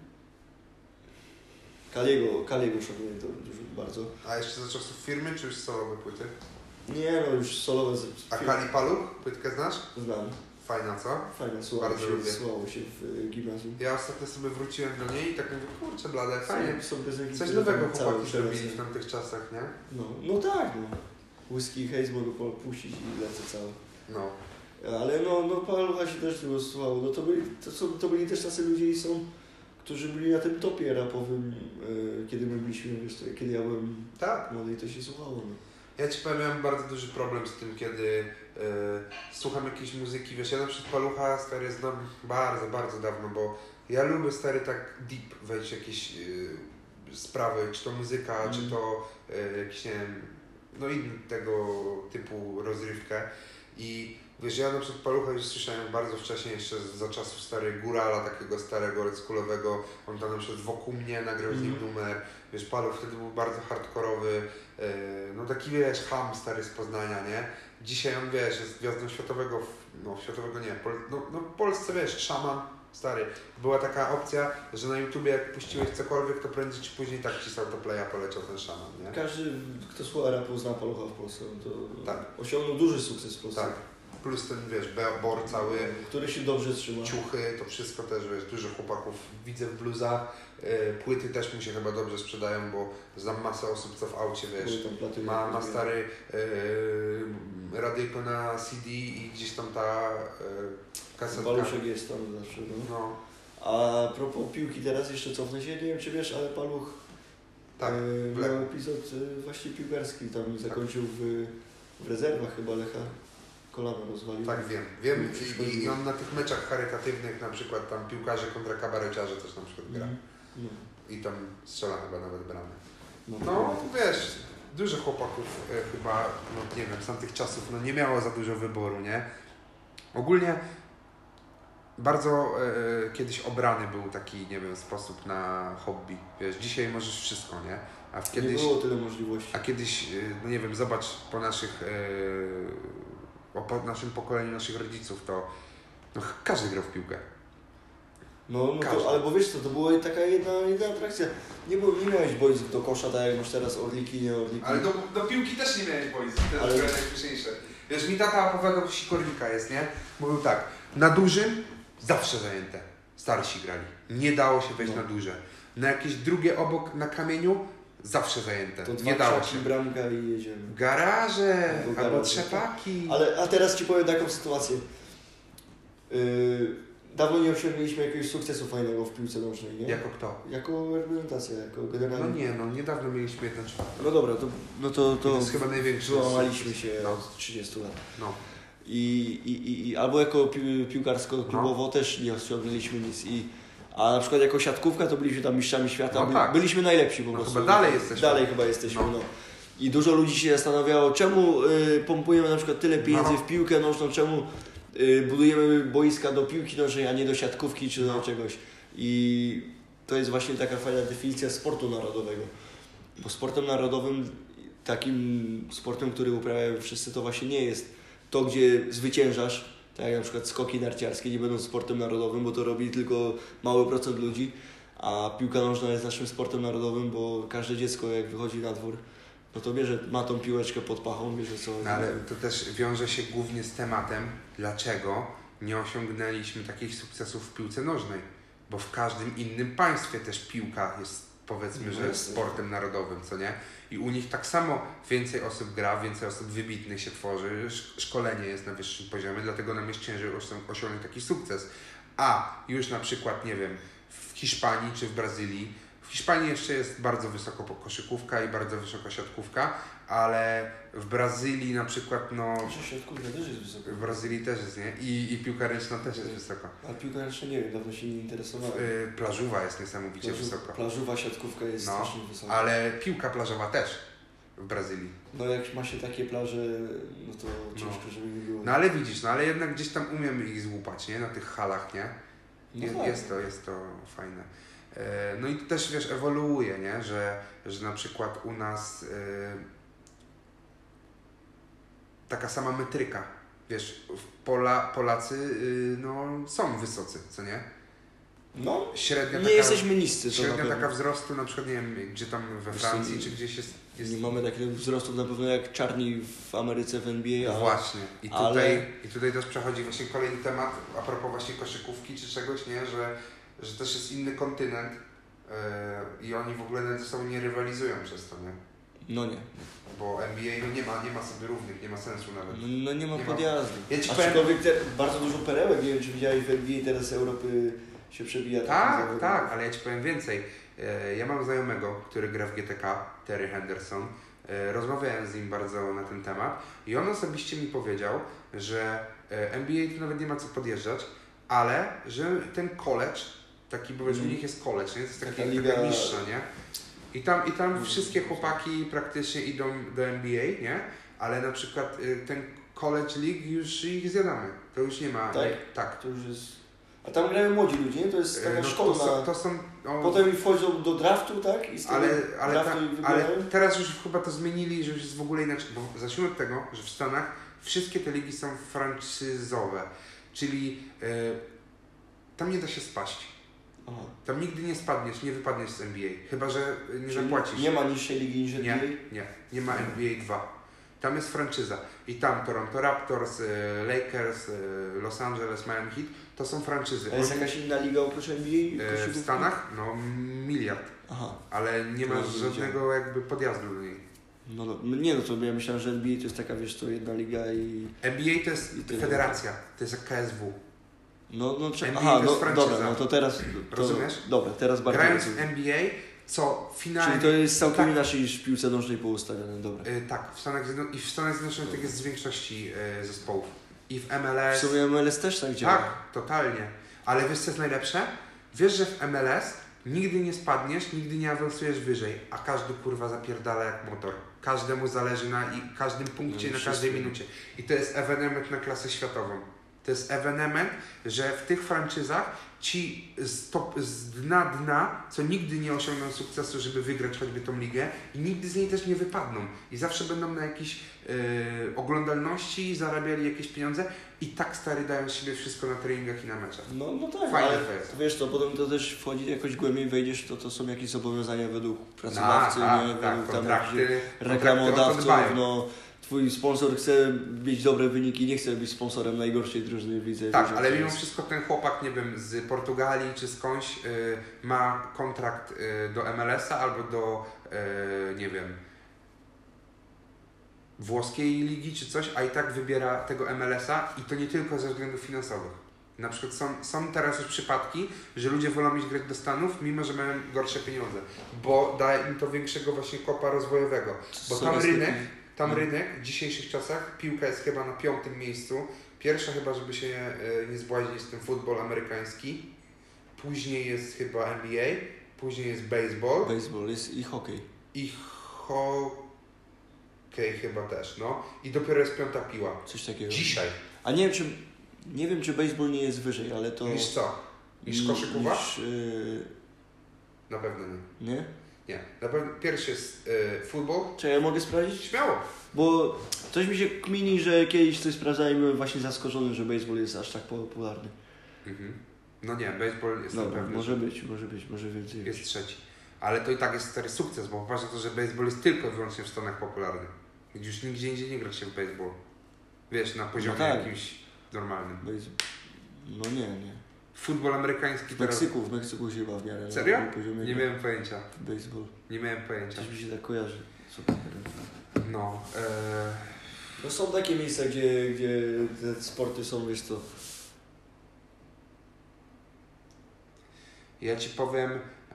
Kaliego szanuję to dużo, bardzo. A jeszcze za czasów firmy, czy już solowe płyty? Nie no, już solowe. A Kali Paluch? Płytkę znasz? Znam. Fajna, co? Fajna, słuchało się w gimnazjum. Ja ostatnio sobie wróciłem do niej i tak mówię, kurczę blade, fajnie. Są piosenki, coś nowego chłopaki zrobili w tamtych czasach, nie? No tak, no. Whisky i Haze mogę puścić i lecę cały. No. Ale Palucha się też tego słuchało. No to byli też tacy ludzie i są, którzy byli na tym topie rapowym, kiedy my byliśmy, wiesz, kiedy ja byłem młody i to się słuchało. No. Ja ci powiem, miałem bardzo duży problem z tym, kiedy słucham jakiejś muzyki, wiesz, ja na przykład Palucha stary znam bardzo, bardzo dawno, bo ja lubię stary tak deep wejść w jakieś sprawy, czy to muzyka, czy to jakiś, nie wiem, no tego typu rozrywkę i wiesz, ja na przykład Palucha już słyszałem bardzo wcześnie, jeszcze za czasów starego Górala, takiego starego, oldschoolowego, on tam na przykład Wokół mnie nagrał z nim numer, wiesz, Paluch wtedy był bardzo hardkorowy, no taki wiesz, ham stary z Poznania, nie? Dzisiaj on, wiesz, jest gwiazdą światowego, w Polsce, wiesz, szaman, stary. Była taka opcja, że na YouTubie jak puściłeś cokolwiek, to prędzej czy później tak ci z autoplaya poleciał ten szaman, nie? Każdy, kto słucha rapu, zna Palucha w Polsce, to tak. Osiągnął duży sukces w Polsce. Tak. Plus ten, wiesz, bor cały, który się dobrze trzyma. Ciuchy, to wszystko też, wiesz, dużo chłopaków widzę w bluzach. Płyty też mu się chyba dobrze sprzedają, bo znam masę osób, co w aucie, wiesz, ma stary radyjko na CD i gdzieś tam ta kasetka. Paluszek jest tam zawsze, no. A propos piłki, teraz jeszcze cofnę się, nie wiem czy wiesz, ale Paluch miał epizod właśnie piłkarski, tam zakończył w rezerwach chyba Lecha. Kolano rozwalił. Tak, wiem. I on na tych meczach charytatywnych, na przykład tam piłkarze kontra kabareciarze też na przykład gra. I tam strzela chyba nawet bramy. No wiesz, dużo chłopaków chyba, no nie wiem, z tamtych czasów, no nie miało za dużo wyboru, nie? Ogólnie bardzo kiedyś obrany był taki, nie wiem, sposób na hobby. Wiesz, dzisiaj możesz wszystko, nie? A kiedyś, nie było tyle możliwości. a kiedyś, no nie wiem, zobacz po po naszym pokoleniu, naszych rodziców, to no, każdy grał w piłkę. No to, ale bo wiesz co, to była taka jedna atrakcja. Nie miałeś boisk do kosza, tak jak masz teraz Orliki, nie Orliki. Ale do piłki też nie miałeś boisk, to jest najśmieszniejsze. Wiesz, mi tata opowiadał, Sikornika jest, nie? Mówił tak, na dużym zawsze zajęte. Starsi grali. Nie dało się wejść na duże. Na jakieś drugie obok, na kamieniu, zawsze zajęte. To nie dało się. Bramka i jedziemy. Garaże, albo trzepaki. A teraz Ci powiem taką sytuację. Dawno nie osiągnęliśmy jakiegoś sukcesu fajnego w piłce nożnej, nie? Jako kto? Jako reprezentacja, jako generalnie. No niedawno mieliśmy 1/4. No dobra, to jest chyba największy. Złamaliśmy się od 30 lat. No. I albo jako piłkarsko-klubowo też nie osiągnęliśmy nic. A na przykład jako siatkówka to byliśmy tam mistrzami świata, No tak. byliśmy najlepsi po prostu. Chyba dalej jesteśmy. Dalej chyba jesteśmy, no. I dużo ludzi się zastanawiało, czemu pompujemy na przykład tyle pieniędzy w piłkę nożną, czemu budujemy boiska do piłki nożnej, a nie do siatkówki czy do czegoś. I to jest właśnie taka fajna definicja sportu narodowego. Bo sportem narodowym, takim sportem, który uprawiają wszyscy, to właśnie nie jest to, gdzie zwyciężasz, tak jak na przykład skoki narciarskie nie będą sportem narodowym, bo to robi tylko mały procent ludzi, a piłka nożna jest naszym sportem narodowym, bo każde dziecko jak wychodzi na dwór, no to ma tą piłeczkę pod pachą, bierze co... No, ale to też wiąże się głównie z tematem, dlaczego nie osiągnęliśmy takich sukcesów w piłce nożnej. Bo w każdym innym państwie też piłka jest, powiedzmy, że sportem narodowym, co nie? I u nich tak samo więcej osób gra, więcej osób wybitnych się tworzy, szkolenie jest na wyższym poziomie, dlatego nam jest ciężej osiągnąć taki sukces. A już na przykład, nie wiem, w Hiszpanii czy w Brazylii, w Hiszpanii jeszcze jest bardzo wysoko koszykówka i bardzo wysoko siatkówka, ale w Brazylii na przykład, no... Siatkówka też jest wysoko. W Brazylii też jest, nie? I piłka ręczna też jest wysoko. A piłka ręczna nie wiem, dawno się nie interesowałem. Plażówa jest niesamowicie wysoko. Plażówa, siatkówka jest strasznie wysoka. Ale piłka plażowa też w Brazylii. No jak ma się takie plaże, no to ciężko, żeby nie było. No ale widzisz, ale jednak gdzieś tam umiemy ich złupać, nie? Na tych halach, nie? Jest to fajne. No i to też, wiesz, ewoluuje, nie? Że na przykład u nas taka sama metryka, wiesz, Polacy są wysocy, co nie? No, średnia nie taka, jesteśmy niscy. Średnia taka wzrostu, na przykład, nie wiem, gdzie tam we Francji, czy gdzieś jest... Nie mamy takiego wzrostu na pewno jak czarni w Ameryce, w NBA. Właśnie. I tutaj też przechodzi właśnie kolejny temat, a propos właśnie koszykówki czy czegoś, nie? Że też jest inny kontynent i oni w ogóle ze sobą nie rywalizują przez to, nie? No nie. Bo NBA nie ma sobie równych, nie ma sensu nawet. No nie ma podjazdu. Aczkolwiek bardzo dużo perełek, nie wiem czy widziałeś w NBA teraz Europy się przebija. Tak, ale ja Ci powiem więcej. Ja mam znajomego, który gra w GTK, Terry Henderson. Rozmawiałem z nim bardzo na ten temat i on osobiście mi powiedział, że NBA to nawet nie ma co podjeżdżać, ale że ten college, taki powiedzmy, u nich jest college, nie? To jest taka niższa, nie? I tam wszystkie chłopaki praktycznie idą do NBA, nie? Ale na przykład ten college league już ich zjadamy. To już nie ma. Tak. To już jest... A tam grają młodzi ludzie, nie? To jest taka szkolna. To są, potem wchodzą do draftu, tak? I z tego ale teraz już chyba to zmienili, że już jest w ogóle inaczej. Bo zacznijmy od tego, że w Stanach wszystkie te ligi są franczyzowe. Czyli tam nie da się spaść. Aha. Tam nigdy nie spadniesz, nie wypadniesz z NBA. Chyba że nie zapłacisz. Nie ma niższej ligi niż NBA? Nie ma NBA 2. Tam jest franczyza. I tam Toronto Raptors, Lakers, Los Angeles, Miami Heat, to są franczyzy. A jest jakaś inna liga oprócz NBA? W Stanach? No miliard. Aha. Ale nie ma żadnego jakby podjazdu do niej. No to ja myślałem, że NBA to jest taka, wiesz co, jedna liga i... NBA to jest federacja, to jest jak KSW. NBA to jest franczyza. Dobra, no to teraz... Rozumiesz? Dobra, teraz bardzo... Grając w NBA, co finalnie... Czyli to jest całkiem inaczej niż w piłce nożnej poustawione, dobra. Tak, w Stanach Zjednoczonych tak jest z większości zespołów. I w MLS... W sumie MLS też tak działa. Tak, totalnie. Ale wiesz co jest najlepsze? Wiesz, że w MLS nigdy nie spadniesz, nigdy nie awansujesz wyżej, a każdy kurwa zapierdala jak motor. Każdemu zależy na każdym punkcie, na każdej minucie. I to jest ewenement na klasę światową. to jest ewenement, że w tych franczyzach ci z dna, co nigdy nie osiągną sukcesu, żeby wygrać choćby tą ligę i nigdy z niej też nie wypadną i zawsze będą na jakiejś oglądalności, zarabiali jakieś pieniądze i tak stary dają siebie wszystko na treningach i na meczach. No tak, fajne ale to jest. wiesz to, potem to też wchodzi, jakoś głębiej wejdziesz, to są jakieś zobowiązania według pracodawcy, nie? Według tam reklamodawców, no. Twój sponsor chce mieć dobre wyniki, nie chce być sponsorem najgorszej drużyny w lidze. Tak, ale mimo wszystko ten chłopak, nie wiem, z Portugalii czy skądś ma kontrakt do MLS-a albo do, nie wiem, włoskiej ligi czy coś, a i tak wybiera tego MLS-a i to nie tylko ze względów finansowych. Na przykład są teraz już przypadki, że ludzie wolą iść grać do Stanów, mimo że mają gorsze pieniądze, bo daje im to większego właśnie kopa rozwojowego, bo tam rynek w dzisiejszych czasach, piłka jest chyba na 5. miejscu. Pierwsza chyba, żeby się nie zbłaźnić, jest ten futbol amerykański. Później jest chyba NBA, później jest baseball. Baseball jest i hokej. I hokej chyba też, no. I dopiero jest 5. piła. Coś takiego. Dzisiaj. A nie wiem, czy baseball nie jest wyżej, ale to... Niż co? Niż koszykowa? Niż, Na pewno nie. Nie? Nie. Na pewno pierwszy jest futbol. Czy ja mogę sprawdzić? Śmiało. Bo coś mi się kmini, że kiedyś coś sprawdzałem i byłem właśnie zaskoczony, że baseball jest aż tak popularny. Mhm. No nie, baseball jest na pewno. Może więcej. Jest trzeci. Ale to i tak jest stary sukces, bo uważam to, że baseball jest tylko i wyłącznie w Stanach popularny. Już nigdzie indziej nie gra się w baseball. Wiesz, na poziomie jakimś normalnym. No nie. Futbol amerykański w Meksyku się chyba w miarę. Serio? Nie miałem pojęcia. Baseball. Nie miałem pojęcia. Coś mi się tak kojarzy. No. No są takie miejsca, gdzie te sporty są, wiesz co. Ja ci powiem.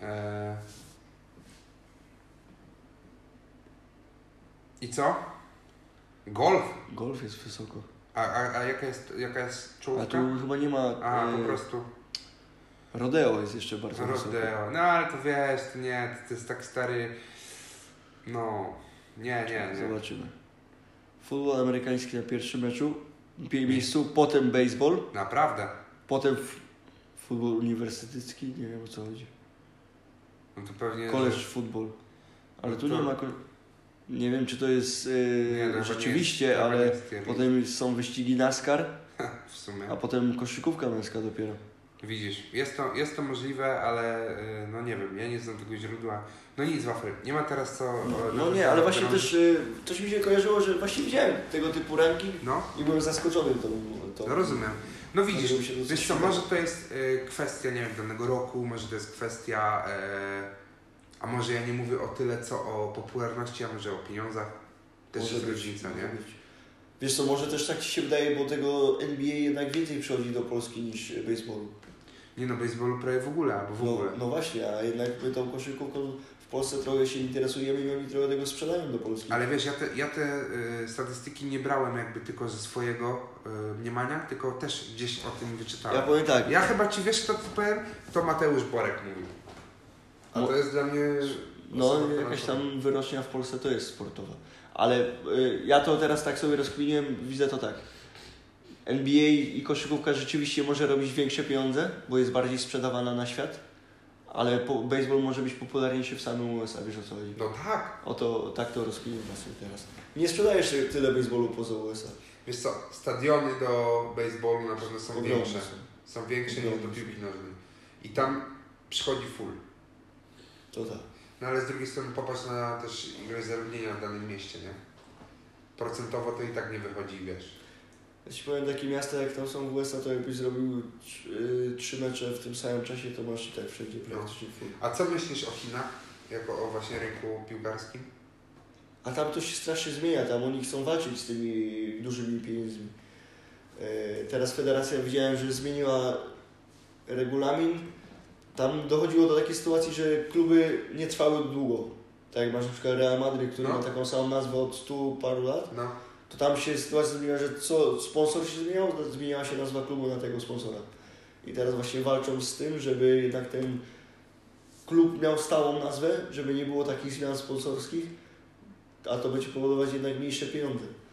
I co? Golf? Golf jest wysoko. A jaka jest czołówka? A tu chyba nie ma... po prostu... Rodeo jest jeszcze bardzo wysoko. No ale to wiesz, to jest tak stary... No... Nie. Zobaczymy. Futbol amerykański na pierwszym miejscu, potem baseball. Naprawdę? Potem futbol uniwersytecki, nie wiem o co chodzi. No to pewnie... College football. Ale tu nie ma... Nie wiem, czy to jest rzeczywiście, ale potem są wyścigi NASCAR, w sumie. A potem koszykówka męska dopiero. Widzisz, jest to możliwe, ale no nie wiem, ja nie znam tego źródła. No nic, wafry, nie ma teraz co... No nie, ale właśnie też coś mi się kojarzyło, że właśnie widziałem tego typu ranking i byłem zaskoczony tą. No rozumiem. No widzisz, wiesz co, może to jest kwestia, nie wiem, danego roku, może to jest kwestia... A może ja nie mówię o tyle, co o popularności, a może o pieniądzach. Też jest różnica, nie? Wiesz co, może też tak Ci się wydaje, bo tego NBA jednak więcej przychodzi do Polski niż baseballu. Nie no, baseballu prawie w ogóle, albo w ogóle. No właśnie, a jednak my tą koszykówką w Polsce trochę się interesujemy i oni trochę tego sprzedają do Polski. Ale wiesz, ja te statystyki nie brałem jakby tylko ze swojego mniemania, tylko też gdzieś o tym wyczytałem. Ja powiem tak. Ja chyba Ci wiesz, kto powiem? To Mateusz Borek mówił. A to jest dla mnie... No, jakaś tam wyrocznia w Polsce to jest sportowa. Ale ja to teraz tak sobie rozkminiłem, widzę to tak. NBA i koszykówka rzeczywiście może robić większe pieniądze, bo jest bardziej sprzedawana na świat, ale baseball może być popularniejszy w samym USA, wiesz o co chodzi? No tak. Tak to rozkminiłem sobie teraz. Nie sprzedajesz tyle baseballu poza USA. Wiesz co, stadiony do baseballu na pewno są większe. Są większe niż do piłki nożnej. I tam przychodzi full. To tak. No ale z drugiej strony popatrz na też ilość zaludnienia w danym mieście, nie? Procentowo to i tak nie wychodzi, wiesz. Ja Ci powiem, takie miasta jak tam są w USA, to jakbyś zrobił 3 mecze w tym samym czasie, to masz i tak wszędzie praktycznie full. A co myślisz o Chinach, jako o właśnie rynku piłkarskim? A tam to się strasznie zmienia, tam oni chcą walczyć z tymi dużymi pieniędzmi. Teraz federacja, widziałem, że zmieniła regulamin. Tam dochodziło do takiej sytuacji, że kluby nie trwały długo. Tak jak masz na przykład Real Madrid, który ma taką samą nazwę od 100 paru lat, to tam się sytuacja zmieniła, że sponsor się zmieniał, zmieniała się nazwa klubu na tego sponsora. I teraz właśnie walczą z tym, żeby jednak ten klub miał stałą nazwę, żeby nie było takich zmian sponsorskich, a to będzie powodować jednak mniejsze pieniądze.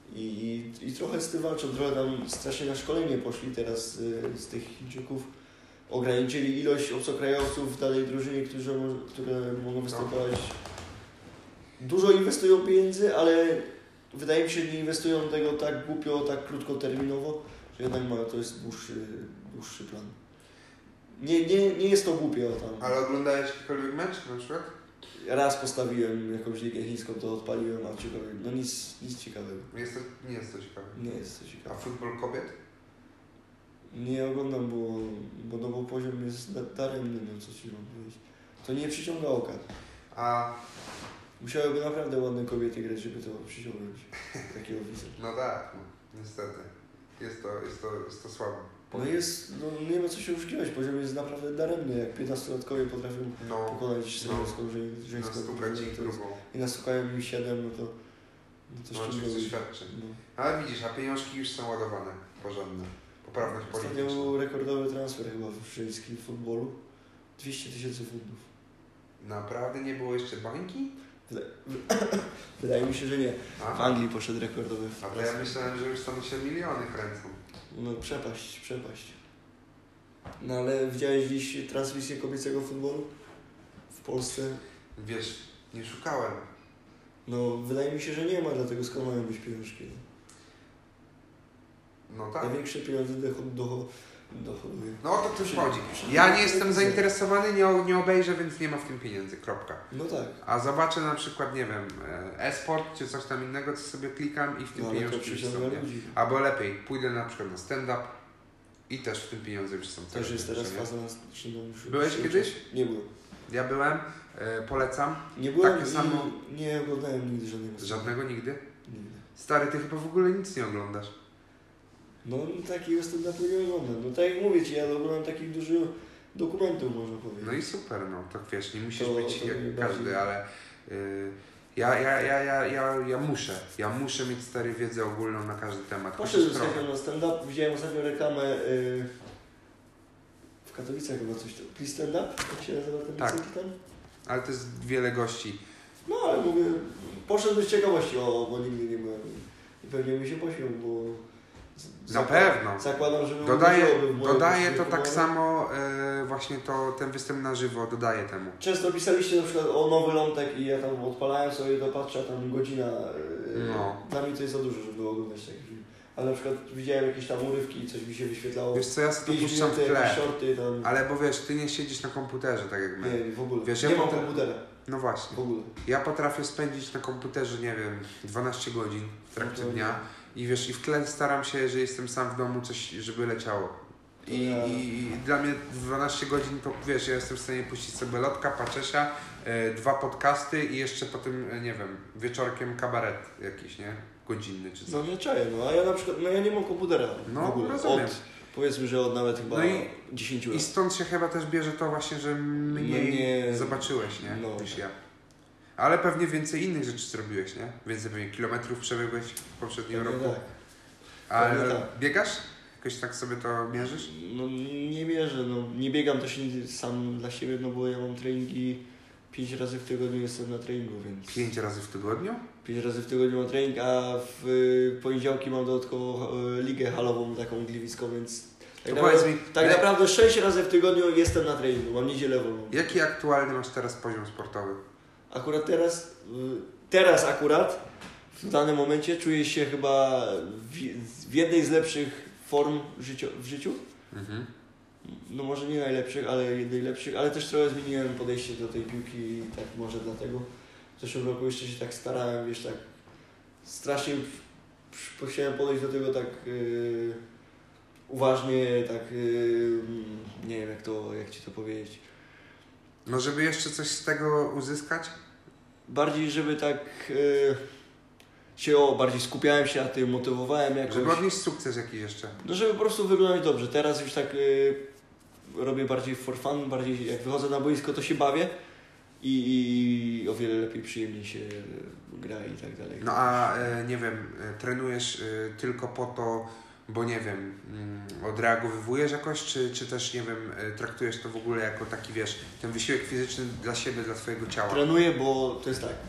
I trochę z tym walczą, trochę tam strasznie na szkolenie poszli teraz z tych Chińczyków. Ograniczyli ilość obcokrajowców w danej drużynie, które mogą występować. Dużo inwestują pieniędzy, ale wydaje mi się, że nie inwestują tego tak głupio, tak krótkoterminowo, że jednak to jest dłuższy plan. Nie jest to głupio tam. Ale oglądałeś jakikolwiek mecz na przykład? Raz postawiłem jakąś ligę chińską, to odpaliłem, a no nic ciekawego. Nie jest to ciekawe. Nie jest to ciekawe. A futbol kobiet? Nie oglądam, bo poziom jest daremny, no co ci mam powiedzieć. To nie przyciąga oka. A... Musiałyby naprawdę ładne kobiety grać, żeby to przyciągnąć takiego widza. No tak, no, niestety. Jest to słabe. Nie ma co się oszukiwać, poziom jest naprawdę daremny. Jak 15-latkowie potrafią pokonać seniorsko żeńską i nastukają im 7, no to oczywiście świadczy. No. Ale widzisz, a pieniążki już są ładowane, porządne. Poprawność polityczna. Ostatnio był rekordowy transfer chyba w żeńskim futbolu. 200 000 funtów. Naprawdę nie było jeszcze bańki? Wydaje mi się, że nie. W Anglii poszedł rekordowy transfer. A ja myślałem, że już tam się miliony kręcą. No przepaść. No ale widziałeś dziś transmisję kobiecego futbolu w Polsce? Wiesz, nie szukałem. No wydaje mi się, że nie ma, dlatego skąd mają być pieniążki. No tak. Największe pieniądze dochodują. No o to też chodzi. Ja nie jestem zainteresowany, nie obejrzę, więc nie ma w tym pieniędzy, kropka. No tak. A zobaczę na przykład, nie wiem, e-sport czy coś tam innego, co sobie klikam i w tym pieniążki już są. Albo lepiej, pójdę na przykład na stand-up i też w tym pieniądze już są. Też jest teraz faza. Byłeś kiedyś? Nie byłem. Ja byłem, polecam. Nie byłem takie samo... nie oglądałem nigdy żadnego. Żadnego nigdy? Nigdy. Stary, ty chyba w ogóle nic nie oglądasz. No takiego stand-upu nie oglądam. No tak jak mówię ci, ja oglądam takich dużych dokumentów, można powiedzieć. No i super, no to wiesz, nie musisz być jak każdy, ale ja muszę mieć stary wiedzę ogólną na każdy temat. Poszedłem na stand-up, widziałem ostatnio reklamę w Katowicach chyba coś tam. Please stand up? Jak się nazywa ten tak. tam? Ale to jest wiele gości. No ale mówię, poszedłem z ciekawości, bo nigdy nie byłem i pewnie mi się pośmiał, bo na pewno. Zakładam, że dodaje to tak samo właśnie ten występ na żywo dodaje temu. Często pisaliście na przykład o Nowy Lątek i ja tam odpalałem sobie to patrzę, tam godzina. Dla mnie to jest za dużo, żeby oglądać taki film. Ale na przykład widziałem jakieś tam urywki i coś mi się wyświetlało. Wiesz co, ja sobie to puszczam w tle. Shorty, tam. Ale bo wiesz, ty nie siedzisz na komputerze tak jak my. Nie, w ogóle. Wiesz, nie mam komputera. No właśnie. W ogóle. Ja potrafię spędzić na komputerze, nie wiem, 12 godzin w trakcie dnia. I wiesz, i w tle staram się, że jestem sam w domu, coś, żeby leciało. I dla mnie 12 godzin to, wiesz, ja jestem w stanie puścić sobie Lotka, Paczesia, 2 podcasty i jeszcze potem, nie wiem, wieczorkiem kabaret jakiś, nie? Godzinny czy coś. No nie czaję, a ja na przykład, ja nie mam komputera no, w ogóle. Rozumiem. Powiedzmy, że od nawet chyba 10 lat. I stąd się chyba też bierze to właśnie, że mniej zobaczyłeś, nie? Niż ja. Ale pewnie więcej innych rzeczy zrobiłeś, nie? Więcej pewnie kilometrów przebiegłeś w poprzednim roku. Tak. Ale biegasz? Jakoś tak sobie to mierzysz? No nie mierzę, nie biegam też sam dla siebie, bo ja mam treningi 5 razy w tygodniu jestem na treningu, więc... 5 razy w tygodniu? 5 razy w tygodniu mam trening, a w poniedziałki mam dodatkowo ligę halową taką gliwicką, więc... Tak naprawdę 6 razy w tygodniu jestem na treningu, mam niedzielę wolną. Jaki aktualny masz teraz poziom sportowy? Akurat teraz w danym momencie czuję się chyba w jednej z lepszych form w życiu. Mhm. No może nie najlepszych, ale jednej lepszych, ale też trochę zmieniłem podejście do tej piłki i tak może dlatego. W zeszłym roku jeszcze się tak starałem, wiesz, tak strasznie chciałem podejść do tego tak uważnie, tak nie wiem jak ci to powiedzieć. No żeby jeszcze coś z tego uzyskać? Bardziej, żeby tak bardziej skupiałem się na tym, motywowałem jakoś. Żeby odnieść sukces jakiś jeszcze. No żeby po prostu wyglądać dobrze. Teraz już tak robię bardziej for fun, bardziej jak wychodzę na boisko to się bawię i o wiele lepiej, przyjemniej się gra i tak dalej. No a nie wiem, trenujesz tylko po to, bo nie wiem, odreagowywujesz jakoś, czy też nie wiem, traktujesz to w ogóle jako taki, wiesz, ten wysiłek fizyczny dla siebie, dla swojego ciała? Trenuję, bo to jest tak,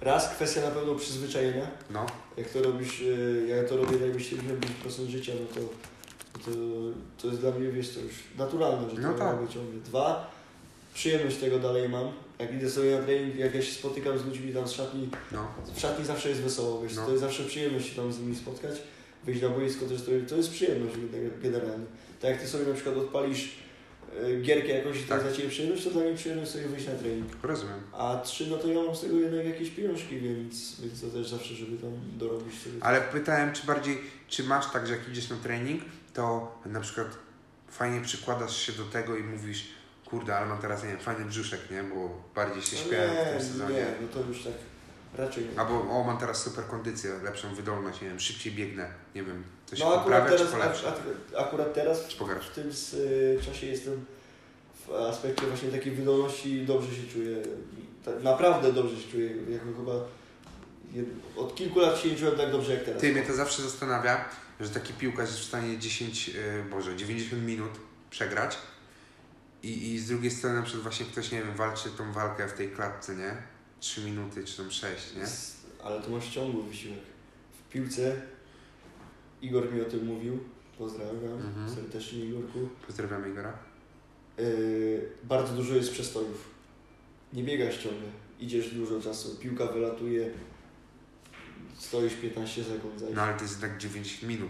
raz kwestia na pewno przyzwyczajenia. No. Jak to robisz, ja to robię najwyżej 95% życia, no to jest dla mnie, wiesz, to już naturalne, że to robię ciągle. 2, przyjemność tego dalej mam. Jak idę sobie na trening, jak ja się spotykam z ludźmi tam z szatni, w szatni zawsze jest wesoło, wiesz, to jest zawsze przyjemność się tam z nimi spotkać. Wyjść na boisko też to jest przyjemność generalnie. Tak jak ty sobie na przykład odpalisz gierkę jakąś i to jest dla ciebie przyjemność, to dla mnie przyjemność sobie wyjść na trening. Rozumiem. A 3, no to ja mam z tego jednak jakieś pieniążki, więc to też zawsze, żeby tam dorobić sobie. Ale pytałem, czy masz tak, że jak idziesz na trening, to na przykład fajnie przykładasz się do tego i mówisz, kurde, ale mam teraz, nie wiem, fajny brzuszek, nie? Bo bardziej się śpię w tym sezonie. Nie, no to już tak raczej nie. Albo mam teraz super kondycję, lepszą wydolność, nie wiem, szybciej biegnę, nie wiem, coś poprawiać, czy polepszyć? Akurat teraz czy pogarsz? w tym czasie jestem w aspekcie właśnie takiej wydolności dobrze się czuję. Naprawdę dobrze się czuję. Jako chyba od kilku lat się nie czułem tak dobrze jak teraz. Mnie to zawsze zastanawia, że taki piłkarz jest w stanie 90 minut przegrać i z drugiej strony na przykład właśnie ktoś, nie wiem, walczy tą walkę w tej klatce, nie? 3 minuty czy tam 6, nie? Ale to masz ciągły wysiłek. W piłce Igor mi o tym mówił. Pozdrawiam serdecznie, Igorku. Pozdrawiam Igora. Bardzo dużo jest przestojów. Nie biegasz ciągle. Idziesz dużo czasu. Piłka wylatuje. Stoisz 15 sekund. No ale to jest jednak 90 minut.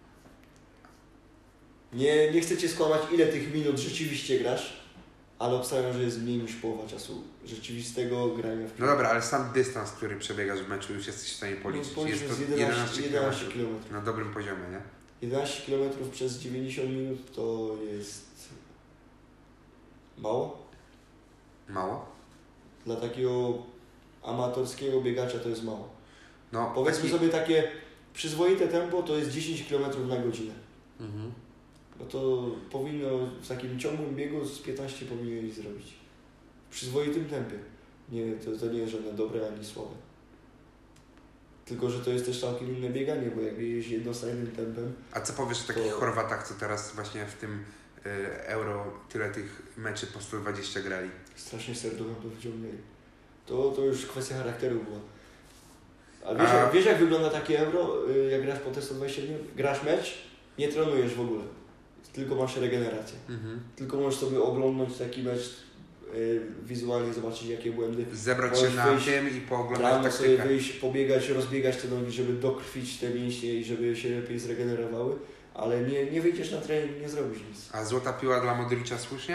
Nie chcę cię skłamać, ile tych minut rzeczywiście grasz, ale obstawiam, że jest mniej niż połowa czasu rzeczywistego grania w piłkę. No dobra, ale sam dystans, który przebiegasz w meczu, już jesteś w stanie policzyć. Jest to 11 km. Na dobrym poziomie, nie? 11 km przez 90 minut to jest mało? Mało? Dla takiego amatorskiego biegacza to jest mało. No, powiedzmy sobie takie przyzwoite tempo to jest 10 km na godzinę. No to powinno w takim ciągłym biegu z 15 powinieneś zrobić. W przyzwoitym tempie. Nie, to nie jest żadne dobre ani słabe. Tylko, że to jest też całkiem inne bieganie, bo jak biegiesz jednostajnym tempem... A co powiesz o takich Chorwatach, co teraz właśnie w tym Euro tyle tych meczy po 120 grali? Strasznie serduchem to wyciągnęli. To już kwestia charakteru była. A wiesz jak wygląda takie Euro, jak grasz po te 120 dni? Grasz mecz, nie trenujesz w ogóle. Tylko masz regenerację. Tylko możesz sobie oglądnąć taki mecz, wizualnie zobaczyć jakie błędy. Zebrać się na tym i pooglądać taktykę. Sobie wyjść, pobiegać, rozbiegać te nogi, żeby dokrwić te mięśnie i żeby się lepiej zregenerowały. Ale nie wyjdziesz na trening, nie zrobisz nic. A złota piła dla Modricza słusznie?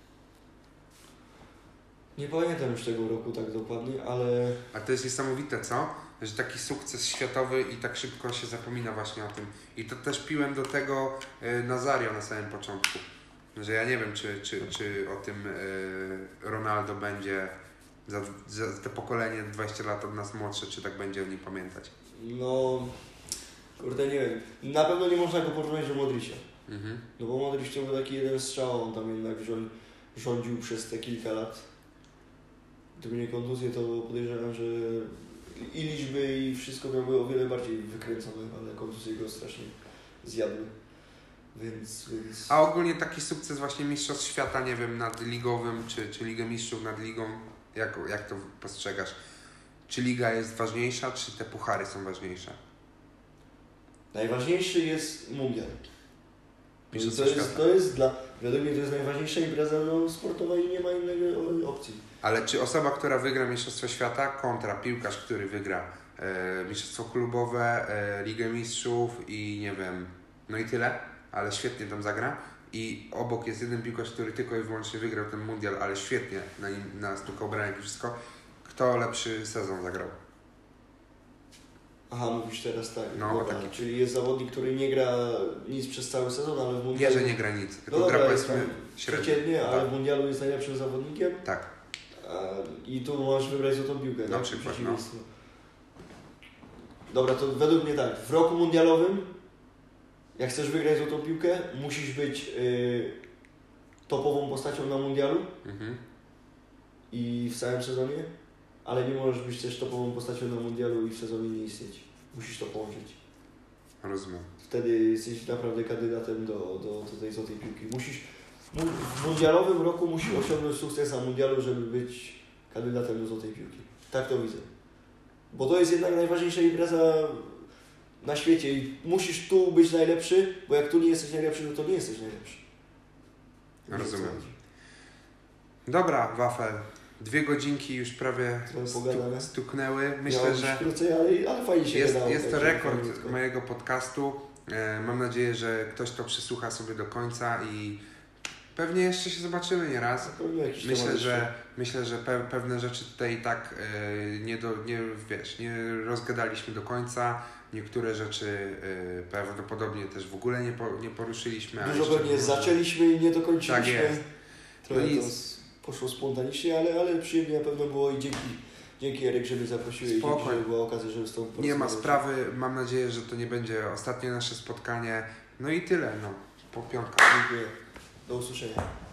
Nie pamiętam już tego roku tak dokładnie, ale... A to jest niesamowite, co? Że taki sukces światowy i tak szybko się zapomina właśnie o tym. I to też piłem do tego Nazario na samym początku. Że ja nie wiem, czy o tym Ronaldo będzie za te pokolenie 20 lat od nas młodsze, czy tak będzie o nim pamiętać. No, kurde, nie wiem. Na pewno nie można go porównać do Modricia. No bo Modric ciągle taki jeden strzał, on tam jednak rządził przez te kilka lat. Gdyby nie kontuzje, to podejrzewam, że i liczby i wszystko miały o wiele bardziej wykręcone, ale kontuzje go strasznie zjadły. Więc... A ogólnie taki sukces właśnie Mistrzostw Świata, nie wiem, nad ligowym, czy Ligę Mistrzów nad ligą, jak to postrzegasz? Czy liga jest ważniejsza, czy te puchary są ważniejsze? Najważniejszy jest mundial. Według mnie to jest najważniejsze impreza sportowa i nie ma innej opcji. Ale czy osoba, która wygra Mistrzostwo Świata kontra piłkarz, który wygra Mistrzostwo Klubowe, Ligę Mistrzów i nie wiem, no i tyle, ale świetnie tam zagra i obok jest jeden piłkarz, który tylko i wyłącznie wygrał ten mundial, ale świetnie nastukał bramek i wszystko, kto lepszy sezon zagrał? Aha, mówisz teraz tak. No, dobra, taki. Czyli jest zawodnik, który nie gra nic przez cały sezon, ale w mundialu... Nie, że nie gra nic, tylko no gra dobra, powiedzmy średnio. Przeciętnie, ale w mundialu jest najlepszym zawodnikiem. Tak. I tu możesz wybrać złotą piłkę. Na tak? przykład, Dobra, to według mnie tak. W roku mundialowym, jak chcesz wygrać złotą piłkę, musisz być topową postacią na mundialu i w całym sezonie, ale nie możesz być też topową postacią na mundialu i w sezonie nie istnieć. Musisz to połączyć. Rozumiem. Wtedy jesteś naprawdę kandydatem do tej złotej piłki. W mundialowym roku musisz osiągnąć sukces na mundialu, żeby być kandydatem do złotej piłki. Tak to widzę. Bo to jest jednak najważniejsza impreza na świecie i musisz tu być najlepszy, bo jak tu nie jesteś najlepszy, no to nie jesteś najlepszy. Rozumiem. Dobra, Wafel. 2 godzinki już prawie stuknęły. Myślę, że krócej, ale fajnie się jest, gadało, jest to rekord mojego podcastu. Mam nadzieję, że ktoś to przysłucha sobie do końca i pewnie jeszcze się zobaczymy nieraz. Myślę, że pewne rzeczy tutaj i tak nie rozgadaliśmy do końca. Niektóre rzeczy prawdopodobnie też w ogóle nie poruszyliśmy. Dużo pewnie zaczęliśmy i nie dokończyliśmy. Tak jest. Trochę to poszło spontanicznie, ale przyjemnie na pewno było i dzięki Eryk, że mnie zaprosiłeś i dzięki, że była okazja, żeby z Tobą porozmawiać. Nie ma sprawy. Mam nadzieję, że to nie będzie ostatnie nasze spotkanie. No i tyle. Po piątkach. Dziękuję. Do usłyszenia.